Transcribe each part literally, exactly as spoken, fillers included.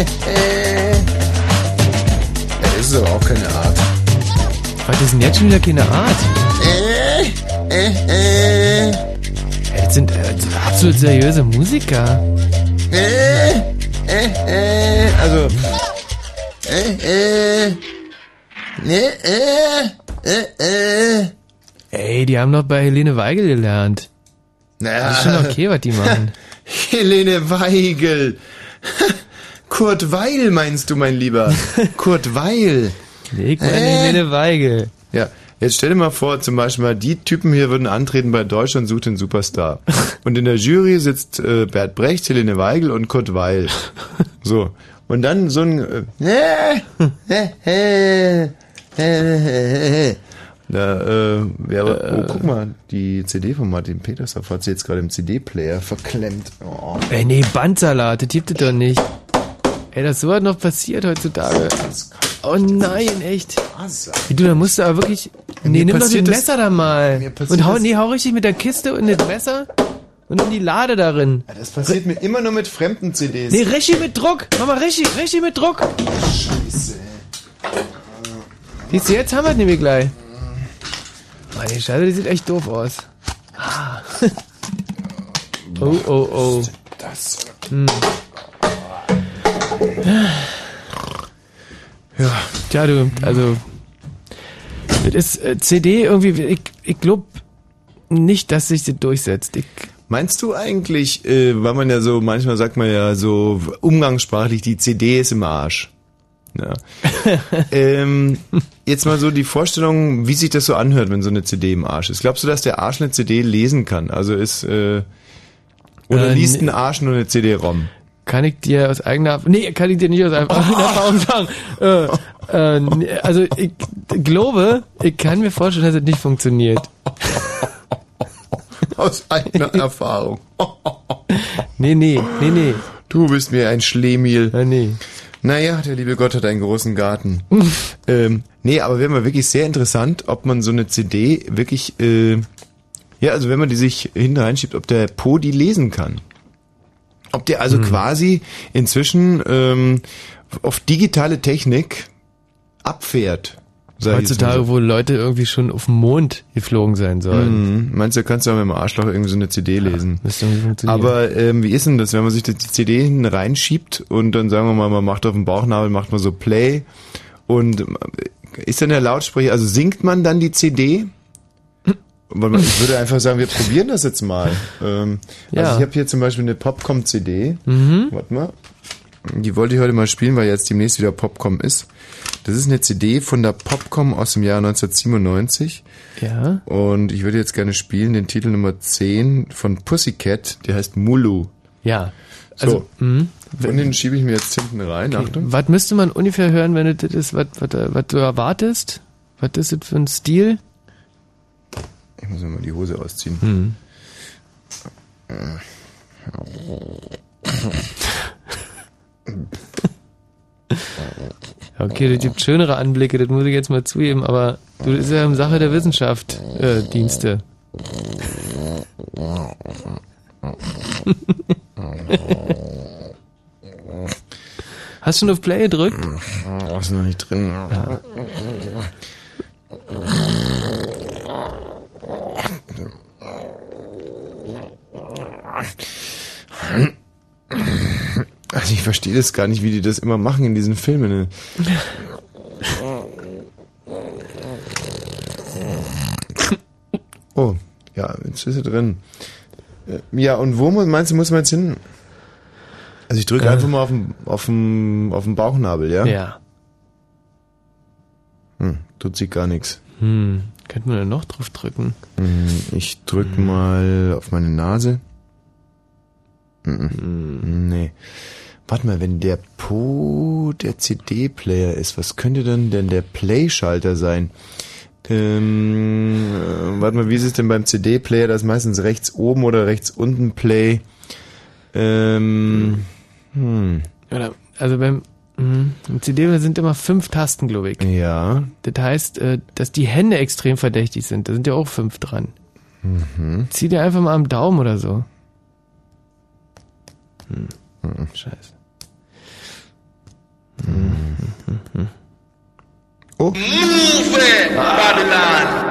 Das ist aber auch keine Art. Was ist denn jetzt schon wieder keine Art? Äh, äh, äh. Das sind äh, absolut seriöse Musiker. Äh, äh, äh. Also. Äh, äh. Ne, äh, äh, äh. Ey, die haben doch bei Helene Weigel gelernt. Naja. Das ist schon okay, was die machen. Helene Weigel. Kurt Weil meinst du, mein Lieber? Kurt Weil. Nee, ich meine äh? Helene Weigel. Ja, jetzt stell dir mal vor, zum Beispiel mal, die Typen hier würden antreten bei Deutschland sucht den Superstar. Und in der Jury sitzt äh, Bert Brecht, Helene Weigel und Kurt Weil. So. Und dann so ein... Äh, Da, äh, wäre, oh, guck mal, die C D von Martin Petersdorf hat sie jetzt gerade im C D-Player verklemmt. Oh. Ey, nee, Bandsalat, das gibt es doch nicht. Ey, das ist sowas noch passiert heutzutage. Oh nein, echt. Wie du, da musst du aber wirklich... Nee, nimm doch das Messer da mal. Und hau, nee, hau richtig mit der Kiste und das Messer und nimm die Lade darin. Ja, das passiert mir immer nur mit fremden C Ds. Nee, richtig mit Druck. Mach mal richtig, richtig mit Druck. Scheiße. Siehst du, jetzt haben wir es nämlich gleich. Mann, die Scheiße, die sieht echt doof aus. Ah. Oh, oh, oh. Das. Hm. Ja, tja, du, also, das ist äh, C D irgendwie, ich, ich glaube nicht, dass sich das durchsetzt. Ich, Meinst du eigentlich, äh, weil man ja so, manchmal sagt man ja so umgangssprachlich, die C D ist im Arsch. Ja. ähm, jetzt mal so die Vorstellung, wie sich das so anhört, wenn so eine C D im Arsch ist. Glaubst du, dass der Arsch eine C D lesen kann? Also ist, äh, oder äh, liest ein Arsch nur eine C D-ROM? Kann ich dir aus eigener, nee, kann ich dir nicht aus eigener Erfahrung sagen. Äh, äh, also ich glaube, ich kann mir vorstellen, dass es nicht funktioniert. Aus eigener Erfahrung. Nee, nee, nee, nee. Du bist mir ein Schlemiel. Ja, nee. Naja, der liebe Gott hat einen großen Garten. ähm, nee, aber wäre mal wirklich sehr interessant, ob man so eine C D wirklich, äh, ja, also wenn man die sich hinten reinschiebt, ob der Po die lesen kann. Ob der also hm. quasi inzwischen ähm, auf digitale Technik abfährt. Heutzutage, wo Leute irgendwie schon auf dem Mond geflogen sein sollen. Mhm. Meinst du, kannst du auch mit dem Arschloch irgendwie so eine C D lesen? Ja, aber ähm, wie ist denn das, wenn man sich die C D hinten reinschiebt und dann sagen wir mal, man macht auf dem Bauchnabel, macht man so Play und ist dann der Lautsprecher, also singt man dann die C D? Ich würde einfach sagen, wir probieren das jetzt mal. Ähm, ja. Also ich habe hier zum Beispiel eine Popcom-C D. Mhm. Warte mal. Die wollte ich heute mal spielen, weil jetzt demnächst wieder Popcom ist. Das ist eine C D von der Popcom aus dem Jahr neunzehnhundertsiebenundneunzig. Ja. Und ich würde jetzt gerne spielen den Titel Nummer zehn von Pussycat, der heißt Mulu. Ja. Also, so. Mh. Und den schiebe ich mir jetzt hinten rein. Okay. Achtung. Was müsste man ungefähr hören, wenn das ist, was, was, was du erwartest? Was ist das für ein Stil? Ich muss mir mal die Hose ausziehen. Hm. Okay, das gibt schönere Anblicke, das muss ich jetzt mal zugeben, aber du, das ist ja eine Sache der Wissenschaft, äh, Dienste. Hast du schon auf Play gedrückt? Oh, ist noch nicht drin. Ja. Also ich verstehe das gar nicht, wie die das immer machen in diesen Filmen. Ne? Oh, ja, jetzt ist er drin. Ja, und wo meinst du, muss man jetzt hin? Also ich drücke äh. einfach mal auf den, auf den, auf den Bauchnabel, ja? Ja. Hm, tut sich gar nichts. Hm, könnte man da noch drauf drücken? Hm, ich drücke hm. mal auf meine Nase. Hm. Hm. Nee. Warte mal, wenn der Po der C D-Player ist, was könnte denn denn der Play-Schalter sein? Ähm, äh, warte mal, wie ist es denn beim C D-Player? Das ist meistens rechts oben oder rechts unten Play. Ähm, hm. Oder, also beim mh, im C D-Player sind immer fünf Tasten, glaube ich. Ja. Das heißt, äh, dass die Hände extrem verdächtig sind. Da sind ja auch fünf dran. Mhm. Zieh dir einfach mal am Daumen oder so. Hm. Mhm. Scheiße. runterladen.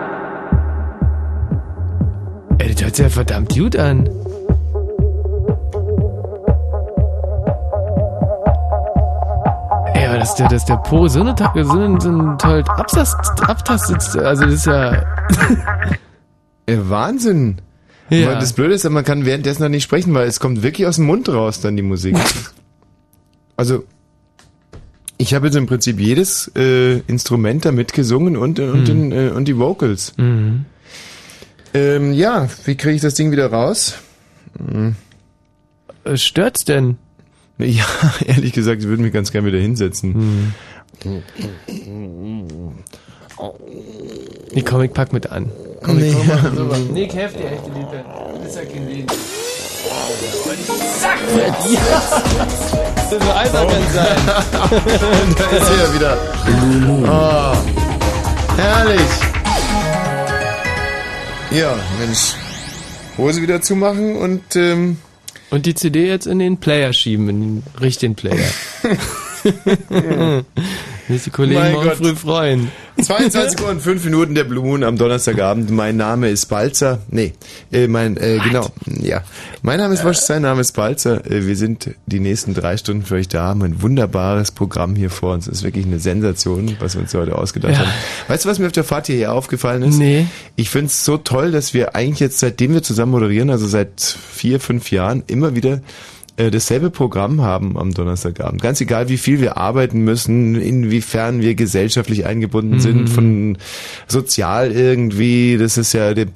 Ey, das hört sich ja verdammt gut an. Ey, aber dass der, dass der Po so eine, so einen, so einen tollen Abtast, abtastet, also das ist ja... ja, Wahnsinn. Ja. Das Blöde ist, man kann währenddessen noch nicht sprechen, weil es kommt wirklich aus dem Mund raus, dann die Musik. Also, ich habe jetzt im Prinzip jedes äh, Instrument damit gesungen und, und, mhm. den, äh, und die Vocals. Mhm. Ähm, ja, wie kriege ich das Ding wieder raus? Hm. Stört's denn? Ja, ehrlich gesagt, ich würde mich ganz gerne wieder hinsetzen. Hm. Nee, komm, ich pack mit an. Komm, nee, komm mal so. Nee, ich helf dir echt, Liebe. Das ist ja kein Ding. Zack, Fritz! Ja. So einfach kann es sein. Da ist er ja wieder. Oh, herrlich. Ja, Mensch. Hose wieder zumachen und... Ähm und die C D jetzt in den Player schieben, in den richtigen Player. Nicht die Kollegen mein morgen Gott. Früh freuen. zweiundzwanzig Uhr und fünf Minuten der Blue Moon am Donnerstagabend. Mein Name ist Balzer. Nee, äh, mein, äh, genau, ja. Mein Name ist Wosch, sein Name ist Balzer. Äh, wir sind die nächsten drei Stunden für euch da, haben ein wunderbares Programm hier vor uns. Das ist wirklich eine Sensation, was wir uns heute ausgedacht ja. haben. Weißt du, was mir auf der Fahrt hierher aufgefallen ist? Nee. Ich finde es so toll, dass wir eigentlich jetzt, seitdem wir zusammen moderieren, also seit vier, fünf Jahren, immer wieder dasselbe Programm haben am Donnerstagabend. Ganz egal, wie viel wir arbeiten müssen, inwiefern wir gesellschaftlich eingebunden mhm. sind, von sozial irgendwie, das ist ja, wir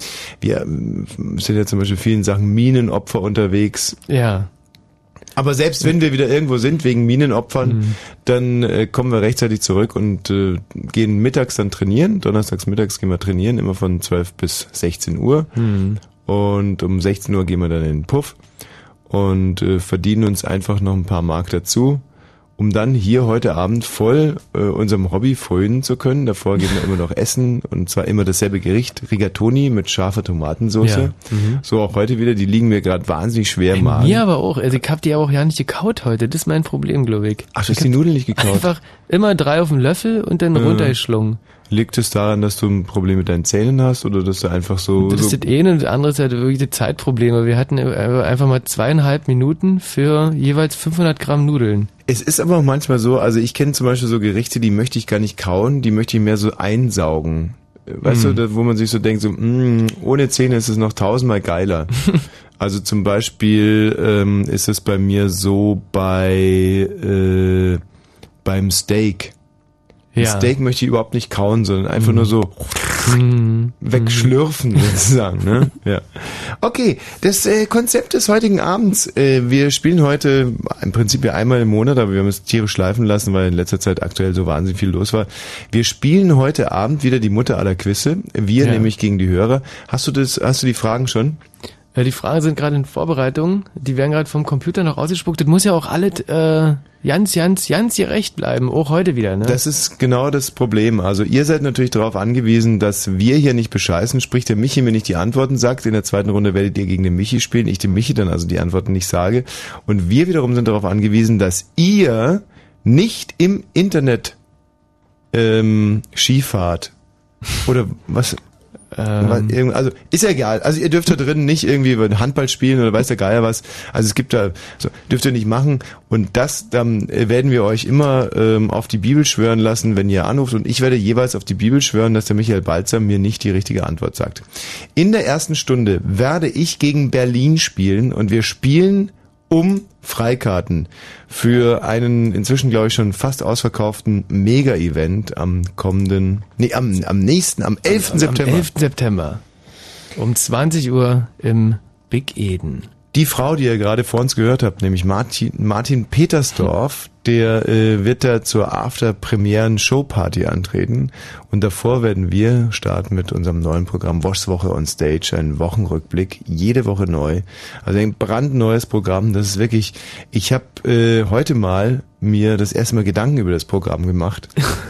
sind ja zum Beispiel vielen Sachen Minenopfer unterwegs. Ja. Aber selbst wenn wir wieder irgendwo sind wegen Minenopfern, mhm. dann äh, kommen wir rechtzeitig zurück und äh, gehen mittags dann trainieren. Donnerstags mittags gehen wir trainieren, immer von zwölf bis sechzehn Uhr. Mhm. Und um sechzehn Uhr gehen wir dann in den Puff und äh, verdienen uns einfach noch ein paar Mark dazu, um dann hier heute Abend voll äh, unserem Hobby frönen zu können. Davor gehen wir immer noch essen und zwar immer dasselbe Gericht, Rigatoni mit scharfer Tomatensauce. Ja. Mhm. So auch heute wieder, die liegen mir gerade wahnsinnig schwer im Magen. Mir aber auch, also ich hab die aber auch ja nicht gekaut heute, das ist mein Problem, glaube ich. Ach, du hast die Nudeln nicht gekaut? Einfach immer drei auf den Löffel und dann äh. runtergeschlungen. Liegt es daran, dass du ein Problem mit deinen Zähnen hast oder dass du einfach so... Das ist so das eine und das andere ist halt wirklich das Zeitproblem. Wir hatten einfach mal zweieinhalb Minuten für jeweils fünfhundert Gramm Nudeln. Es ist aber auch manchmal so, also ich kenne zum Beispiel so Gerichte, die möchte ich gar nicht kauen, die möchte ich mehr so einsaugen. Weißt mm. du, wo man sich so denkt, so mh, ohne Zähne ist es noch tausendmal geiler. Also zum Beispiel ähm, ist es bei mir so bei äh, beim Steak. Ja. Steak möchte ich überhaupt nicht kauen, sondern einfach mm. nur so mm. wegschlürfen, mm. sozusagen. Ne? Ja. Okay, das äh, Konzept des heutigen Abends. Äh, wir spielen heute im Prinzip ja einmal im Monat, aber wir haben es tierisch schleifen lassen, weil in letzter Zeit aktuell so wahnsinnig viel los war. Wir spielen heute Abend wieder die Mutter aller Quizze. Wir ja. nämlich gegen die Hörer. Hast du das? Hast du die Fragen schon? Ja, die Fragen sind gerade in Vorbereitung. Die werden gerade vom Computer noch ausgespuckt. Das muss ja auch alles äh, ganz, ganz, ganz gerecht bleiben. Auch heute wieder, ne? Das ist genau das Problem. Also ihr seid natürlich darauf angewiesen, dass wir hier nicht bescheißen. Sprich, der Michi mir nicht die Antworten sagt. In der zweiten Runde werdet ihr gegen den Michi spielen. Ich dem Michi dann also die Antworten nicht sage. Und wir wiederum sind darauf angewiesen, dass ihr nicht im Internet ähm, Skifahrt. Oder was... Ähm. Also ist ja egal. Also ihr dürft da drin nicht irgendwie über Handball spielen oder weiß der Geier was. Also es gibt da, so, dürft ihr nicht machen. Und das, dann werden wir euch immer ähm, auf die Bibel schwören lassen, wenn ihr anruft. Und ich werde jeweils auf die Bibel schwören, dass der Michael Balzer mir nicht die richtige Antwort sagt. In der ersten Stunde werde ich gegen Berlin spielen und wir spielen um Freikarten für einen inzwischen, glaube ich, schon fast ausverkauften Mega-Event am kommenden, nee, am, am nächsten, am elften September. Am elften September. Um zwanzig Uhr im Big Eden. Die Frau, die ihr gerade vor uns gehört habt, nämlich Martin, Martin Petersdorf, der äh, wird da zur After-Premieren-Show-Party antreten. Und davor werden wir starten mit unserem neuen Programm Woschs Woche on Stage, ein Wochenrückblick, jede Woche neu. Also ein brandneues Programm, das ist wirklich, ich habe äh, heute mal mir das erste Mal Gedanken über das Programm gemacht.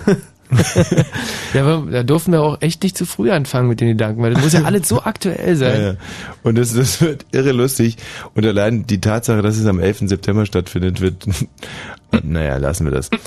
Ja, aber da durften wir auch echt nicht zu früh anfangen mit den Gedanken, weil das muss ja alles so aktuell sein. Ja, ja. Und das, das wird irre lustig. Und allein die Tatsache, dass es am elften September stattfindet, wird, naja, lassen wir das.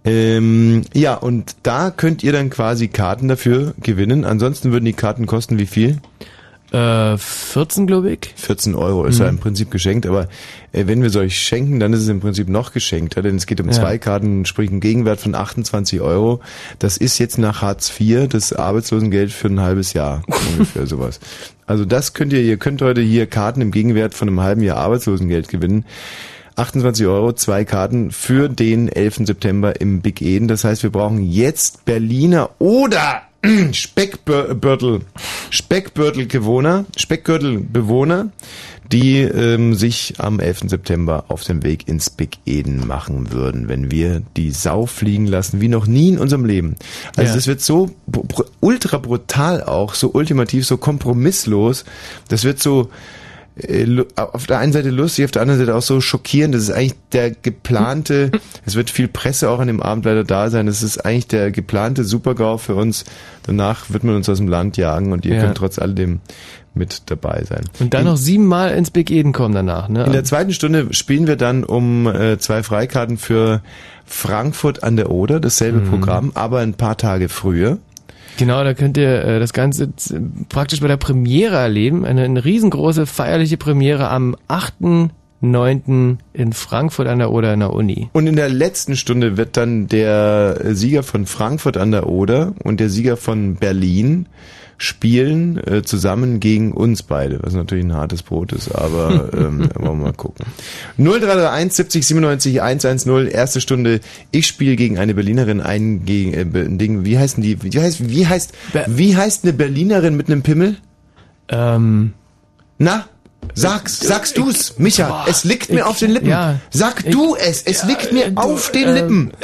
Ähm, ja, und da könnt ihr dann quasi Karten dafür gewinnen. Ansonsten würden die Karten kosten wie viel? Äh, vierzehn, glaube ich. vierzehn Euro ist mhm. ja im Prinzip geschenkt, aber äh, wenn wir es euch schenken, dann ist es im Prinzip noch geschenkter, denn es geht um ja. zwei Karten, sprich einen Gegenwert von achtundzwanzig Euro. Das ist jetzt nach Hartz vier das Arbeitslosengeld für ein halbes Jahr, ungefähr sowas. Also das könnt ihr, ihr könnt heute hier Karten im Gegenwert von einem halben Jahr Arbeitslosengeld gewinnen. achtundzwanzig Euro, zwei Karten für den elften September im Big Eden. Das heißt, wir brauchen jetzt Berliner oder Speckbürtel, Speckbürtelbewohner, Speckgürtelbewohner, die ähm, sich am elften September auf den Weg ins Big Eden machen würden, wenn wir die Sau fliegen lassen, wie noch nie in unserem Leben. Also ja. das wird so br- ultra brutal auch, so ultimativ, so kompromisslos. Das wird so auf der einen Seite lustig, auf der anderen Seite auch so schockierend. Das ist eigentlich der geplante, es wird viel Presse auch an dem Abend leider da sein, das ist eigentlich der geplante Super-GAU für uns. Danach wird man uns aus dem Land jagen und ihr ja. könnt trotz alledem mit dabei sein. Und dann in, noch siebenmal ins Big Eden kommen danach, ne? In der zweiten Stunde spielen wir dann um äh, zwei Freikarten für Frankfurt an der Oder, dasselbe mhm. Programm, aber ein paar Tage früher. Genau, da könnt ihr äh, das Ganze z- praktisch bei der Premiere erleben. Eine, eine riesengroße feierliche Premiere am achten neunten in Frankfurt an der Oder in der Uni. Und in der letzten Stunde wird dann der Sieger von Frankfurt an der Oder und der Sieger von Berlin spielen äh, zusammen gegen uns beide, was natürlich ein hartes Brot ist, aber ähm, wollen wir mal gucken. null drei drei eins siebzig siebenundneunzig hundertzehn, erste Stunde. Ich spiele gegen eine Berlinerin, ein gegen äh, Ding. Wie heißen die? Wie heißt wie heißt Be- wie heißt eine Berlinerin mit einem Pimmel? Ähm. Na? Sag's, sagst du's, Micha, boah, es liegt mir ich, auf den Lippen. Ja, Sag ich, du es, es ja, liegt mir du, auf den äh, Lippen.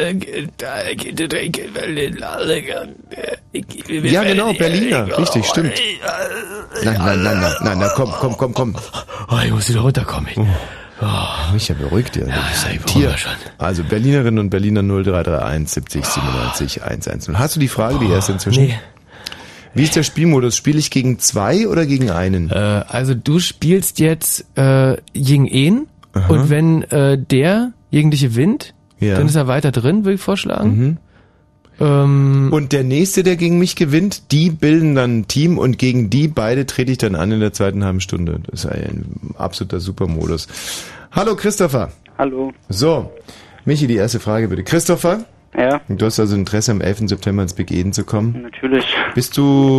Ja, genau, Berliner, richtig, stimmt. Nein, nein, nein, nein, nein, nein, komm, komm, komm, komm. Oh, ich muss wieder runterkommen. Oh. Micha, beruhigt dir, du bist ein Tier. Also Berlinerinnen und Berliner null drei drei eins siebzig siebenundneunzig hundertzehn. Hast du die Frage, die erste inzwischen? Nee. Wie ist der Spielmodus? Spiele ich gegen zwei oder gegen einen? Äh, also du spielst jetzt äh, gegen ihn und wenn äh, der gegen dich gewinnt, ja. dann ist er weiter drin, würde ich vorschlagen. Mhm. Ähm, und der nächste, der gegen mich gewinnt, die bilden dann ein Team und gegen die beide trete ich dann an in der zweiten halben Stunde. Das ist ein absoluter Supermodus. Hallo Christopher. Hallo. So, Michi, die erste Frage bitte. Christopher? Ja. Du hast also Interesse, am elften September ins Big Eden zu kommen? Natürlich. Bist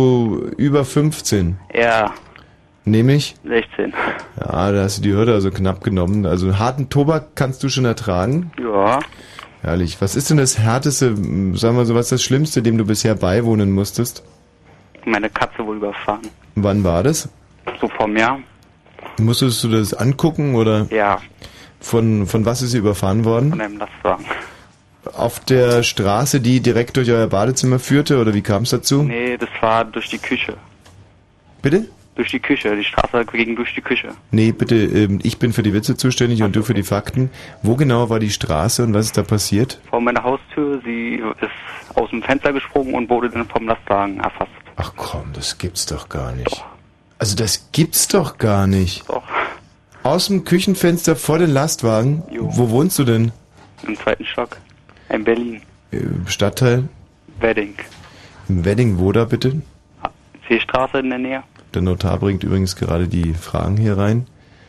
du über fünfzehn? Ja. Nämlich? sechzehn. Ja, da hast du die Hürde also knapp genommen. Also harten Tobak kannst du schon ertragen? Ja. Herrlich. Was ist denn das Härteste, sagen wir so, was ist das Schlimmste, dem du bisher beiwohnen musstest? Meine Katze wohl überfahren. Wann war das? So vor einem Jahr. Musstest du das angucken oder? Ja. Von, von was ist sie überfahren worden? Von einem Lastwagen. Auf der Straße, die direkt durch euer Badezimmer führte, oder wie kam es dazu? Nee, das war durch die Küche. Bitte? Durch die Küche, die Straße ging durch die Küche. Nee, bitte, ich bin für die Witze zuständig und du für die Fakten. Wo genau war die Straße und was ist da passiert? Vor meiner Haustür, sie ist aus dem Fenster gesprungen und wurde dann vom Lastwagen erfasst. Ach komm, das gibt's doch gar nicht. Doch. Also das gibt's doch gar nicht. Doch. Aus dem Küchenfenster vor den Lastwagen? Jo. Wo wohnst du denn? Im zweiten Stock. In Berlin. Im Stadtteil? Wedding. Im Wedding, wo da bitte? Seestraße in der Nähe. Der Notar bringt übrigens gerade die Fragen hier rein.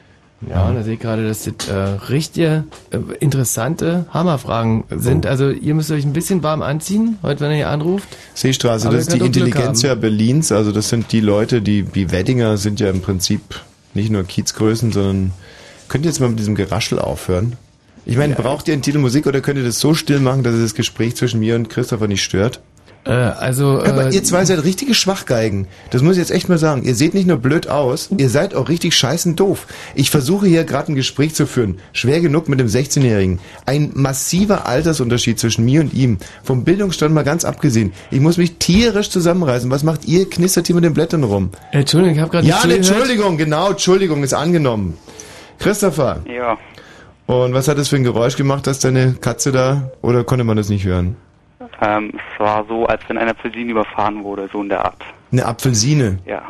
Ja, und da sehe ich gerade, dass das äh, richtige, äh, interessante Hammerfragen sind. Also ihr müsst euch ein bisschen warm anziehen, heute wenn ihr hier anruft. Seestraße, das ist die Intelligenzia Berlins. Also das sind die Leute, die, die Weddinger sind ja im Prinzip nicht nur Kiezgrößen, sondern könnt ihr jetzt mal mit diesem Geraschel aufhören? Ich meine, ja. Braucht ihr einen Titel Musik oder könnt ihr das so still machen, dass es das Gespräch zwischen mir und Christopher nicht stört? Äh, also, Aber äh, ihr zwei seid richtige Schwachgeigen. Das muss ich jetzt echt mal sagen. Ihr seht nicht nur blöd aus, ihr seid auch richtig scheißen doof. Ich versuche hier gerade ein Gespräch zu führen. Schwer genug mit dem sechzehnjährigen. Ein massiver Altersunterschied zwischen mir und ihm. Vom Bildungsstand mal ganz abgesehen. Ich muss mich tierisch zusammenreißen. Was macht ihr? Knistert hier mit den Blättern rum. Entschuldigung, ich habe gerade Ja, Entschuldigung, genau, Entschuldigung, ist angenommen. Christopher. Ja. Und was hat das für ein Geräusch gemacht, dass deine Katze da, oder konnte man das nicht hören? Ähm, es war so, als wenn eine Apfelsine überfahren wurde, so in der Art. Eine Apfelsine? Ja.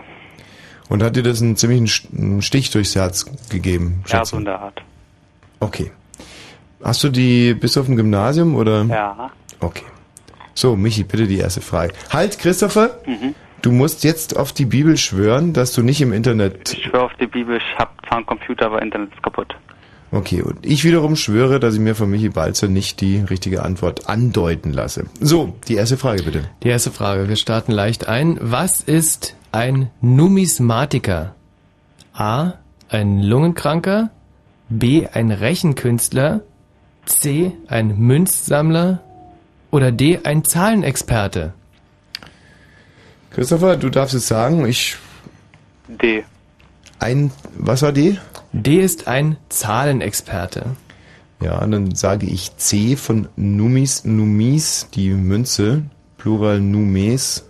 Und hat dir das einen ziemlichen Stich durchs Herz gegeben? Ja, so in der Art. Okay. Hast du die, bist du auf dem Gymnasium oder? Ja. Okay. So, Michi, bitte die erste Frage. Halt, Christopher, Mhm. du musst jetzt auf die Bibel schwören, dass du nicht im Internet... Ich schwöre auf die Bibel, ich hab zwar einen Computer, aber Internet ist kaputt. Okay, und ich wiederum schwöre, dass ich mir von Michi Balzer nicht die richtige Antwort andeuten lasse. So, die erste Frage bitte. Die erste Frage, wir starten leicht ein. Was ist ein Numismatiker? A, ein Lungenkranker, B, ein Rechenkünstler, C, ein Münzsammler oder D, ein Zahlenexperte? Christopher, du darfst es sagen, ich... D. Ein, was war D? D ist ein Zahlenexperte. Ja, dann sage ich C von Numis, Numis, die Münze, Plural Numes,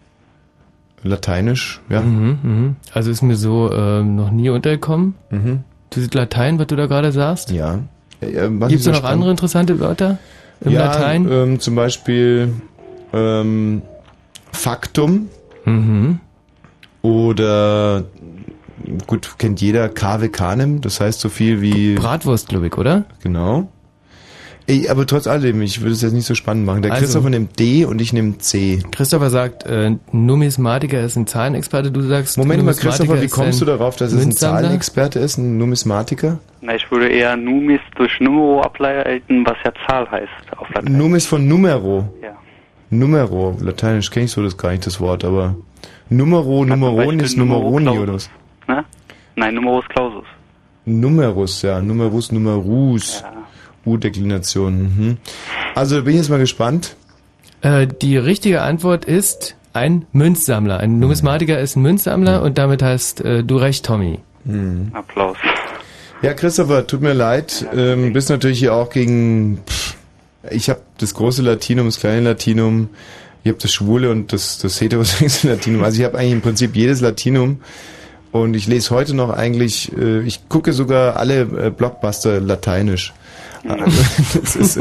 Lateinisch, ja. Mhm, mhm. Also ist mir so ähm, noch nie untergekommen. Mhm. Dieses Latein, was du da gerade sagst? Ja. Äh, Gibt es noch andere interessante Wörter im ja, Latein? Ähm, zum Beispiel ähm, Faktum Mhm. oder gut, kennt jeder Cave Canem, das heißt so viel wie... Bratwurst, glaube ich, oder? Genau. Ey, aber trotz alledem, ich würde es jetzt nicht so spannend machen. Der Also, Christopher nimmt D und ich nehme C. Christopher sagt, äh, Numismatiker ist ein Zahlenexperte, du sagst... Moment mal, Numismatiker Christopher, wie ist kommst du ein darauf, dass es ein Münzsammler? Zahlenexperte ist, ein Numismatiker? Na, ich würde eher Numis durch Numero ableiten, was ja Zahl heißt auf Latein. Numis von Numero. Ja. Numero, lateinisch kenne ich so das gar nicht, das Wort, aber Numero, Na, zum Numeroni Beispiel ist Numeroni Numero oder was? Ne? Nein, Numerus Clausus. Numerus, ja, Numerus, Numerus. Ja. U-Deklination. Mhm. Also bin ich jetzt mal gespannt. Äh, die richtige Antwort ist ein Münzsammler. Ein Numismatiker ist ein Münzsammler und damit hast äh, du recht, Tommy. Mhm. Applaus. Ja, Christopher, tut mir leid. Ähm, bist natürlich hier auch gegen... Pff, ich habe das große Latinum, das kleine Latinum. Ich habe das schwule und das, das heterosexuelle Latinum. Also ich habe eigentlich im Prinzip jedes Latinum. Und ich lese heute noch eigentlich... Äh, ich gucke sogar alle äh, Blockbuster lateinisch. Also, das ist, äh,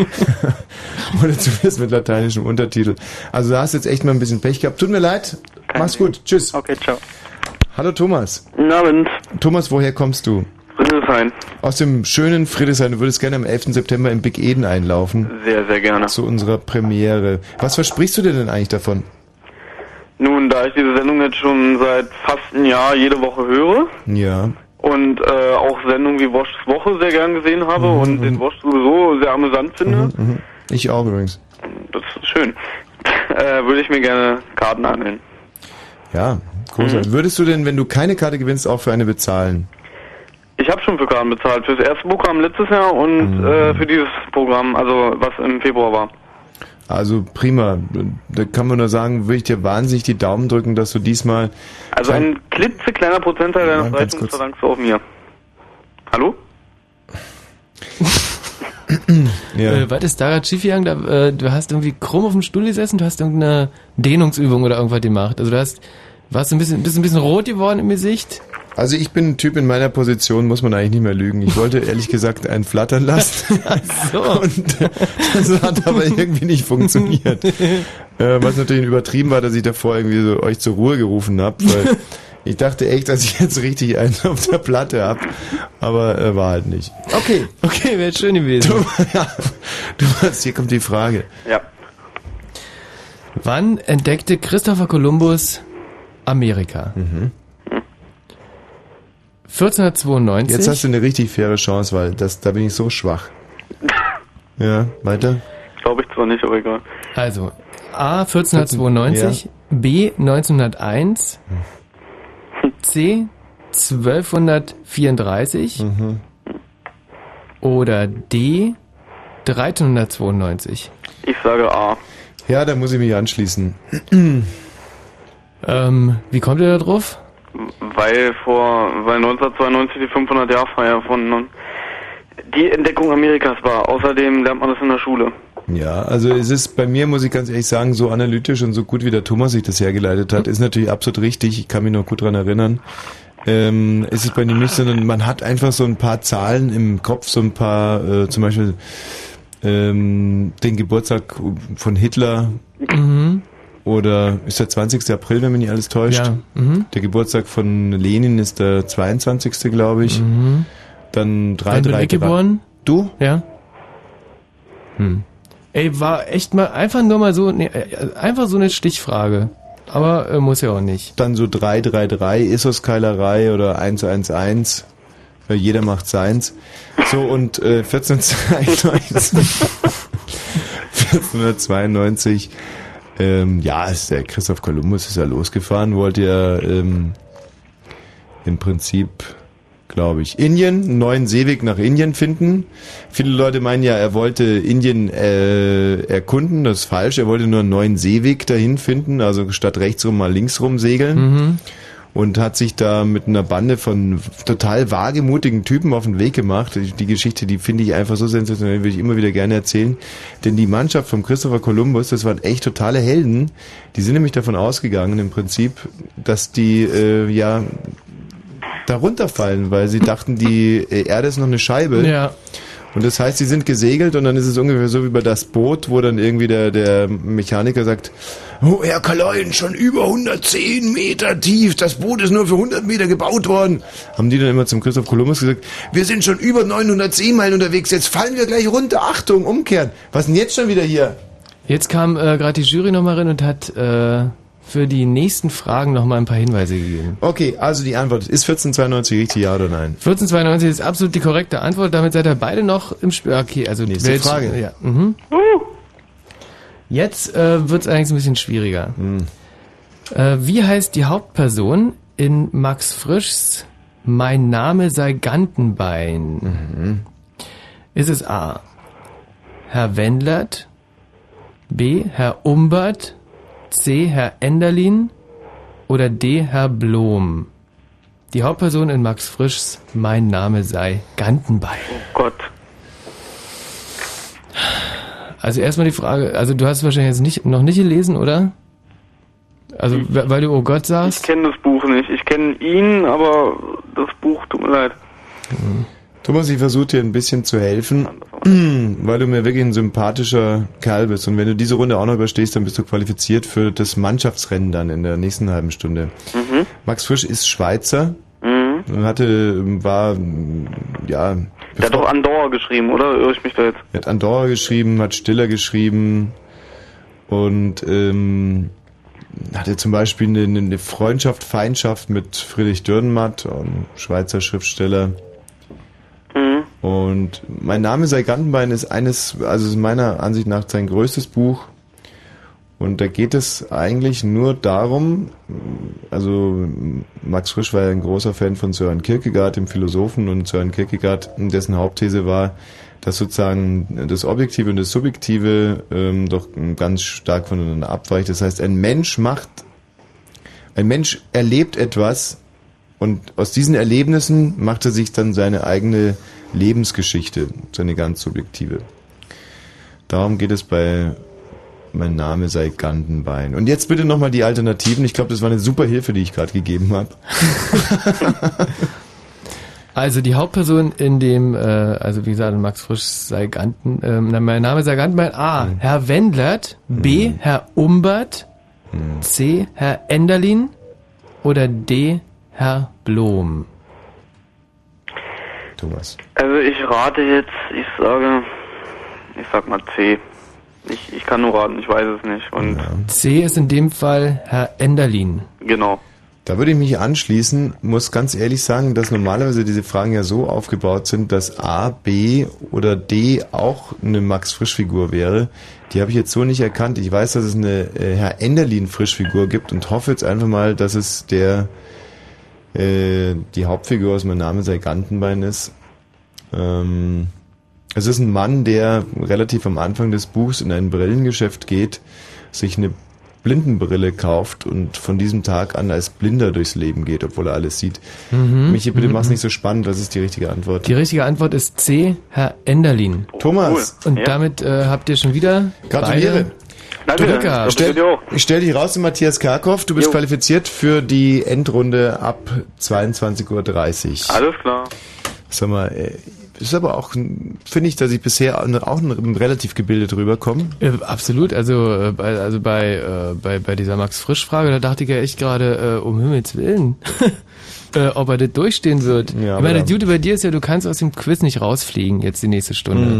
oder zumindest mit lateinischem Untertitel. Also du hast jetzt echt mal ein bisschen Pech gehabt. Tut mir leid. Kein Mach's Ding. gut. Tschüss. Okay, ciao. Hallo Thomas. Guten Abend. Thomas, woher kommst du? Friedrichshain. Aus dem schönen Friedrichshain. Du würdest gerne am elften September in Big Eden einlaufen. Sehr, sehr gerne. Zu unserer Premiere. Was versprichst du dir denn eigentlich davon? Nun, da ich diese Sendung jetzt schon seit fast einem Jahr jede Woche höre Ja. und äh, auch Sendungen wie Woschs Woche sehr gern gesehen habe Mhm, und den Wosch sowieso sehr amüsant finde, Mhm. Ich auch übrigens. das ist schön, äh, würde ich mir gerne Karten annehmen. Ja, großartig. Würdest du denn, wenn du keine Karte gewinnst, auch für eine bezahlen? Ich habe schon für Karten bezahlt, fürs erste Programm letztes Jahr und äh, für dieses Programm, also was im Februar war. Also prima. Da kann man nur sagen, würde ich dir wahnsinnig die Daumen drücken, dass du diesmal... Also ein klitzekleiner Prozentteil Ja, deines ganz Reichtums kurz. verdankst du auf mir. Hallo? Ja. Äh, was ist da gerade schiefgegangen? Da, äh, du hast irgendwie krumm auf dem Stuhl gesessen, du hast irgendeine Dehnungsübung oder irgendwas gemacht. Also du hast, warst ein bisschen, bist ein bisschen rot geworden im Gesicht. Also ich bin ein Typ in meiner Position, muss man eigentlich nicht mehr lügen. Ich wollte ehrlich gesagt einen flattern lassen. Ach so. Und äh, das hat aber irgendwie nicht funktioniert. Äh, was natürlich übertrieben war, dass ich davor irgendwie so euch zur Ruhe gerufen habe, weil ich dachte echt, dass ich jetzt richtig einen auf der Platte hab, aber äh, war halt nicht. Okay. Okay, wäre schön gewesen. Du, ja, du hast, hier kommt die Frage. Ja. Wann entdeckte Christopher Columbus Amerika? Mhm. vierzehnhundertzweiundneunzig. Jetzt hast du eine richtig faire Chance, weil das, da bin ich so schwach. Ja, weiter. Glaube ich zwar nicht, aber egal. Also, A vierzehnhundertzweiundneunzig, Ja. B neunzehnhunderteins, C zwölfhundertvierunddreißig Mhm. oder D dreizehnhundertzweiundneunzig. Ich sage A. Ja, da muss ich mich anschließen. Ähm, wie kommt ihr da drauf? Weil vor, weil neunzehnhundertzweiundneunzig die fünfhundert-Jahr-Feier von die Entdeckung Amerikas war. Außerdem lernt man das in der Schule. Ja, also es ist bei mir, muss ich ganz ehrlich sagen, so analytisch und so gut wie der Thomas sich das hergeleitet hat, ist natürlich absolut richtig. Ich kann mich noch gut dran erinnern. Ähm, es ist bei ihm nicht, sondern man hat einfach so ein paar Zahlen im Kopf, so ein paar, äh, zum Beispiel ähm, den Geburtstag von Hitler. Mhm. Oder ist der zwanzigster April, wenn mich nicht alles täuscht. Ja. Mhm. Der Geburtstag von Lenin ist der zweiundzwanzigste glaube ich. Mhm. Dann drei, Wann bin drei, ich geboren? Du? Ja. Hm. Ey, war echt mal einfach nur mal so, nee, einfach so eine Stichfrage. Aber äh, muss ja auch nicht. Dann so drei drei drei, Issos-Keilerei oder eins eins eins. Weil jeder macht seins. So, und äh, vierzehnhundertzweiundneunzig vierzehnhundertzweiundneunzig ähm, ja, ist der Christoph Kolumbus ist ja losgefahren, wollte ja ähm, im Prinzip, glaube ich, Indien, einen neuen Seeweg nach Indien finden. Viele Leute meinen ja, er wollte Indien äh, erkunden, das ist falsch, er wollte nur einen neuen Seeweg dahin finden, also statt rechtsrum mal linksrum segeln. Mhm. Und hat sich da mit einer Bande von total wagemutigen Typen auf den Weg gemacht. Die, die Geschichte, die finde ich einfach so sensationell, will ich immer wieder gerne erzählen. Denn die Mannschaft von Christopher Columbus, das waren echt totale Helden. Die sind nämlich davon ausgegangen im Prinzip, dass die äh, ja da runterfallen, weil sie dachten, die Erde ist noch eine Scheibe. Ja. Und das heißt, sie sind gesegelt und dann ist es ungefähr so wie bei das Boot, wo dann irgendwie der, der Mechaniker sagt, oh, Herr Kaloin, schon über hundertzehn Meter tief, das Boot ist nur für hundert Meter gebaut worden. Haben die dann immer zum Christoph Kolumbus gesagt, wir sind schon über neunhundert Seemeilen unterwegs, jetzt fallen wir gleich runter, Achtung, umkehren. Was denn jetzt schon wieder hier? Jetzt kam äh, gerade die Jury nochmal rein und hat äh, für die nächsten Fragen nochmal ein paar Hinweise gegeben. Okay, also die Antwort, ist vierzehnhundertzweiundneunzig richtig, ja oder nein? vierzehnhundertzweiundneunzig ist absolut die korrekte Antwort, damit seid ihr beide noch im Spiel. Okay, also nächste Welt, Frage. Ja. Mhm. Jetzt äh, wird es eigentlich ein bisschen schwieriger. Hm. Äh, wie heißt die Hauptperson in Max Frischs Mein Name sei Gantenbein? Mhm. Ist es A. Herr Wendlert, B. Herr Umbert, C. Herr Enderlin oder D. Herr Blom? Die Hauptperson in Max Frischs Mein Name sei Gantenbein. Oh Gott. Also erstmal die Frage, also du hast es wahrscheinlich jetzt nicht, noch nicht gelesen, oder? Also ich, weil du oh Gott sagst? Ich kenne das Buch nicht. Ich kenne ihn, aber das Buch, tut mir leid. Mhm. Thomas, ich versuche dir ein bisschen zu helfen, weil du mir wirklich ein sympathischer Kerl bist. Und wenn du diese Runde auch noch überstehst, dann bist du qualifiziert für das Mannschaftsrennen dann in der nächsten halben Stunde. Mhm. Max Frisch ist Schweizer. Mhm. Und hatte, war, ja... Der hat doch Andorra geschrieben, oder? Irre ich mich da jetzt? Er hat Andorra geschrieben, hat Stiller geschrieben und ähm, hatte zum Beispiel eine, eine Freundschaft, Feindschaft mit Friedrich Dürrenmatt, ein Schweizer Schriftsteller. Mhm. Und Mein Name sei Gantenbein ist eines, also ist meiner Ansicht nach sein größtes Buch. Und da geht es eigentlich nur darum, also Max Frisch war ja ein großer Fan von Søren Kierkegaard, dem Philosophen, und Søren Kierkegaard, dessen Hauptthese war, dass sozusagen das Objektive und das Subjektive ähm, doch ganz stark voneinander abweicht. Das heißt, ein Mensch macht, ein Mensch erlebt etwas und aus diesen Erlebnissen macht er sich dann seine eigene Lebensgeschichte, seine ganz subjektive. Darum geht es bei Mein Name sei Gantenbein. Und jetzt bitte nochmal die Alternativen. Ich glaube, das war eine super Hilfe, die ich gerade gegeben habe. Also die Hauptperson in dem, äh, also wie gesagt, Max Frisch sei Ganten, äh, Mein Name sei Gantenbein. A. Hm. Herr Wendlert. B. Hm. Herr Umbert. Hm. C. Herr Enderlin. Oder D. Herr Blom. Thomas. Also ich rate jetzt, ich sage, ich sag mal C. Ich, ich kann nur raten, ich weiß es nicht. Und ja. C ist in dem Fall Herr Enderlin. Genau. Da würde ich mich anschließen, muss ganz ehrlich sagen, dass normalerweise diese Fragen ja so aufgebaut sind, dass A, B oder D auch eine Max-Frisch-Figur wäre. Die habe ich jetzt so nicht erkannt. Ich weiß, dass es eine äh, Herr Enderlin-Frisch-Figur gibt und hoffe jetzt einfach mal, dass es der äh, die Hauptfigur aus Mein Name sei Gantenbein ist. Ähm... Es ist ein Mann, der relativ am Anfang des Buchs in ein Brillengeschäft geht, sich eine Blindenbrille kauft und von diesem Tag an als Blinder durchs Leben geht, obwohl er alles sieht. Mhm. Michi, bitte mhm. mach's nicht so spannend, was ist die richtige Antwort? Die richtige Antwort ist C, Herr Enderlin. Thomas. Und ja. damit äh, habt ihr schon wieder Gratuliere. Glück gehabt. Stell, ich stell dich raus, Matthias Karkow, du bist jo. qualifiziert für die Endrunde ab zweiundzwanzig Uhr dreißig. Alles klar. Sag mal, äh, das ist aber auch, finde ich, dass ich bisher auch relativ gebildet rüberkomme. Äh, absolut, also, äh, bei, also bei, äh, bei, bei dieser Max-Frisch-Frage, da dachte ich ja echt gerade, äh, um Himmels Willen, äh, ob er das durchstehen wird. Ja, ich meine, das Gute bei dir ist ja, du kannst aus dem Quiz nicht rausfliegen, jetzt die nächste Stunde. Mhm.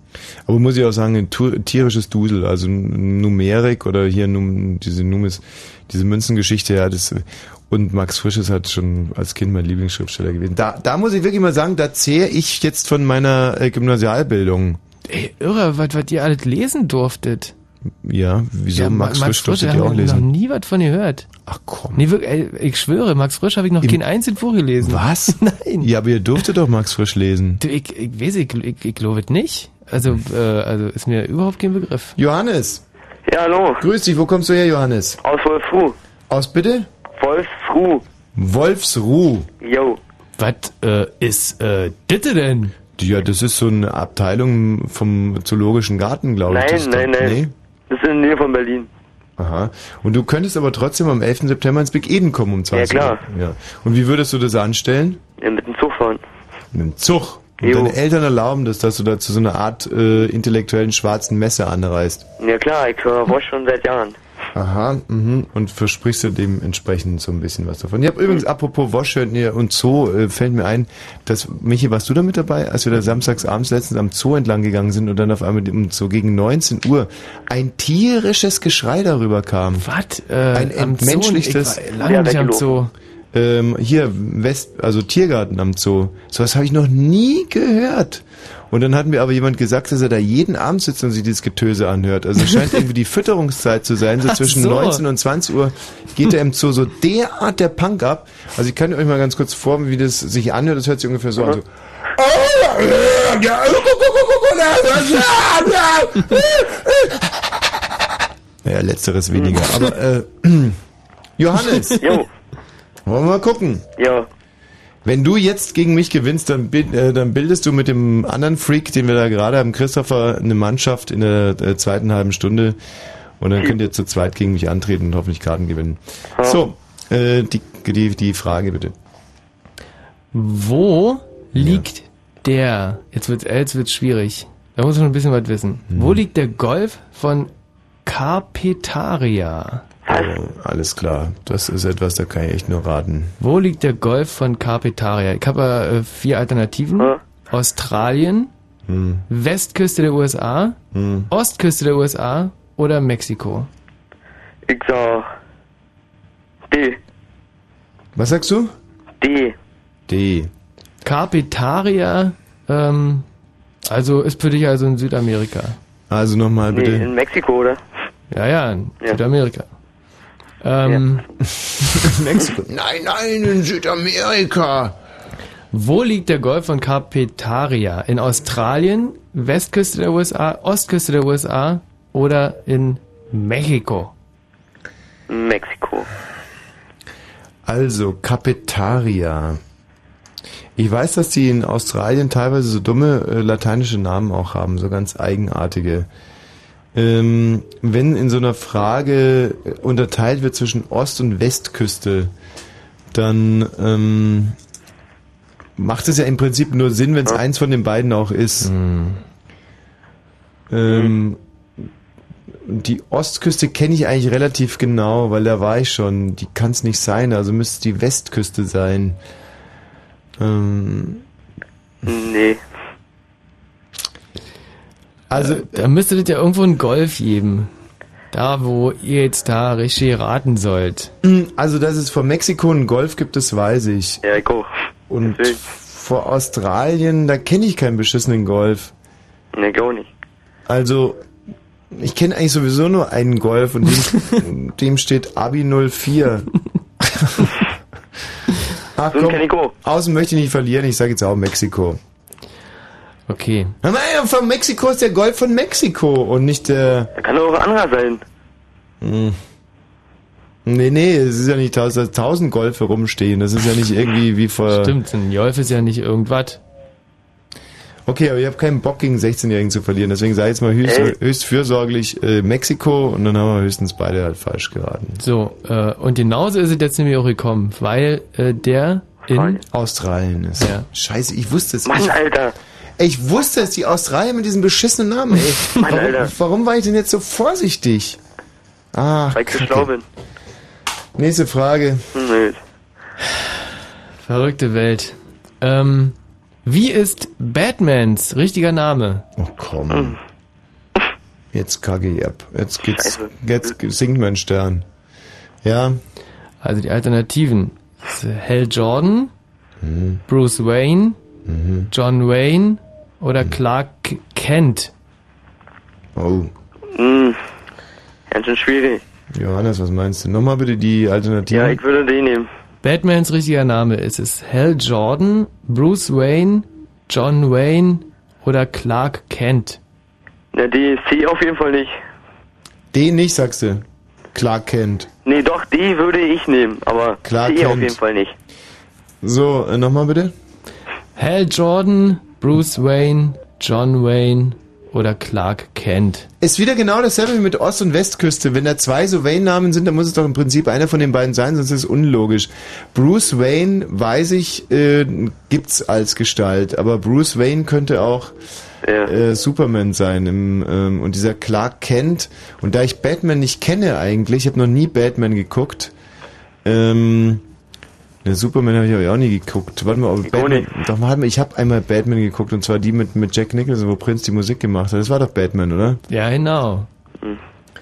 Aber muss ich auch sagen, ein tu- tierisches Dusel, also Numerik oder hier Num, diese Numis, diese Münzengeschichte, ja, das, und Max Frisch ist halt schon als Kind mein Lieblingsschriftsteller gewesen. Da, da muss ich wirklich mal sagen, da zähle ich jetzt von meiner äh, Gymnasialbildung. Ey, irre, was, was ihr alles lesen durftet. Ja, wieso? Ja, Max, Max Frisch durftet ihr auch lesen? Ich habe noch nie was von ihr gehört. Ach komm. Nee, wirklich, ey, ich schwöre, Max Frisch habe ich noch Im kein einziges Buch gelesen. Was? Nein. Ja, aber ihr durftet doch Max Frisch lesen. Du, ich, ich weiß, ich, ich, ich glaube es nicht. Also, äh, also ist mir überhaupt kein Begriff. Johannes. Ja, hallo. Grüß dich, wo kommst du her, Johannes? Aus Wolfsruh. Aus bitte? Wolfsruh. Wolfsruh. Jo. Was äh, ist äh, Ditte denn? Ja, das ist so eine Abteilung vom Zoologischen Garten, glaube ich. Nein, nein, nein. Nee? Das ist in der Nähe von Berlin. Aha. Und du könntest aber trotzdem am elften September ins Big Eden kommen um zwanzig Uhr. Ja, klar. Ja. Und wie würdest du das anstellen? Ja, mit dem Zug fahren. Mit dem Zug? Und jo. Deine Eltern erlauben das, dass du da zu so einer Art äh, intellektuellen schwarzen Messe anreist? Ja klar, ich höre Wosch schon seit Jahren. Aha, mhm. Und versprichst du dementsprechend so ein bisschen was davon. Ich habe übrigens, apropos Wosch und Zoo, äh, fällt mir ein, dass, Michi, warst du da mit dabei, als wir da samstags abends letztens am Zoo entlang gegangen sind und dann auf einmal um, so gegen neunzehn Uhr ein tierisches Geschrei darüber kam. Was? Äh, ein entmenschlichtes... Zoo, ich war lange nicht am Zoo. Ähm, hier, West, also Tiergarten am Zoo. Sowas habe ich noch nie gehört. Und dann hat mir aber jemand gesagt, dass er da jeden Abend sitzt und sich dieses Getöse anhört. Also es scheint irgendwie die Fütterungszeit zu sein. So zwischen so. neunzehn und zwanzig Uhr geht er im Zoo so derart der Punk ab. Also ich kann euch mal ganz kurz vor, wie das sich anhört. Das hört sich ungefähr so an. So. Naja, letzteres weniger. Aber äh, Johannes, jo. Wollen wir mal gucken. Ja. Wenn du jetzt gegen mich gewinnst, dann, äh, dann bildest du mit dem anderen Freak, den wir da gerade haben, Christopher, eine Mannschaft in der äh, zweiten halben Stunde. Und dann könnt ihr zu zweit gegen mich antreten und hoffentlich Karten gewinnen. Ja. So, äh, die, die, die Frage bitte. Wo liegt ja. der, jetzt wird's, jetzt wird's schwierig, da muss man ein bisschen was wissen. Hm. Wo liegt der Golf von Carpetaria? Oh, alles klar. Das ist etwas, da kann ich echt nur raten. Wo liegt der Golf von Carpetaria? Ich habe äh, vier Alternativen. Hm. Australien, hm. Westküste der U S A, hm. Ostküste der U S A oder Mexiko? Ich sag D. Was sagst du? D. D. Carpetaria, ähm, also ist für dich also in Südamerika. Also nochmal bitte. Nee, in Mexiko, oder? Ja, ja, in ja. Südamerika. Ähm, ja. Mexiko. Nein, nein, in Südamerika. Wo liegt der Golf von Carpetaria? In Australien, Westküste der U S A, Ostküste der U S A oder in Mexiko? Mexiko. Also, Carpetaria. Ich weiß, dass die in Australien teilweise so dumme äh, lateinische Namen auch haben, so ganz eigenartige. Ähm, wenn in so einer Frage unterteilt wird zwischen Ost- und Westküste, dann ähm, macht es ja im Prinzip nur Sinn, wenn es ja. eins von den beiden auch ist. Mhm. Ähm, die Ostküste kenne ich eigentlich relativ genau, weil da war ich schon. Die kann es nicht sein, also müsste es die Westküste sein. Ähm, nee. Also, äh, da müsste es ja irgendwo einen Golf geben. Da, wo ihr jetzt da richtig raten sollt. Also, dass es vor Mexiko einen Golf gibt, das weiß ich. Ja, ich auch. Und Deswegen. vor Australien, da kenne ich keinen beschissenen Golf. Nee, gar nicht. Also, ich kenne eigentlich sowieso nur einen Golf und dem, dem steht Abi null vier. Ach komm, außen möchte ich nicht verlieren, ich sage jetzt auch Mexiko. Okay. Nein, von Mexiko ist der Golf von Mexiko und nicht der... Da kann doch auch anderer sein. Hm. Nee, nee, es ist ja nicht tausend, tausend Golfe rumstehen, das ist ja nicht irgendwie wie vor... Stimmt, ein Golf ist ja nicht irgendwas. Okay, aber ich habe keinen Bock gegen sechzehnjährigen zu verlieren, deswegen sage ich jetzt mal höchst, äh? höchst fürsorglich äh, Mexiko und dann haben wir höchstens beide halt falsch geraten. So, äh, und genauso ist es jetzt nämlich auch gekommen, weil äh, der in Australien ist. Ja. Scheiße, ich wusste es. Mann, ich, Alter. Ich wusste es, die Australier mit diesem beschissenen Namen, ey. Mann, warum, Alter. warum war ich denn jetzt so vorsichtig? Ach, weil ich so schlau bin. Nächste Frage. Nee. Verrückte Welt. Ähm, Wie ist Batmans richtiger Name? Oh komm. Jetzt kacke ich ab. Jetzt geht's, jetzt singt mein Stern. Ja. Also die Alternativen. Hal Jordan, mhm. Bruce Wayne, mhm. John Wayne oder mhm. Clark Kent. Oh. Mhm. Ganz schön schwierig. Johannes, was meinst du? Nochmal bitte die Alternativen. Ja, ich würde den nehmen. Batmans richtiger Name ist es Hal Jordan, Bruce Wayne, John Wayne oder Clark Kent. Na, die C auf jeden Fall nicht. D nicht, sagst du? Clark Kent. Nee, doch, die würde ich nehmen, aber Clark C Kent. auf jeden Fall nicht. So, äh, nochmal bitte. Hal Jordan, Bruce Wayne, John Wayne oder Clark Kent. Ist wieder genau dasselbe wie mit Ost- und Westküste. Wenn da zwei so Wayne-Namen sind, dann muss es doch im Prinzip einer von den beiden sein, sonst ist es unlogisch. Bruce Wayne, weiß ich, äh, gibt's als Gestalt, aber Bruce Wayne könnte auch ja. äh, Superman sein. Im, ähm, und dieser Clark Kent, und da ich Batman nicht kenne eigentlich, ich habe noch nie Batman geguckt, ähm... Der Superman habe ich auch nie geguckt. Warte mal, ob Batman, doch, warte mal, ich habe einmal Batman geguckt und zwar die mit, mit Jack Nicholson, wo Prince die Musik gemacht hat. Das war doch Batman, oder? Ja, genau. Hm.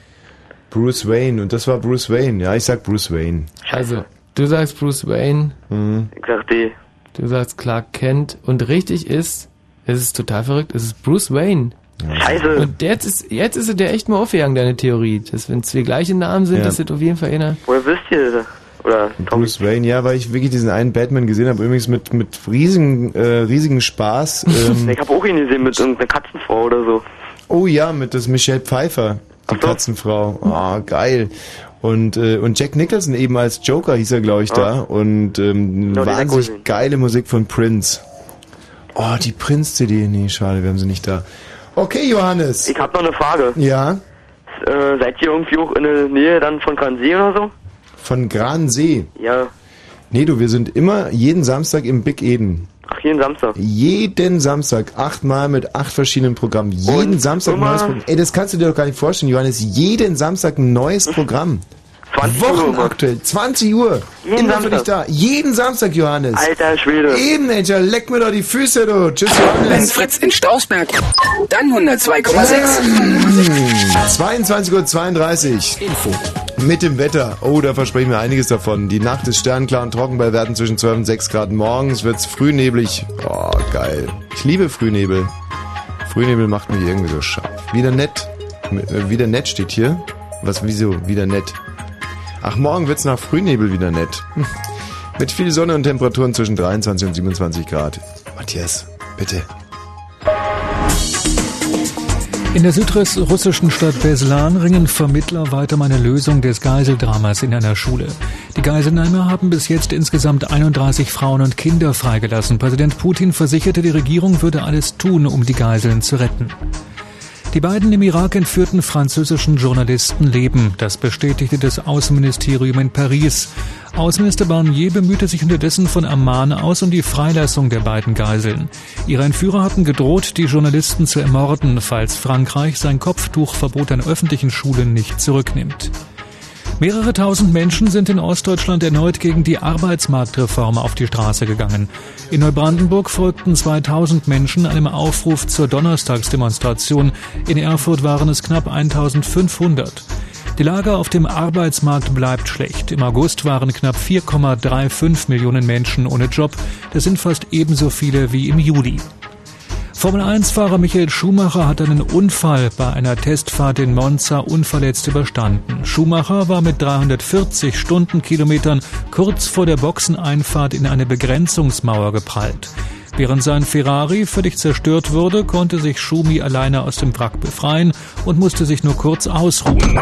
Bruce Wayne, und das war Bruce Wayne. Ja, ich sag Bruce Wayne. Also, du sagst Bruce Wayne. Mhm. Ich sag D. Du sagst Clark Kent. Und richtig ist, es ist total verrückt, es ist Bruce Wayne. Scheiße. Und jetzt ist, jetzt ist dir echt mal aufgegangen, deine Theorie. Dass wenn zwei gleiche Namen sind, ja. das ist auf jeden Fall einer. Woher wisst ihr das? Oder Bruce Wayne, ja, weil ich wirklich diesen einen Batman gesehen habe, übrigens mit mit riesigen, äh, riesigen Spaß. Ähm, ich habe auch ihn gesehen mit irgendeiner Katzenfrau oder so. Oh ja, mit das Michelle Pfeiffer, die so. Katzenfrau. Oh, geil. Und äh, und Jack Nicholson eben als Joker hieß er, glaube ich, ja. da. Und ähm, no, wahnsinnig geile Musik von Prince. Oh, die Prince-C D. Nee, schade, wir haben sie nicht da. Okay, Johannes. Ich habe noch eine Frage. Ja? Äh, seid ihr irgendwie auch in der Nähe dann von Gransee oder so? Von Gransee? Ja. Nee, du, wir sind immer jeden Samstag im Big Eden. Ach, jeden Samstag? Jeden Samstag, achtmal mit acht verschiedenen Programmen. Jeden Und Samstag ein neues Programm. Ey, das kannst du dir doch gar nicht vorstellen, Johannes. Jeden Samstag ein neues Programm. zwanzig Wochen Uhr. Aktuell, zwanzig Uhr. Jeden Immer Samstag. für dich da. Jeden Samstag, Johannes. Alter Schwede. Eben, Angel, leck mir doch die Füße, du. Tschüss, Johannes. Wenn Fritz in Strausberg, dann hundertzwei Komma sechs. zweiundzwanzig Uhr zweiunddreißig. Info. Mit dem Wetter. Oh, da versprechen wir einiges davon. Die Nacht ist sternklar und trocken bei Werten zwischen zwölf und sechs Grad. Morgens wird's frühneblig. Oh, geil. Ich liebe Frühnebel. Frühnebel macht mich irgendwie so scharf. Wieder nett. Wieder nett steht hier. Was, wieso? Wieder nett. Ach, morgen wird's nach Frühnebel wieder nett. Mit viel Sonne und Temperaturen zwischen dreiundzwanzig und siebenundzwanzig Grad. Matthias, bitte. In der südrussischen Stadt Beslan ringen Vermittler weiter um eine Lösung des Geiseldramas in einer Schule. Die Geiselnehmer haben bis jetzt insgesamt einunddreißig Frauen und Kinder freigelassen. Präsident Putin versicherte, die Regierung würde alles tun, um die Geiseln zu retten. Die beiden im Irak entführten französischen Journalisten leben. Das bestätigte das Außenministerium in Paris. Außenminister Barnier bemühte sich unterdessen von Amman aus um die Freilassung der beiden Geiseln. Ihre Entführer hatten gedroht, die Journalisten zu ermorden, falls Frankreich sein Kopftuchverbot an öffentlichen Schulen nicht zurücknimmt. Mehrere tausend Menschen sind in Ostdeutschland erneut gegen die Arbeitsmarktreform auf die Straße gegangen. In Neubrandenburg folgten zweitausend Menschen einem Aufruf zur Donnerstagsdemonstration. In Erfurt waren es knapp eintausendfünfhundert. Die Lage auf dem Arbeitsmarkt bleibt schlecht. Im August waren knapp vier Komma fünfunddreißig Millionen Menschen ohne Job. Das sind fast ebenso viele wie im Juli. Formel eins Fahrer Michael Schumacher hat einen Unfall bei einer Testfahrt in Monza unverletzt überstanden. Schumacher war mit dreihundertvierzig Stundenkilometern kurz vor der Boxeneinfahrt in eine Begrenzungsmauer geprallt. Während sein Ferrari völlig zerstört wurde, konnte sich Schumi alleine aus dem Wrack befreien und musste sich nur kurz ausruhen.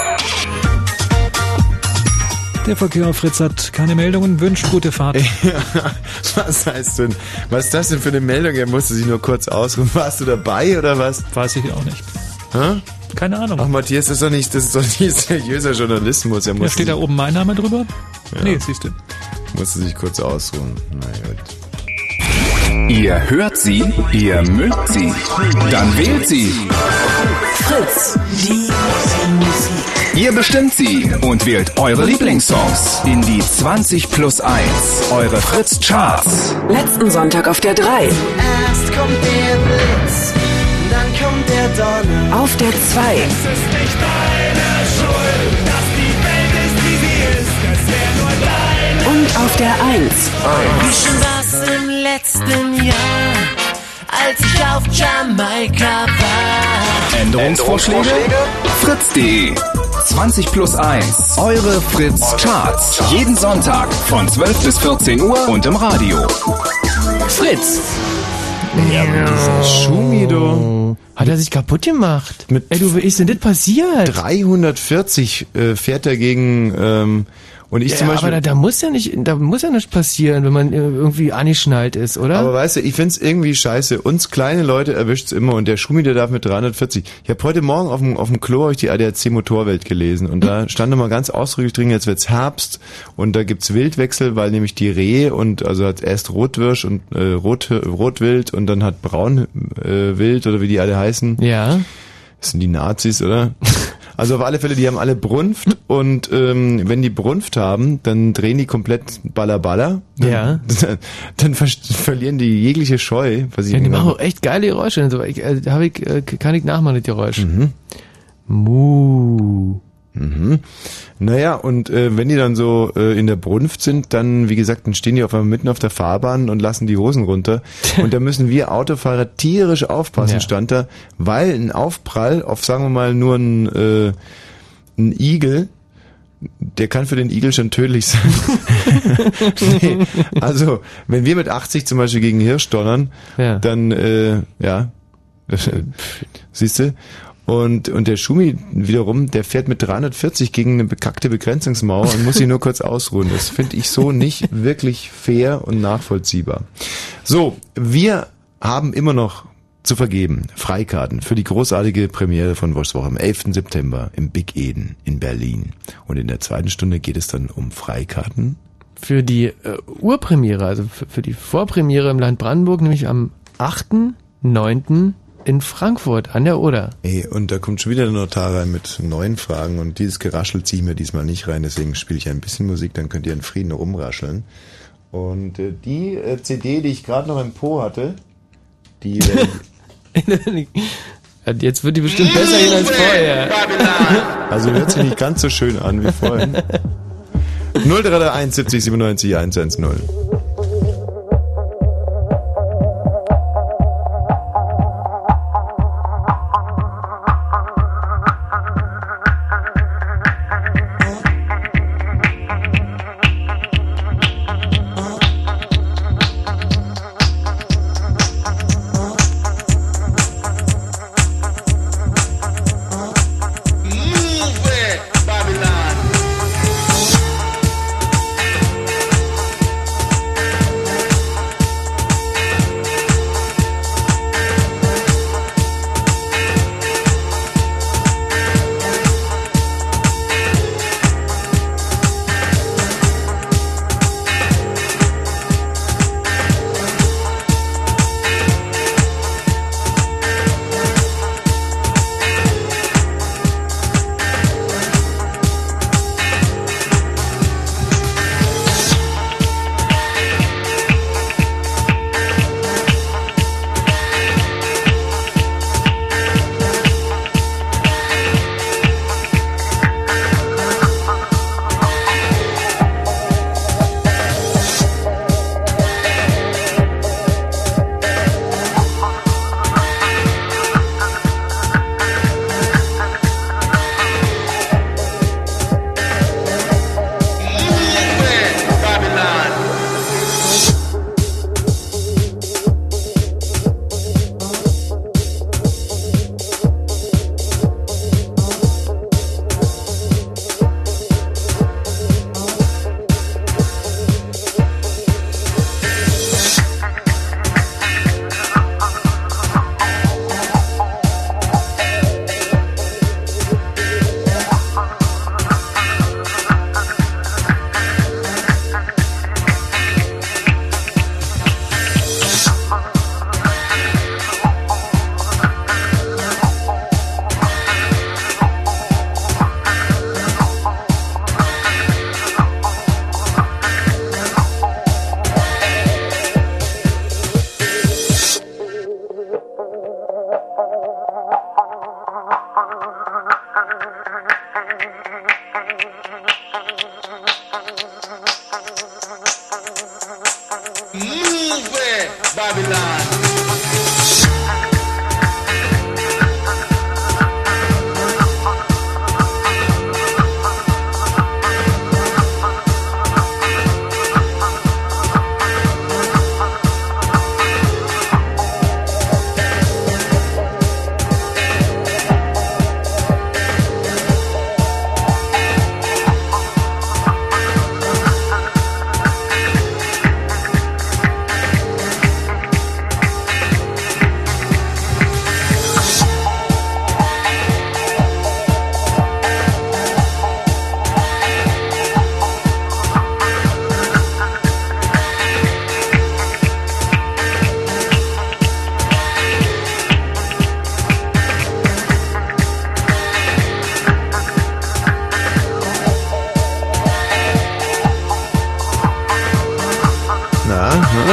Der Verkehr auf Fritz hat keine Meldungen, wünscht gute Fahrt. Was heißt denn? Was ist das denn für eine Meldung? Er musste sich nur kurz ausruhen. Warst du dabei oder was? Weiß ich auch nicht. Hä? Keine Ahnung. Ach Matthias, das ist doch nicht, das ist doch nicht seriöser Journalismus. Er ja, steht da oben mein Name drüber? Ja. Nee, siehst du. Musste sich kurz ausruhen. Na gut. Ihr hört sie, ihr mögt sie, dann wählt sie. Fritz, die Musik. Ihr bestimmt sie und wählt eure Lieblingssongs in die zwanzig plus eins, eure Fritz Charts. Letzten Sonntag auf der drei. Erst kommt der Blitz, dann kommt der Donner. Auf der zwei. Es ist nicht deine Schuld, dass die Welt ist, wie sie ist. Es wäre nur deine. Und auf der eins. Wie schon was im letzten Jahr, als ich auf Jamaika war. Änderungsvorschläge? Fritz punkt de. zwanzig plus eins. Eure Fritz Charts. Jeden Sonntag von zwölf bis vierzehn Uhr und im Radio. Fritz. Ja, aber dieser Schumi, du. Hat er sich kaputt gemacht? Mit Ey, du, wie ist denn das passiert? dreihundertvierzig äh, fährt er gegen, ähm, und ich ja, zum Beispiel. aber da, da muss ja nicht, da muss ja nichts passieren, wenn man irgendwie angeschnallt ist, oder? Aber weißt du, ich find's irgendwie scheiße. Uns kleine Leute erwischt's immer und der Schumi, der darf mit dreihundertvierzig. Ich habe heute Morgen auf dem, auf dem Klo hab ich die A D A C Motorwelt gelesen und da stand nochmal ganz ausdrücklich drin, jetzt wird's Herbst und da gibt's Wildwechsel, weil nämlich die Rehe und also hat erst Rotwirsch und äh, Rot, Rotwild und dann hat Braunwild äh, Wild oder wie die alle heißen. Ja. Das sind die Nazis, oder? Also auf alle Fälle, die haben alle Brunft und ähm, wenn die Brunft haben, dann drehen die komplett Baller Baller. Ja. Dann, dann ver verlieren die jegliche Scheu. Was ich Ja, die machen auch echt geile Geräusche. Also, ich, äh, hab ich, äh, kann ich nachmachen, das Geräusch. Mhm. Mu. Mhm. Naja, und äh, wenn die dann so äh, in der Brunft sind, dann, wie gesagt, dann stehen die auf einmal mitten auf der Fahrbahn und lassen die Hosen runter. Und da müssen wir Autofahrer tierisch aufpassen, Ja. stand da, weil ein Aufprall auf, sagen wir mal, nur ein, äh, ein Igel, der kann für den Igel schon tödlich sein. Nee, also, wenn wir mit achtzig zum Beispiel gegen Hirsch donnern, Ja. dann, äh, ja, siehst du? Und, und der Schumi wiederum, der fährt mit dreihundertvierzig gegen eine bekackte Begrenzungsmauer und muss sich nur kurz ausruhen. Das finde ich so nicht wirklich fair und nachvollziehbar. So, wir haben immer noch zu vergeben Freikarten für die großartige Premiere von Woschs Woche am elften September im Big Eden in Berlin. Und in der zweiten Stunde geht es dann um Freikarten. Für die äh, Urpremiere, also für, für die Vorpremiere im Land Brandenburg, nämlich am achten neunten in Frankfurt an der Oder. Ey, und da kommt schon wieder der Notar rein mit neuen Fragen und dieses Geraschel ziehe ich mir diesmal nicht rein, deswegen spiele ich ein bisschen Musik, dann könnt ihr in Frieden rumrascheln. Und äh, die äh, C D, die ich gerade noch im Po hatte, die... Äh, Jetzt wird die bestimmt besser gehen als vorher. Also hört sich nicht ganz so schön an wie vorhin. null drei drei eins siebzig siebenundneunzig hundertzehn.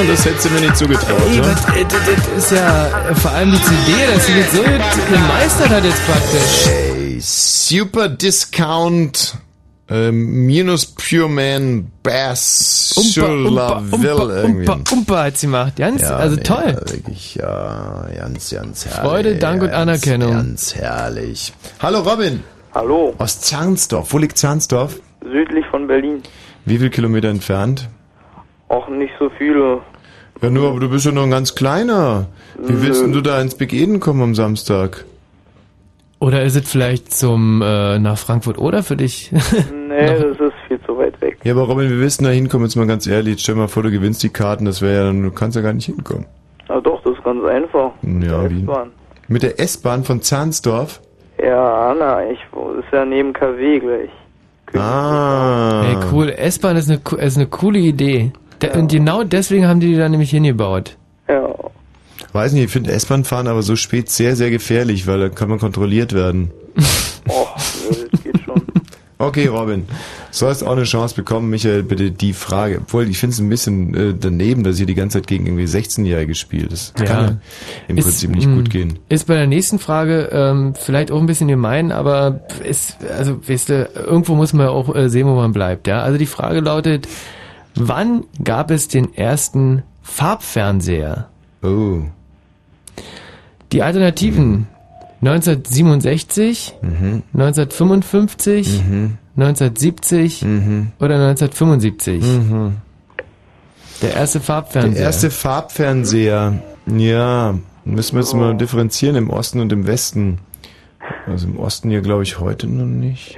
das hättest du mir nicht zugetraut. Ey, ne? was, äh, das, das ist ja äh, vor allem die C D, dass sie das so gemeistert hat jetzt praktisch. Ey, Super Discount äh, minus Pure Man Bass Umpa, umpa, umpa, irgendwie. umpa, umpa hat sie gemacht. Ganz, Ja, also nee, toll. ja, wirklich, ja, ganz, ganz herrlich. Freude, Dank und ganz, Anerkennung. Ganz herrlich. Hallo Robin. Hallo. Aus Zahnsdorf. Wo liegt Zahnsdorf? Südlich von Berlin. Wie viel Kilometer entfernt? Auch nicht so viele. Ja, nur, aber du bist ja noch ein ganz kleiner. Wie Nö. willst denn du da ins Begehen kommen am Samstag? Oder ist es vielleicht zum äh, nach Frankfurt oder für dich? Nee, das ist viel zu weit weg. Ja, aber Robin, wir wissen da hinkommen, jetzt mal ganz ehrlich. Jetzt stell mal vor, du gewinnst die Karten, das wäre ja dann, du kannst ja gar nicht hinkommen. Na doch, das ist ganz einfach. Ja, wie? S-Bahn. Mit der S-Bahn von Zahnsdorf? Ja, na, ich ist ja neben K W gleich. Ah. Hey, cool. S-Bahn ist eine, co- ist eine coole Idee. Da, Und genau deswegen haben die die da nämlich hingebaut. Ja. Weiß nicht, ich finde S-Bahn fahren aber so spät sehr, sehr gefährlich, weil da kann man kontrolliert werden. Och, nö, das geht schon. Okay, Robin, du hast auch eine Chance bekommen, Michael, bitte die Frage. Obwohl, ich finde es ein bisschen äh, daneben, dass ihr die ganze Zeit gegen irgendwie sechzehnjährige spielt. Das Ja. kann ja im Ist, Prinzip nicht mh, gut gehen. Ist bei der nächsten Frage ähm, vielleicht auch ein bisschen gemein, aber ist, also weißt du, irgendwo muss man auch äh, sehen, wo man bleibt. Ja, also die Frage lautet: Wann gab es den ersten Farbfernseher? Oh. Die Alternativen: neunzehnhundertsiebenundsechzig, Mhm. neunzehnhundertfünfundfünfzig, Mhm. neunzehnhundertsiebzig Mhm. oder neunzehnhundertfünfundsiebzig. Mhm. Der erste Farbfernseher. Der erste Farbfernseher. Ja, müssen wir jetzt mal differenzieren im Osten und im Westen. Also im Osten hier glaube ich heute noch nicht.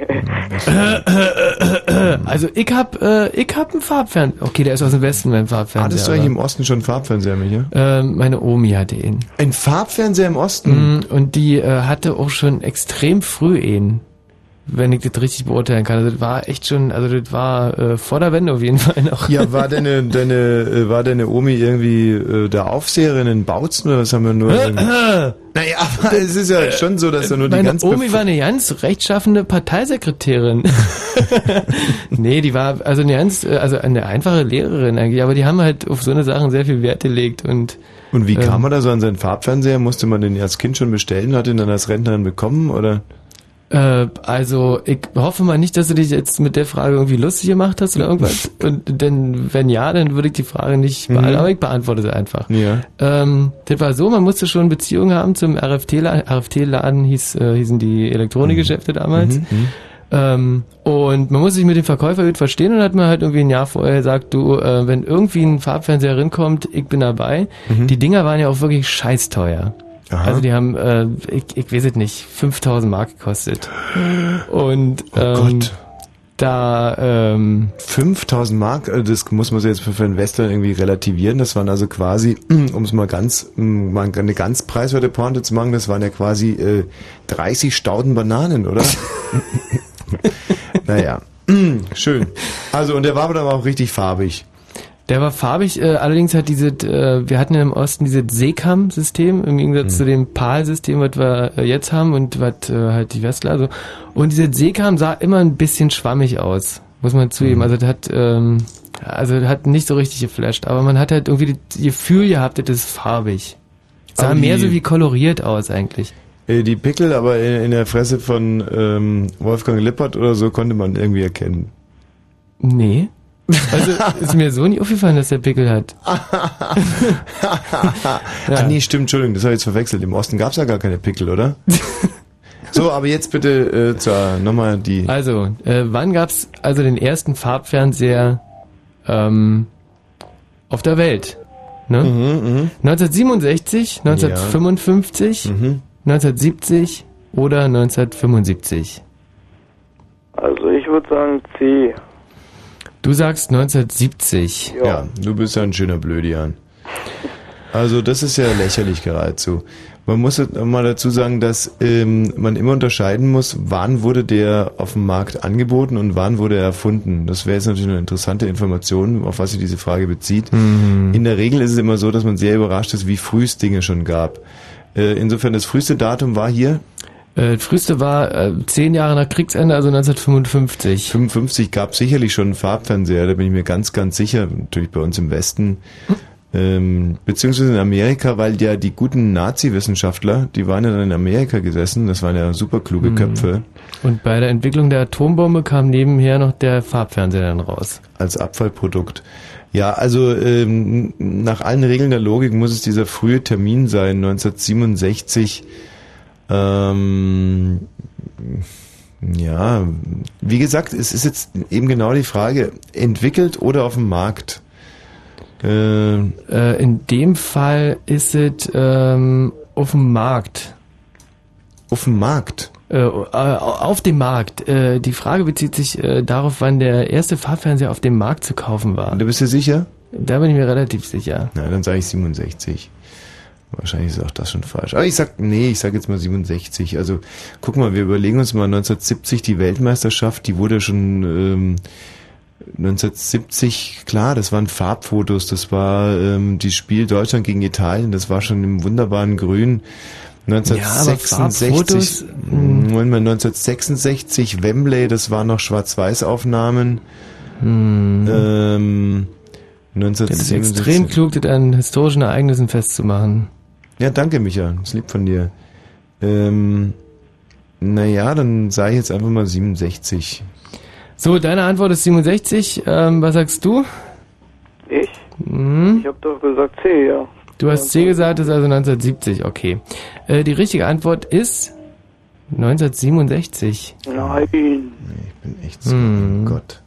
Also ich hab, äh, ich hab einen Farbfernseher. Okay, der ist aus dem Westen, mein Farbfernseher. Hattest du eigentlich im Osten schon einen Farbfernseher, Micha? Ähm, meine Omi hatte ihn. Ein Farbfernseher im Osten? Mm, Und die äh, hatte auch schon extrem früh ihn, wenn ich das richtig beurteilen kann. Also das war echt schon, also das war äh, vor der Wende auf jeden Fall noch. Ja, war deine, deine, äh, war deine Omi irgendwie äh, der Aufseherin in Bautzen oder was haben wir nur? Naja, aber es ist ja schon so, dass da nur die Meine ganz Omi war eine ganz rechtschaffende Parteisekretärin. Nee, die war also eine ganz, äh, also eine einfache Lehrerin eigentlich, aber die haben halt auf so eine Sachen sehr viel Wert gelegt und Und wie ähm, kam man da so an seinen Farbfernseher? Musste man den als Kind schon bestellen, hat ihn dann als Rentnerin bekommen oder? Äh, also ich hoffe mal nicht, dass du dich jetzt mit der Frage irgendwie lustig gemacht hast oder irgendwas. Und denn wenn ja, dann würde ich die Frage nicht beantworten, Mhm. aber ich beantworte sie einfach. Ja. Ähm, das war so, man musste schon Beziehungen haben zum R F T-Laden. R F T-Laden hieß, äh, hießen die Elektronikgeschäfte damals. Mhm. Mhm. Ähm, und man musste sich mit dem Verkäufer gut verstehen und hat mir halt irgendwie ein Jahr vorher gesagt, du, äh, wenn irgendwie ein Farbfernseher reinkommt, ich bin dabei. Mhm. Die Dinger waren ja auch wirklich scheiß teuer. Aha. Also die haben, äh, ich, ich weiß es nicht, fünftausend Mark gekostet. Und Oh ähm, Gott. da, ähm, fünftausend Mark, also das muss man sich jetzt für einen Western irgendwie relativieren. Das waren also quasi, um es mal ganz, um mal eine ganz preiswerte Pointe zu machen, das waren ja quasi äh, dreißig Stauden Bananen, oder? Naja, schön. Also und der war aber dann auch richtig farbig. der war farbig, äh, allerdings hat diese, äh, wir hatten ja im Osten dieses Seekam-System, im Gegensatz Mhm. zu dem PAL-System, was wir äh, jetzt haben und was äh, halt die Westler, also. Und dieses Seekam sah immer ein bisschen schwammig aus, muss man zugeben. Mhm. Also das hat, ähm, also das hat nicht so richtig geflasht, aber man hat halt irgendwie das Gefühl gehabt, das ist farbig. Sah Aber die- mehr so wie koloriert aus eigentlich. Äh, Die Pickel aber in, in der Fresse von ähm, Wolfgang Lippert oder so konnte man irgendwie erkennen. Nee. Also ist mir so nie aufgefallen, dass der Pickel hat. Ah nee, stimmt, Entschuldigung, das habe ich jetzt verwechselt. Im Osten gab es ja gar keine Pickel, oder? So, aber jetzt bitte äh, zur nochmal die... Also, äh, wann gab's also den ersten Farbfernseher ähm, auf der Welt? Ne? Mhm, neunzehnhundertsiebenundsechzig, neunzehnhundertfünfundfünfzig, Mhm. neunzehnhundertsiebzig oder neunzehnhundertfünfundsiebzig? Also ich würde sagen C. Du sagst neunzehnhundertsiebzig. Ja. Ja, du bist ja ein schöner Blödian. Also das ist ja lächerlich geradezu. Man muss jetzt mal dazu sagen, dass ähm, man immer unterscheiden muss, wann wurde der auf dem Markt angeboten und wann wurde er erfunden. Das wäre jetzt natürlich eine interessante Information, auf was sich diese Frage bezieht. Mhm. In der Regel ist es immer so, dass man sehr überrascht ist, wie früh es Dinge schon gab. Äh, insofern das früheste Datum war hier... Äh, das früheste war äh, zehn Jahre nach Kriegsende, also neunzehnhundertfünfundfünfzig. fünfundfünfzig gab es sicherlich schon einen Farbfernseher, da bin ich mir ganz, ganz sicher. Natürlich bei uns im Westen Ähm, beziehungsweise in Amerika, weil ja die guten Nazi-Wissenschaftler, die waren ja dann in Amerika gesessen, das waren ja super kluge Hm. Köpfe. Und bei der Entwicklung der Atombombe kam nebenher noch der Farbfernseher dann raus. Als Abfallprodukt. Ja, also ähm, nach allen Regeln der Logik muss es dieser frühe Termin sein, neunzehnhundertsiebenundsechzig. Ähm, ja, wie gesagt, es ist jetzt eben genau die Frage, entwickelt oder auf dem Markt? Äh, Äh, in dem Fall ist es ähm, auf dem Markt. Auf dem Markt? Äh, äh, auf dem Markt. Äh, die Frage bezieht sich äh, darauf, wann der erste Farbfernseher auf dem Markt zu kaufen war. Du bist dir sicher? Da bin ich mir relativ sicher. Na, dann sage ich siebenundsechzig. Wahrscheinlich ist auch das schon falsch. Aber ich sag, nee, ich sag jetzt mal siebenundsechzig. Also, guck mal, wir überlegen uns mal neunzehnhundertsiebzig die Weltmeisterschaft, die wurde schon ähm, neunzehnhundertsiebzig, klar, das waren Farbfotos, das war ähm, die Spiel Deutschland gegen Italien, das war schon im wunderbaren Grün. neunzehnhundertsechsundsechzig, Ja, Moment mal, neunzehnhundertsechsundsechzig Wembley, das waren noch Schwarz-Weiß-Aufnahmen. Hm. Ähm, Das ist neunzehnhundertsiebenundsiebzig. extrem klug, das an historischen Ereignissen festzumachen. Ja, danke, Micha. Das ist lieb von dir. Ähm, naja, dann sage ich jetzt einfach mal siebenundsechzig. So, deine Antwort ist siebenundsechzig. Ähm, was sagst du? Ich? Hm? Ich habe doch gesagt C, ja. Du hast C gesagt, das ist also neunzehnhundertsiebzig, okay. Äh, die richtige Antwort ist neunzehnhundertsiebenundsechzig. Nein. Ich bin echt so, Hm. oh Gott.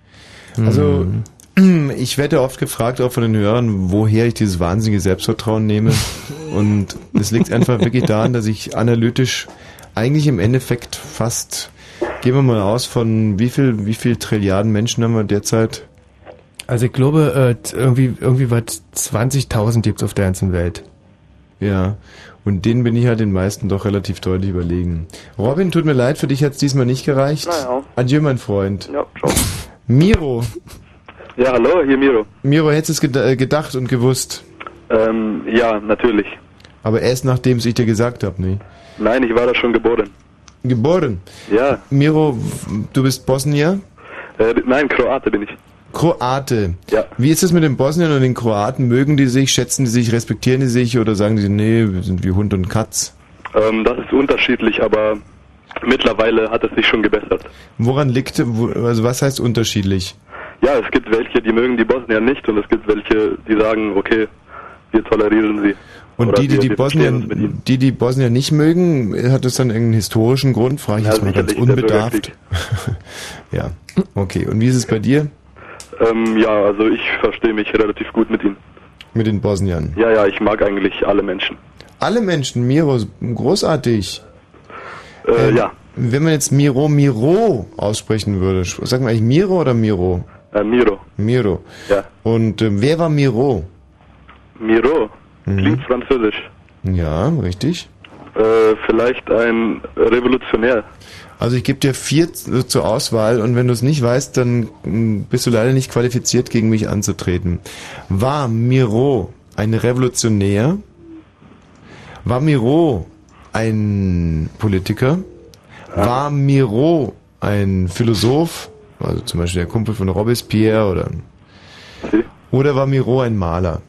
Also, ich werde oft gefragt, auch von den Hörern, woher ich dieses wahnsinnige Selbstvertrauen nehme. Und es liegt einfach wirklich daran, dass ich analytisch eigentlich im Endeffekt fast, gehen wir mal aus, von wie viel, wie viel Trilliarden Menschen haben wir derzeit? Also ich glaube, äh, t- irgendwie, irgendwie was zwanzigtausend gibt's auf der ganzen Welt. Ja, und denen bin ich halt den meisten doch relativ deutlich überlegen. Robin, tut mir leid, für dich hat's diesmal nicht gereicht. Naja. Adieu, mein Freund. Ja, ciao. Miro. Ja, hallo, hier Miro. Miro, hättest du es ged- gedacht und gewusst? Ähm, ja, natürlich. Aber erst nachdem es ich dir gesagt habe, ne? Nein, ich war da schon geboren. Geboren? Ja. Miro, du bist Bosnier? Äh, nein, Kroate bin ich. Kroate. Ja. Wie ist es mit den Bosniern und den Kroaten? Mögen die sich, schätzen die sich, respektieren die sich oder sagen die, nee, wir sind wie Hund und Katz? Ähm, das ist unterschiedlich, aber mittlerweile hat es sich schon gebessert. Woran liegt, wo, also was heißt unterschiedlich? Ja, es gibt welche, die mögen die Bosnier nicht und es gibt welche, die sagen, okay, wir tolerieren sie. Und Oder die, die wir, die wir Bosnier, verstehen uns mit ihnen. die die Bosnier nicht mögen, hat das dann irgendeinen historischen Grund? Frage ich Ja, jetzt mal ganz sicherlich, der unbedarft. Ja, okay. Und wie ist es bei dir Ähm, ja, also ich verstehe mich relativ gut mit ihnen. mit den Bosniern? Ja, ja, ich mag eigentlich alle Menschen. Alle Menschen, Miro, großartig. Äh, Ähm, ja, Wenn man jetzt Miro Miro aussprechen würde, sagen wir eigentlich Miro oder Miro? äh, Miro. Miro. Ja. Und äh, wer war Miro? Miro. Mhm. Klingt französisch. Ja, richtig. Äh, vielleicht ein Revolutionär. Also ich gebe dir vier z- zur Auswahl und wenn du es nicht weißt, dann mh, bist du leider nicht qualifiziert, gegen mich anzutreten. War Miro ein Revolutionär? War Miro ein Politiker? War Miro ein Philosoph? Also zum Beispiel der Kumpel von Robespierre oder... Oder war Miro ein Maler?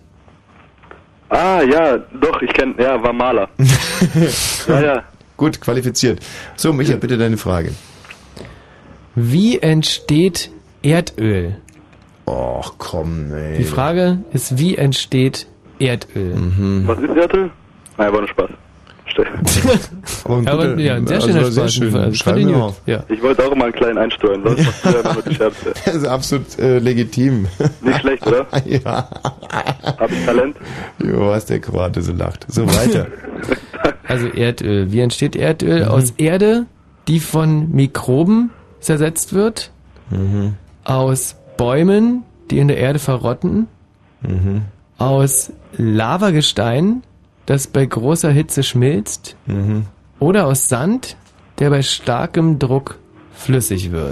Ah, ja, doch, ich kenne, ja, war Maler. ja, ja. Gut, qualifiziert. So, Micha, bitte deine Frage. Wie entsteht Erdöl? Och, komm, ey. Die Frage ist, wie entsteht Erdöl? Mhm. Was ist Erdöl? Nein, war nur Spaß. Aber ein Ja, aber, guter- ja, ein sehr also schöner war sehr Spaß. schön. Fand Schreib ich mir gut. auf. Ja. Ich wollte auch mal einen kleinen einstreuen, sonst machst du ja immer nur die Scherze. Das ist absolut äh, legitim. Nicht schlecht, oder? Ja. Hab ich Talent? Jo, was der Kroate so lacht. So, weiter. Also Erdöl. Wie entsteht Erdöl? Mhm. Aus Erde, die von Mikroben zersetzt wird. Mhm. Aus Bäumen, die in der Erde verrotten. Mhm. Aus Lavagestein, das bei großer Hitze schmilzt. Mhm. Oder aus Sand, der bei starkem Druck flüssig wird.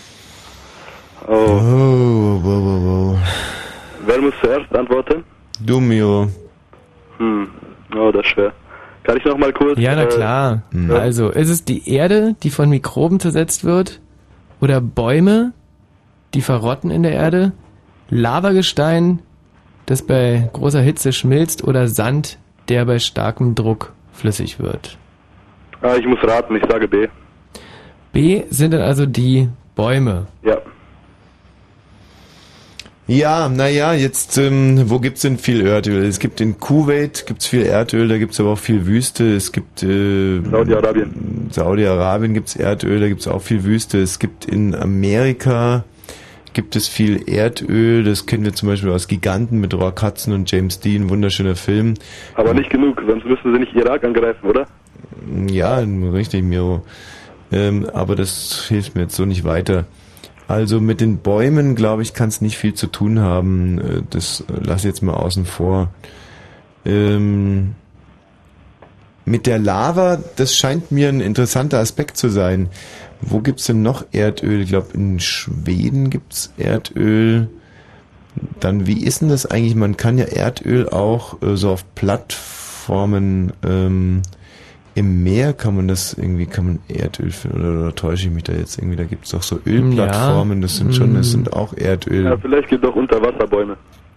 Oh. Oh, wow, wow, wow. Wer muss zuerst antworten? Du, Miro. Hm, oh, das ist schwer. Kann ich noch mal kurz... Ja, na äh, klar. Mhm. Also, ist es die Erde, die von Mikroben zersetzt wird? Oder Bäume, die verrotten in der Erde? Lavagestein, das bei großer Hitze schmilzt, oder Sand, der bei starkem Druck flüssig wird? Ah, ich muss raten, ich sage B. B sind dann also die Bäume. Ja. Ja, naja, jetzt, ähm, wo gibt's denn viel Erdöl? Es gibt in Kuwait gibt's viel Erdöl, da gibt's aber auch viel Wüste. Es gibt äh, Saudi-Arabien. Saudi-Arabien gibt's Erdöl, da gibt's auch viel Wüste. Es gibt in Amerika gibt es viel Erdöl, das kennen wir zum Beispiel aus Giganten mit Rock Hudson und James Dean, wunderschöner Film. Aber nicht genug, sonst müssten sie nicht Irak angreifen, oder? Ja, richtig, Miro. Ähm, aber das hilft mir jetzt so nicht weiter. Also mit den Bäumen, glaube ich, kann es nicht viel zu tun haben. Das lasse ich jetzt mal außen vor. Ähm, mit der Lava, das scheint mir ein interessanter Aspekt zu sein. Wo gibt's denn noch Erdöl? Ich glaube, in Schweden gibt's Erdöl. Dann, wie ist denn das eigentlich? Man kann ja Erdöl auch äh, so auf Plattformen, ähm, im Meer kann man das irgendwie, kann man Erdöl finden, oder, oder täusche ich mich da jetzt irgendwie? Da gibt's doch so Ölplattformen, das sind schon, das sind auch Erdöl. Ja, vielleicht gibt es auch Unterwasserbäume.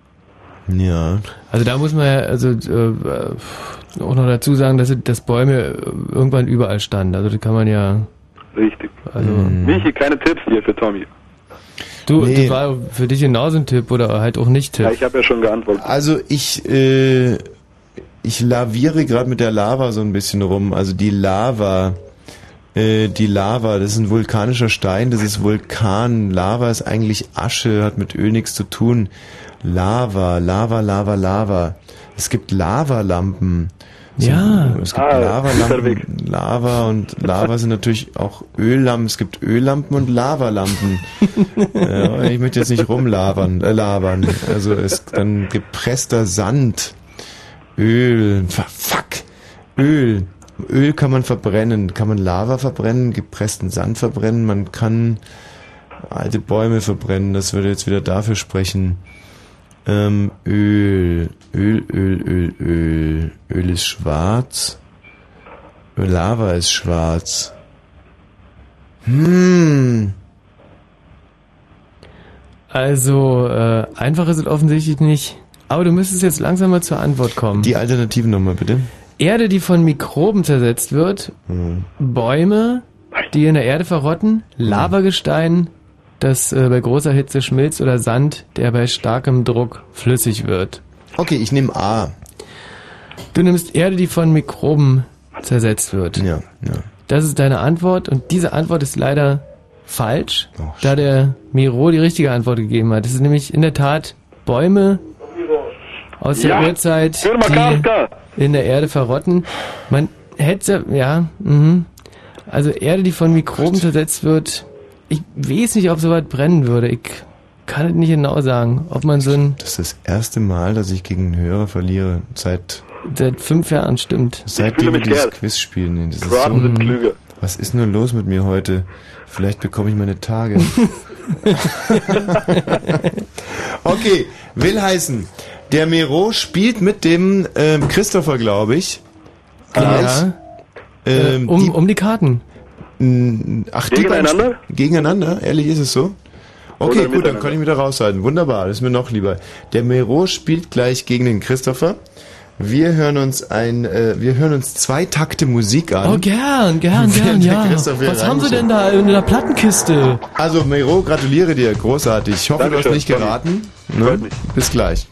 Ja. Also da muss man ja also äh, auch noch dazu sagen, dass dass Bäume irgendwann überall standen. Also da kann man ja... Richtig. Also, hm. Michi, keine Tipps hier für Tommy. Du, nee. Das war für dich genauso ein Tipp oder halt auch nicht Tipp? Ja, ich habe ja schon geantwortet. Also ich, äh, ich laviere gerade mit der Lava so ein bisschen rum. Also die Lava, äh, die Lava, das ist ein vulkanischer Stein, das ist Vulkan. Lava ist eigentlich Asche, hat mit Öl nichts zu tun. Lava, Lava, Lava, Lava. Es gibt Lavalampen. So, ja. Es gibt ah, Lavalampen, Lava und Lava sind natürlich auch Öllampen. Es gibt Öllampen und Lavalampen. äh, ich möchte jetzt nicht rumlabern, äh, labern. Also es ist dann gepresster Sand, Öl, fuck, Öl. Öl kann man verbrennen, kann man Lava verbrennen, gepressten Sand verbrennen, man kann alte Bäume verbrennen. Das würde jetzt wieder dafür sprechen. Ähm, Öl, Öl, Öl, Öl, Öl. Öl ist schwarz. Lava ist schwarz. Hm. Also, äh, einfach ist es offensichtlich nicht. Aber du müsstest jetzt langsam mal zur Antwort kommen. Die Alternativen nochmal, bitte. Erde, die von Mikroben zersetzt wird. Hm. Bäume, die in der Erde verrotten. Lavagestein, das äh, bei großer Hitze schmilzt, oder Sand, der bei starkem Druck flüssig wird. Okay, ich nehme A. Du nimmst Erde, die von Mikroben zersetzt wird. Ja, ja. Das ist deine Antwort und diese Antwort ist leider falsch, oh, da der Miro die richtige Antwort gegeben hat. Das ist nämlich in der Tat Bäume aus der ja. Urzeit, die in der Erde verrotten. Man hätte, ja, mhm. Also Erde, die von Mikroben zersetzt wird. Ich weiß nicht, ob so weit brennen würde. Ich kann es nicht genau sagen, ob man so ein... Das ist das erste Mal, dass ich gegen einen Hörer verliere. Seit... Seit fünf Jahren, stimmt. Seitdem wir dieses Quiz spielen. Das ist so, sind Klüge. Was ist nur los mit mir heute? Vielleicht bekomme ich meine Tage. Okay, will heißen, der Miro spielt mit dem ähm, Christopher, glaube ich. Gleich. Ja. Ähm, um, die, um die Karten. Ach, gegeneinander? Die gegeneinander? Ehrlich, ist es so? Okay, gut, dann kann ich wieder raushalten. Wunderbar, das ist mir noch lieber. Der Miro spielt gleich gegen den Christopher. Wir hören uns ein, äh, wir hören uns zwei Takte Musik an. Oh, gern, gern, gern, ja. Was haben Sie denn da in der Plattenkiste? Also, Miro, gratuliere dir, großartig. Ich hoffe, Dankeschön, du hast nicht geraten. Ne? Bis gleich.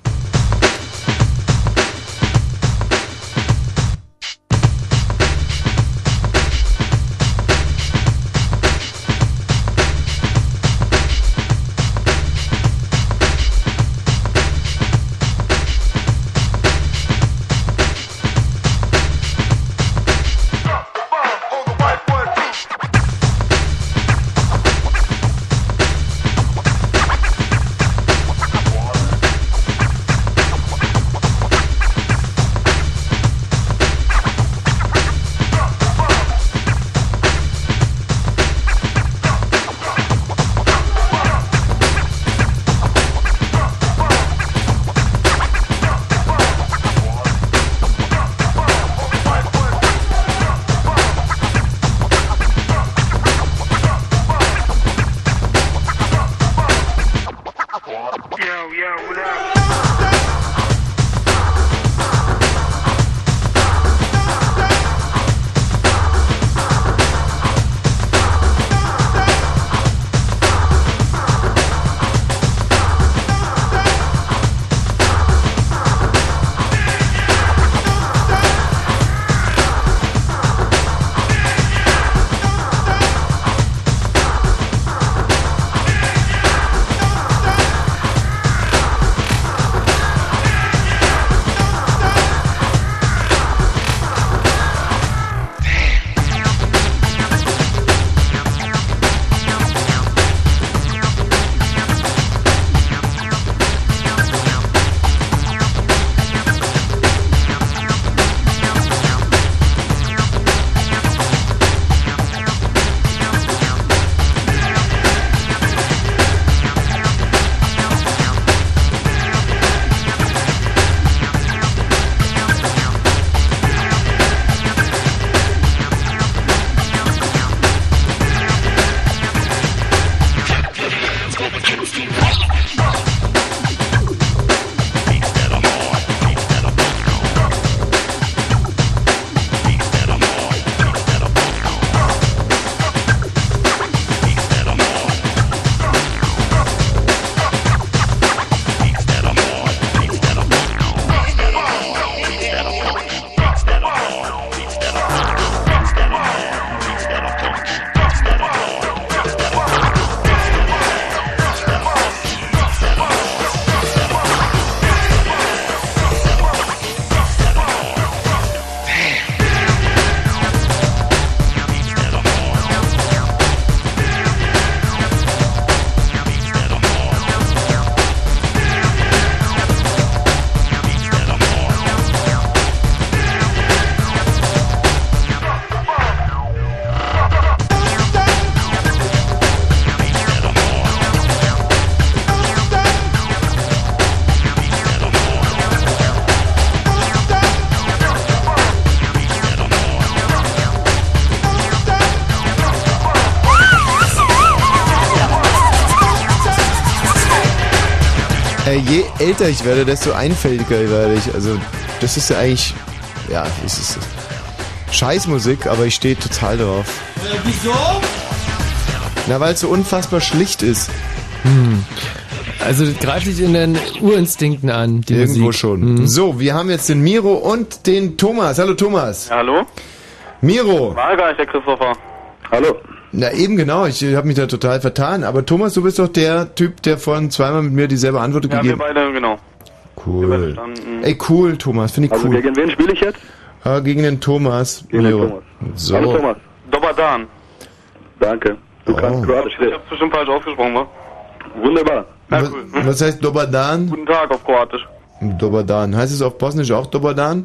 Äh, je älter ich werde, desto einfältiger werde ich. Also, das ist ja eigentlich, ja, es ist Scheißmusik, aber ich stehe total drauf. Äh, wieso? Na, weil es so unfassbar schlicht ist. Hm. Also, das greift dich in den Urinstinkten an, die Irgendwo Musik. schon. Hm. So, wir haben jetzt den Miro und den Thomas. Hallo, Thomas. Ja, hallo? Miro. War gar nicht der Christopher. Hallo. Na eben, genau. Ich habe mich da total vertan. Aber Thomas, du bist doch der Typ, der vorhin zweimal mit mir dieselbe Antwort Ja, gegeben wir beide, genau. Cool. Wir beide standen. Ey, cool, Thomas. Finde ich Also cool. gegen wen spiele ich jetzt? Äh, gegen den Thomas. Gegen den Miro. Thomas. So. Hallo Thomas. Dobadan. Danke. Du Oh. kannst Kroatisch. Ich hab's bestimmt falsch ausgesprochen, wa? Wunderbar. Na Was, cool. was heißt Dobadan? Guten Tag auf Kroatisch. Dobadan. Heißt es auf Bosnisch auch Dobadan?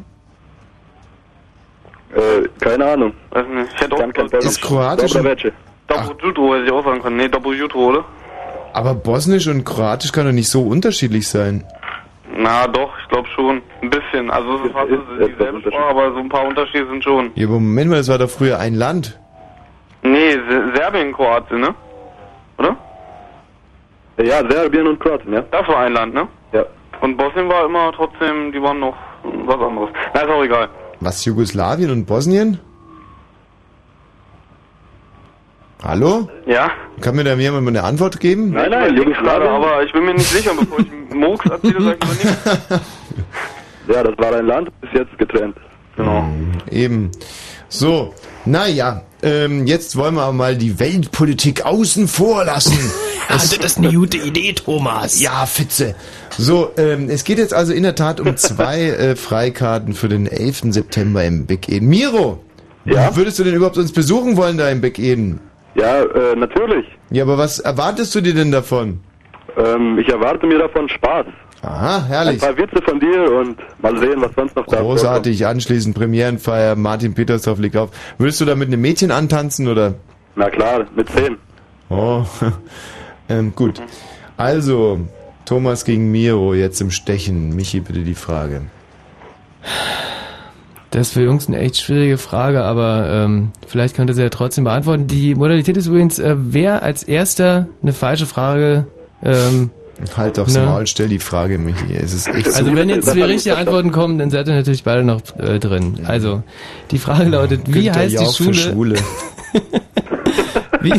Äh, keine Ahnung. Weiß nicht. Ich hätte auch Kann kein gesagt, Ist Kroatisch? Dobra večer. Dobro Jutro hätte ich auch sagen können. Nee, Dobro Jutro, oder? Aber Bosnisch und Kroatisch kann doch nicht so unterschiedlich sein. Na doch, ich glaube schon. Ein bisschen. Also es ist fast Ist etwas dieselbe Unterschied. Sprache, aber so ein paar Unterschiede sind schon. Ja, aber Moment mal, das war doch früher ein Land. Nee, Se- Serbien, Kroatien, ne? Oder? Ja, Serbien und Kroatien, ja? Das war ein Land, ne? Ja. Und Bosnien war immer trotzdem, die waren noch was anderes. Na, ist auch egal. Was, Jugoslawien und Bosnien? Hallo? Ja? Kann mir da jemand mal eine Antwort geben? Nein, Ich nein, überleg gerade, Jugoslawien. aber ich bin mir nicht sicher, bevor ich Murks erzähle, sag ich lieber nichts. Ja, das war ein Land, bis jetzt getrennt. Genau. Eben. So, naja, ähm, jetzt wollen wir aber mal die Weltpolitik außen vor lassen. Also, das ist eine gute Idee, Thomas. Ja, Fitze. So, ähm, es geht jetzt also in der Tat um zwei äh, Freikarten für den elften September im Big Eden. Miro, Ja? würdest du denn überhaupt uns besuchen wollen da im Big Eden? Ja, äh, natürlich. Ja, aber was erwartest du dir denn davon? Ähm, ich erwarte mir davon Spaß. Aha, Ein herrlich. paar Witze von dir und mal sehen, was sonst noch da vorkommt. Großartig, anschließend Premierenfeier, Martin Petersdorf liegt auf. Würdest du da mit einem Mädchen antanzen, oder? Na klar, mit zehn. Oh, ähm, gut. Also, Thomas gegen Miro, jetzt im Stechen. Michi, bitte die Frage. Das ist für Jungs eine echt schwierige Frage, aber ähm, vielleicht könnte sie ja trotzdem beantworten. Die Modalität ist übrigens, äh, wer als erster eine falsche Frage ähm, Halt aufs Ne. Maul, stell die Frage, Michi. Es ist echt Also so. wenn jetzt zwei richtige Antworten kommen, dann seid ihr natürlich beide noch äh, drin. Also, die Frage lautet, wie Günther heißt Jauch die für Schule? Schwule. Wie?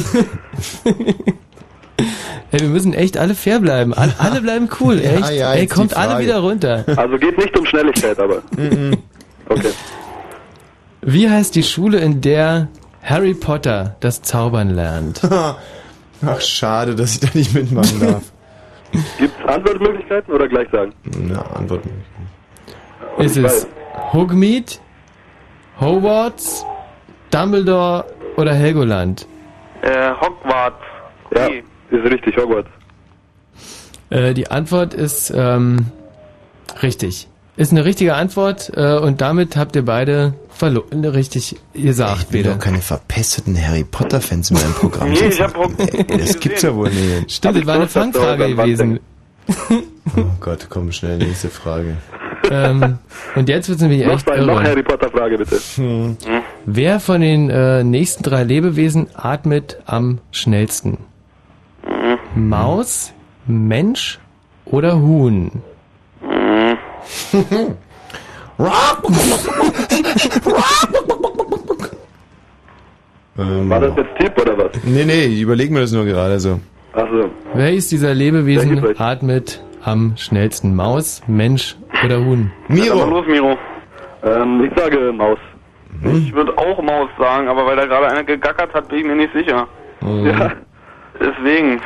Ey, wir müssen echt alle fair bleiben. Alle, alle bleiben cool, Ja, echt. ja, Ey, jetzt kommt die alle Frage. wieder runter. Also geht nicht um Schnelligkeit, aber. Okay. Wie heißt die Schule, in der Harry Potter das Zaubern lernt? Ach, schade, dass ich da nicht mitmachen darf. Gibt's Antwortmöglichkeiten oder gleich sagen? Na, Antworten. Ist es Hogsmeade, Hogwarts, Dumbledore oder Helgoland? Äh, Hogwarts. Ja, Nee. ist richtig, Hogwarts. Äh, die Antwort ist ähm, richtig. Ist eine richtige Antwort äh, und damit habt ihr beide verloren. Richtig gesagt, Ich will bitte. doch keine verpesteten Harry Potter-Fans mehr im Programm Nee, sitzen. ich hab Hog- Ey, das gibt's ja wohl nicht. Stimmt, das war eine gewusst, dass du Fangfrage an Wand gewesen. Oh Gott, komm schnell, nächste Frage. ähm, und jetzt wird's nämlich Noch, echt mal, noch irre. Harry Potter Frage bitte. Wer von den äh, nächsten drei Lebewesen atmet am schnellsten? Maus, Mensch oder Huhn? Ähm, War das jetzt Tipp oder was? nee, nee, ich überleg mir das nur gerade so. Achso. Welches dieser Sehr Lebewesen hilfreich. atmet am schnellsten? Maus, Mensch oder Huhn? Sag mal Miro! los, Miro. Ähm, ich sage Maus. Ich würde auch Maus sagen, aber weil da gerade einer gegackert hat, bin ich mir nicht sicher. Ja. Deswegen.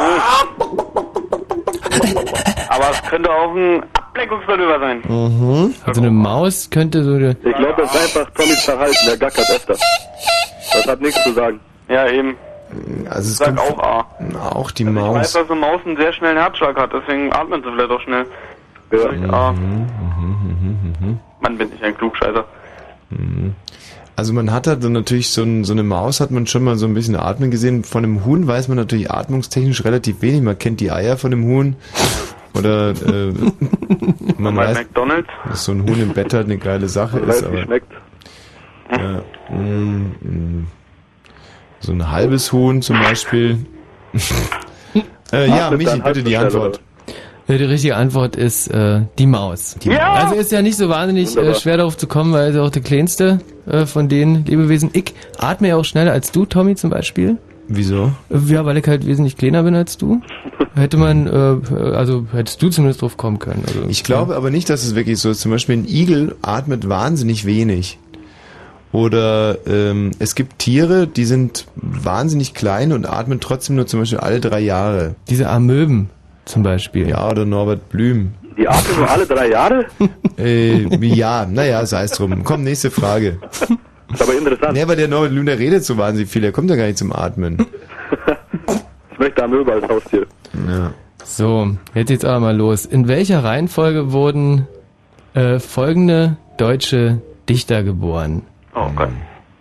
Aber es könnte auch ein Ablenkungsmanöver sein. Mhm. Also eine Maus könnte so eine... Ich glaube, das ist einfach Tommys Verhalten, der gackert öfter. Das hat nichts zu sagen. Ja, eben. Also es Sag kommt auch A. auch die Ich weiß, Maus. dass eine Maus einen sehr schnellen Herzschlag hat, deswegen atmet sie vielleicht auch schnell. Ja. Sag ich A. Mann, bin ich ein Klugscheißer. Also man hat halt dann natürlich so, ein, so eine Maus, hat man schon mal so ein bisschen atmen gesehen. Von einem Huhn weiß man natürlich atmungstechnisch relativ wenig. Man kennt die Eier von dem Huhn. Oder äh, man Bei weiß, McDonalds. dass so ein Huhn im Bett halt eine geile Sache Man ist. weiß, wie Aber schmeckt. ja, mm, mm. So ein halbes Huhn zum Beispiel. äh, ja, Atmet Michi, dann bitte die halb so schnell, Antwort. Ja, die richtige Antwort ist äh, die Maus. Die ja! Also ist ja nicht so wahnsinnig äh, schwer darauf zu kommen, weil er ist ja auch der kleinste äh, von den Lebewesen. Ich atme ja auch schneller als du, Tommy zum Beispiel. Wieso? Ja, weil ich halt wesentlich kleiner bin als du. Hätte man, äh, also hättest du zumindest drauf kommen können. Also, ich glaube aber nicht, dass es wirklich so ist. Zum Beispiel ein Igel atmet wahnsinnig wenig. Oder ähm, es gibt Tiere, die sind wahnsinnig klein und atmen trotzdem nur zum Beispiel alle drei Jahre. Diese Amöben zum Beispiel. Ja, oder Norbert Blüm. Die atmen nur alle drei Jahre? äh, ja, naja, sei es drum. Komm, nächste Frage. Ist aber interessant. Nee, aber der Norbert Blüm, der redet so wahnsinnig viel, der kommt ja gar nicht zum Atmen. Ich möchte Amöbe als Haustier. Ja. So, jetzt geht's aber mal los. In welcher Reihenfolge wurden äh, folgende deutsche Dichter geboren? Oh Gott.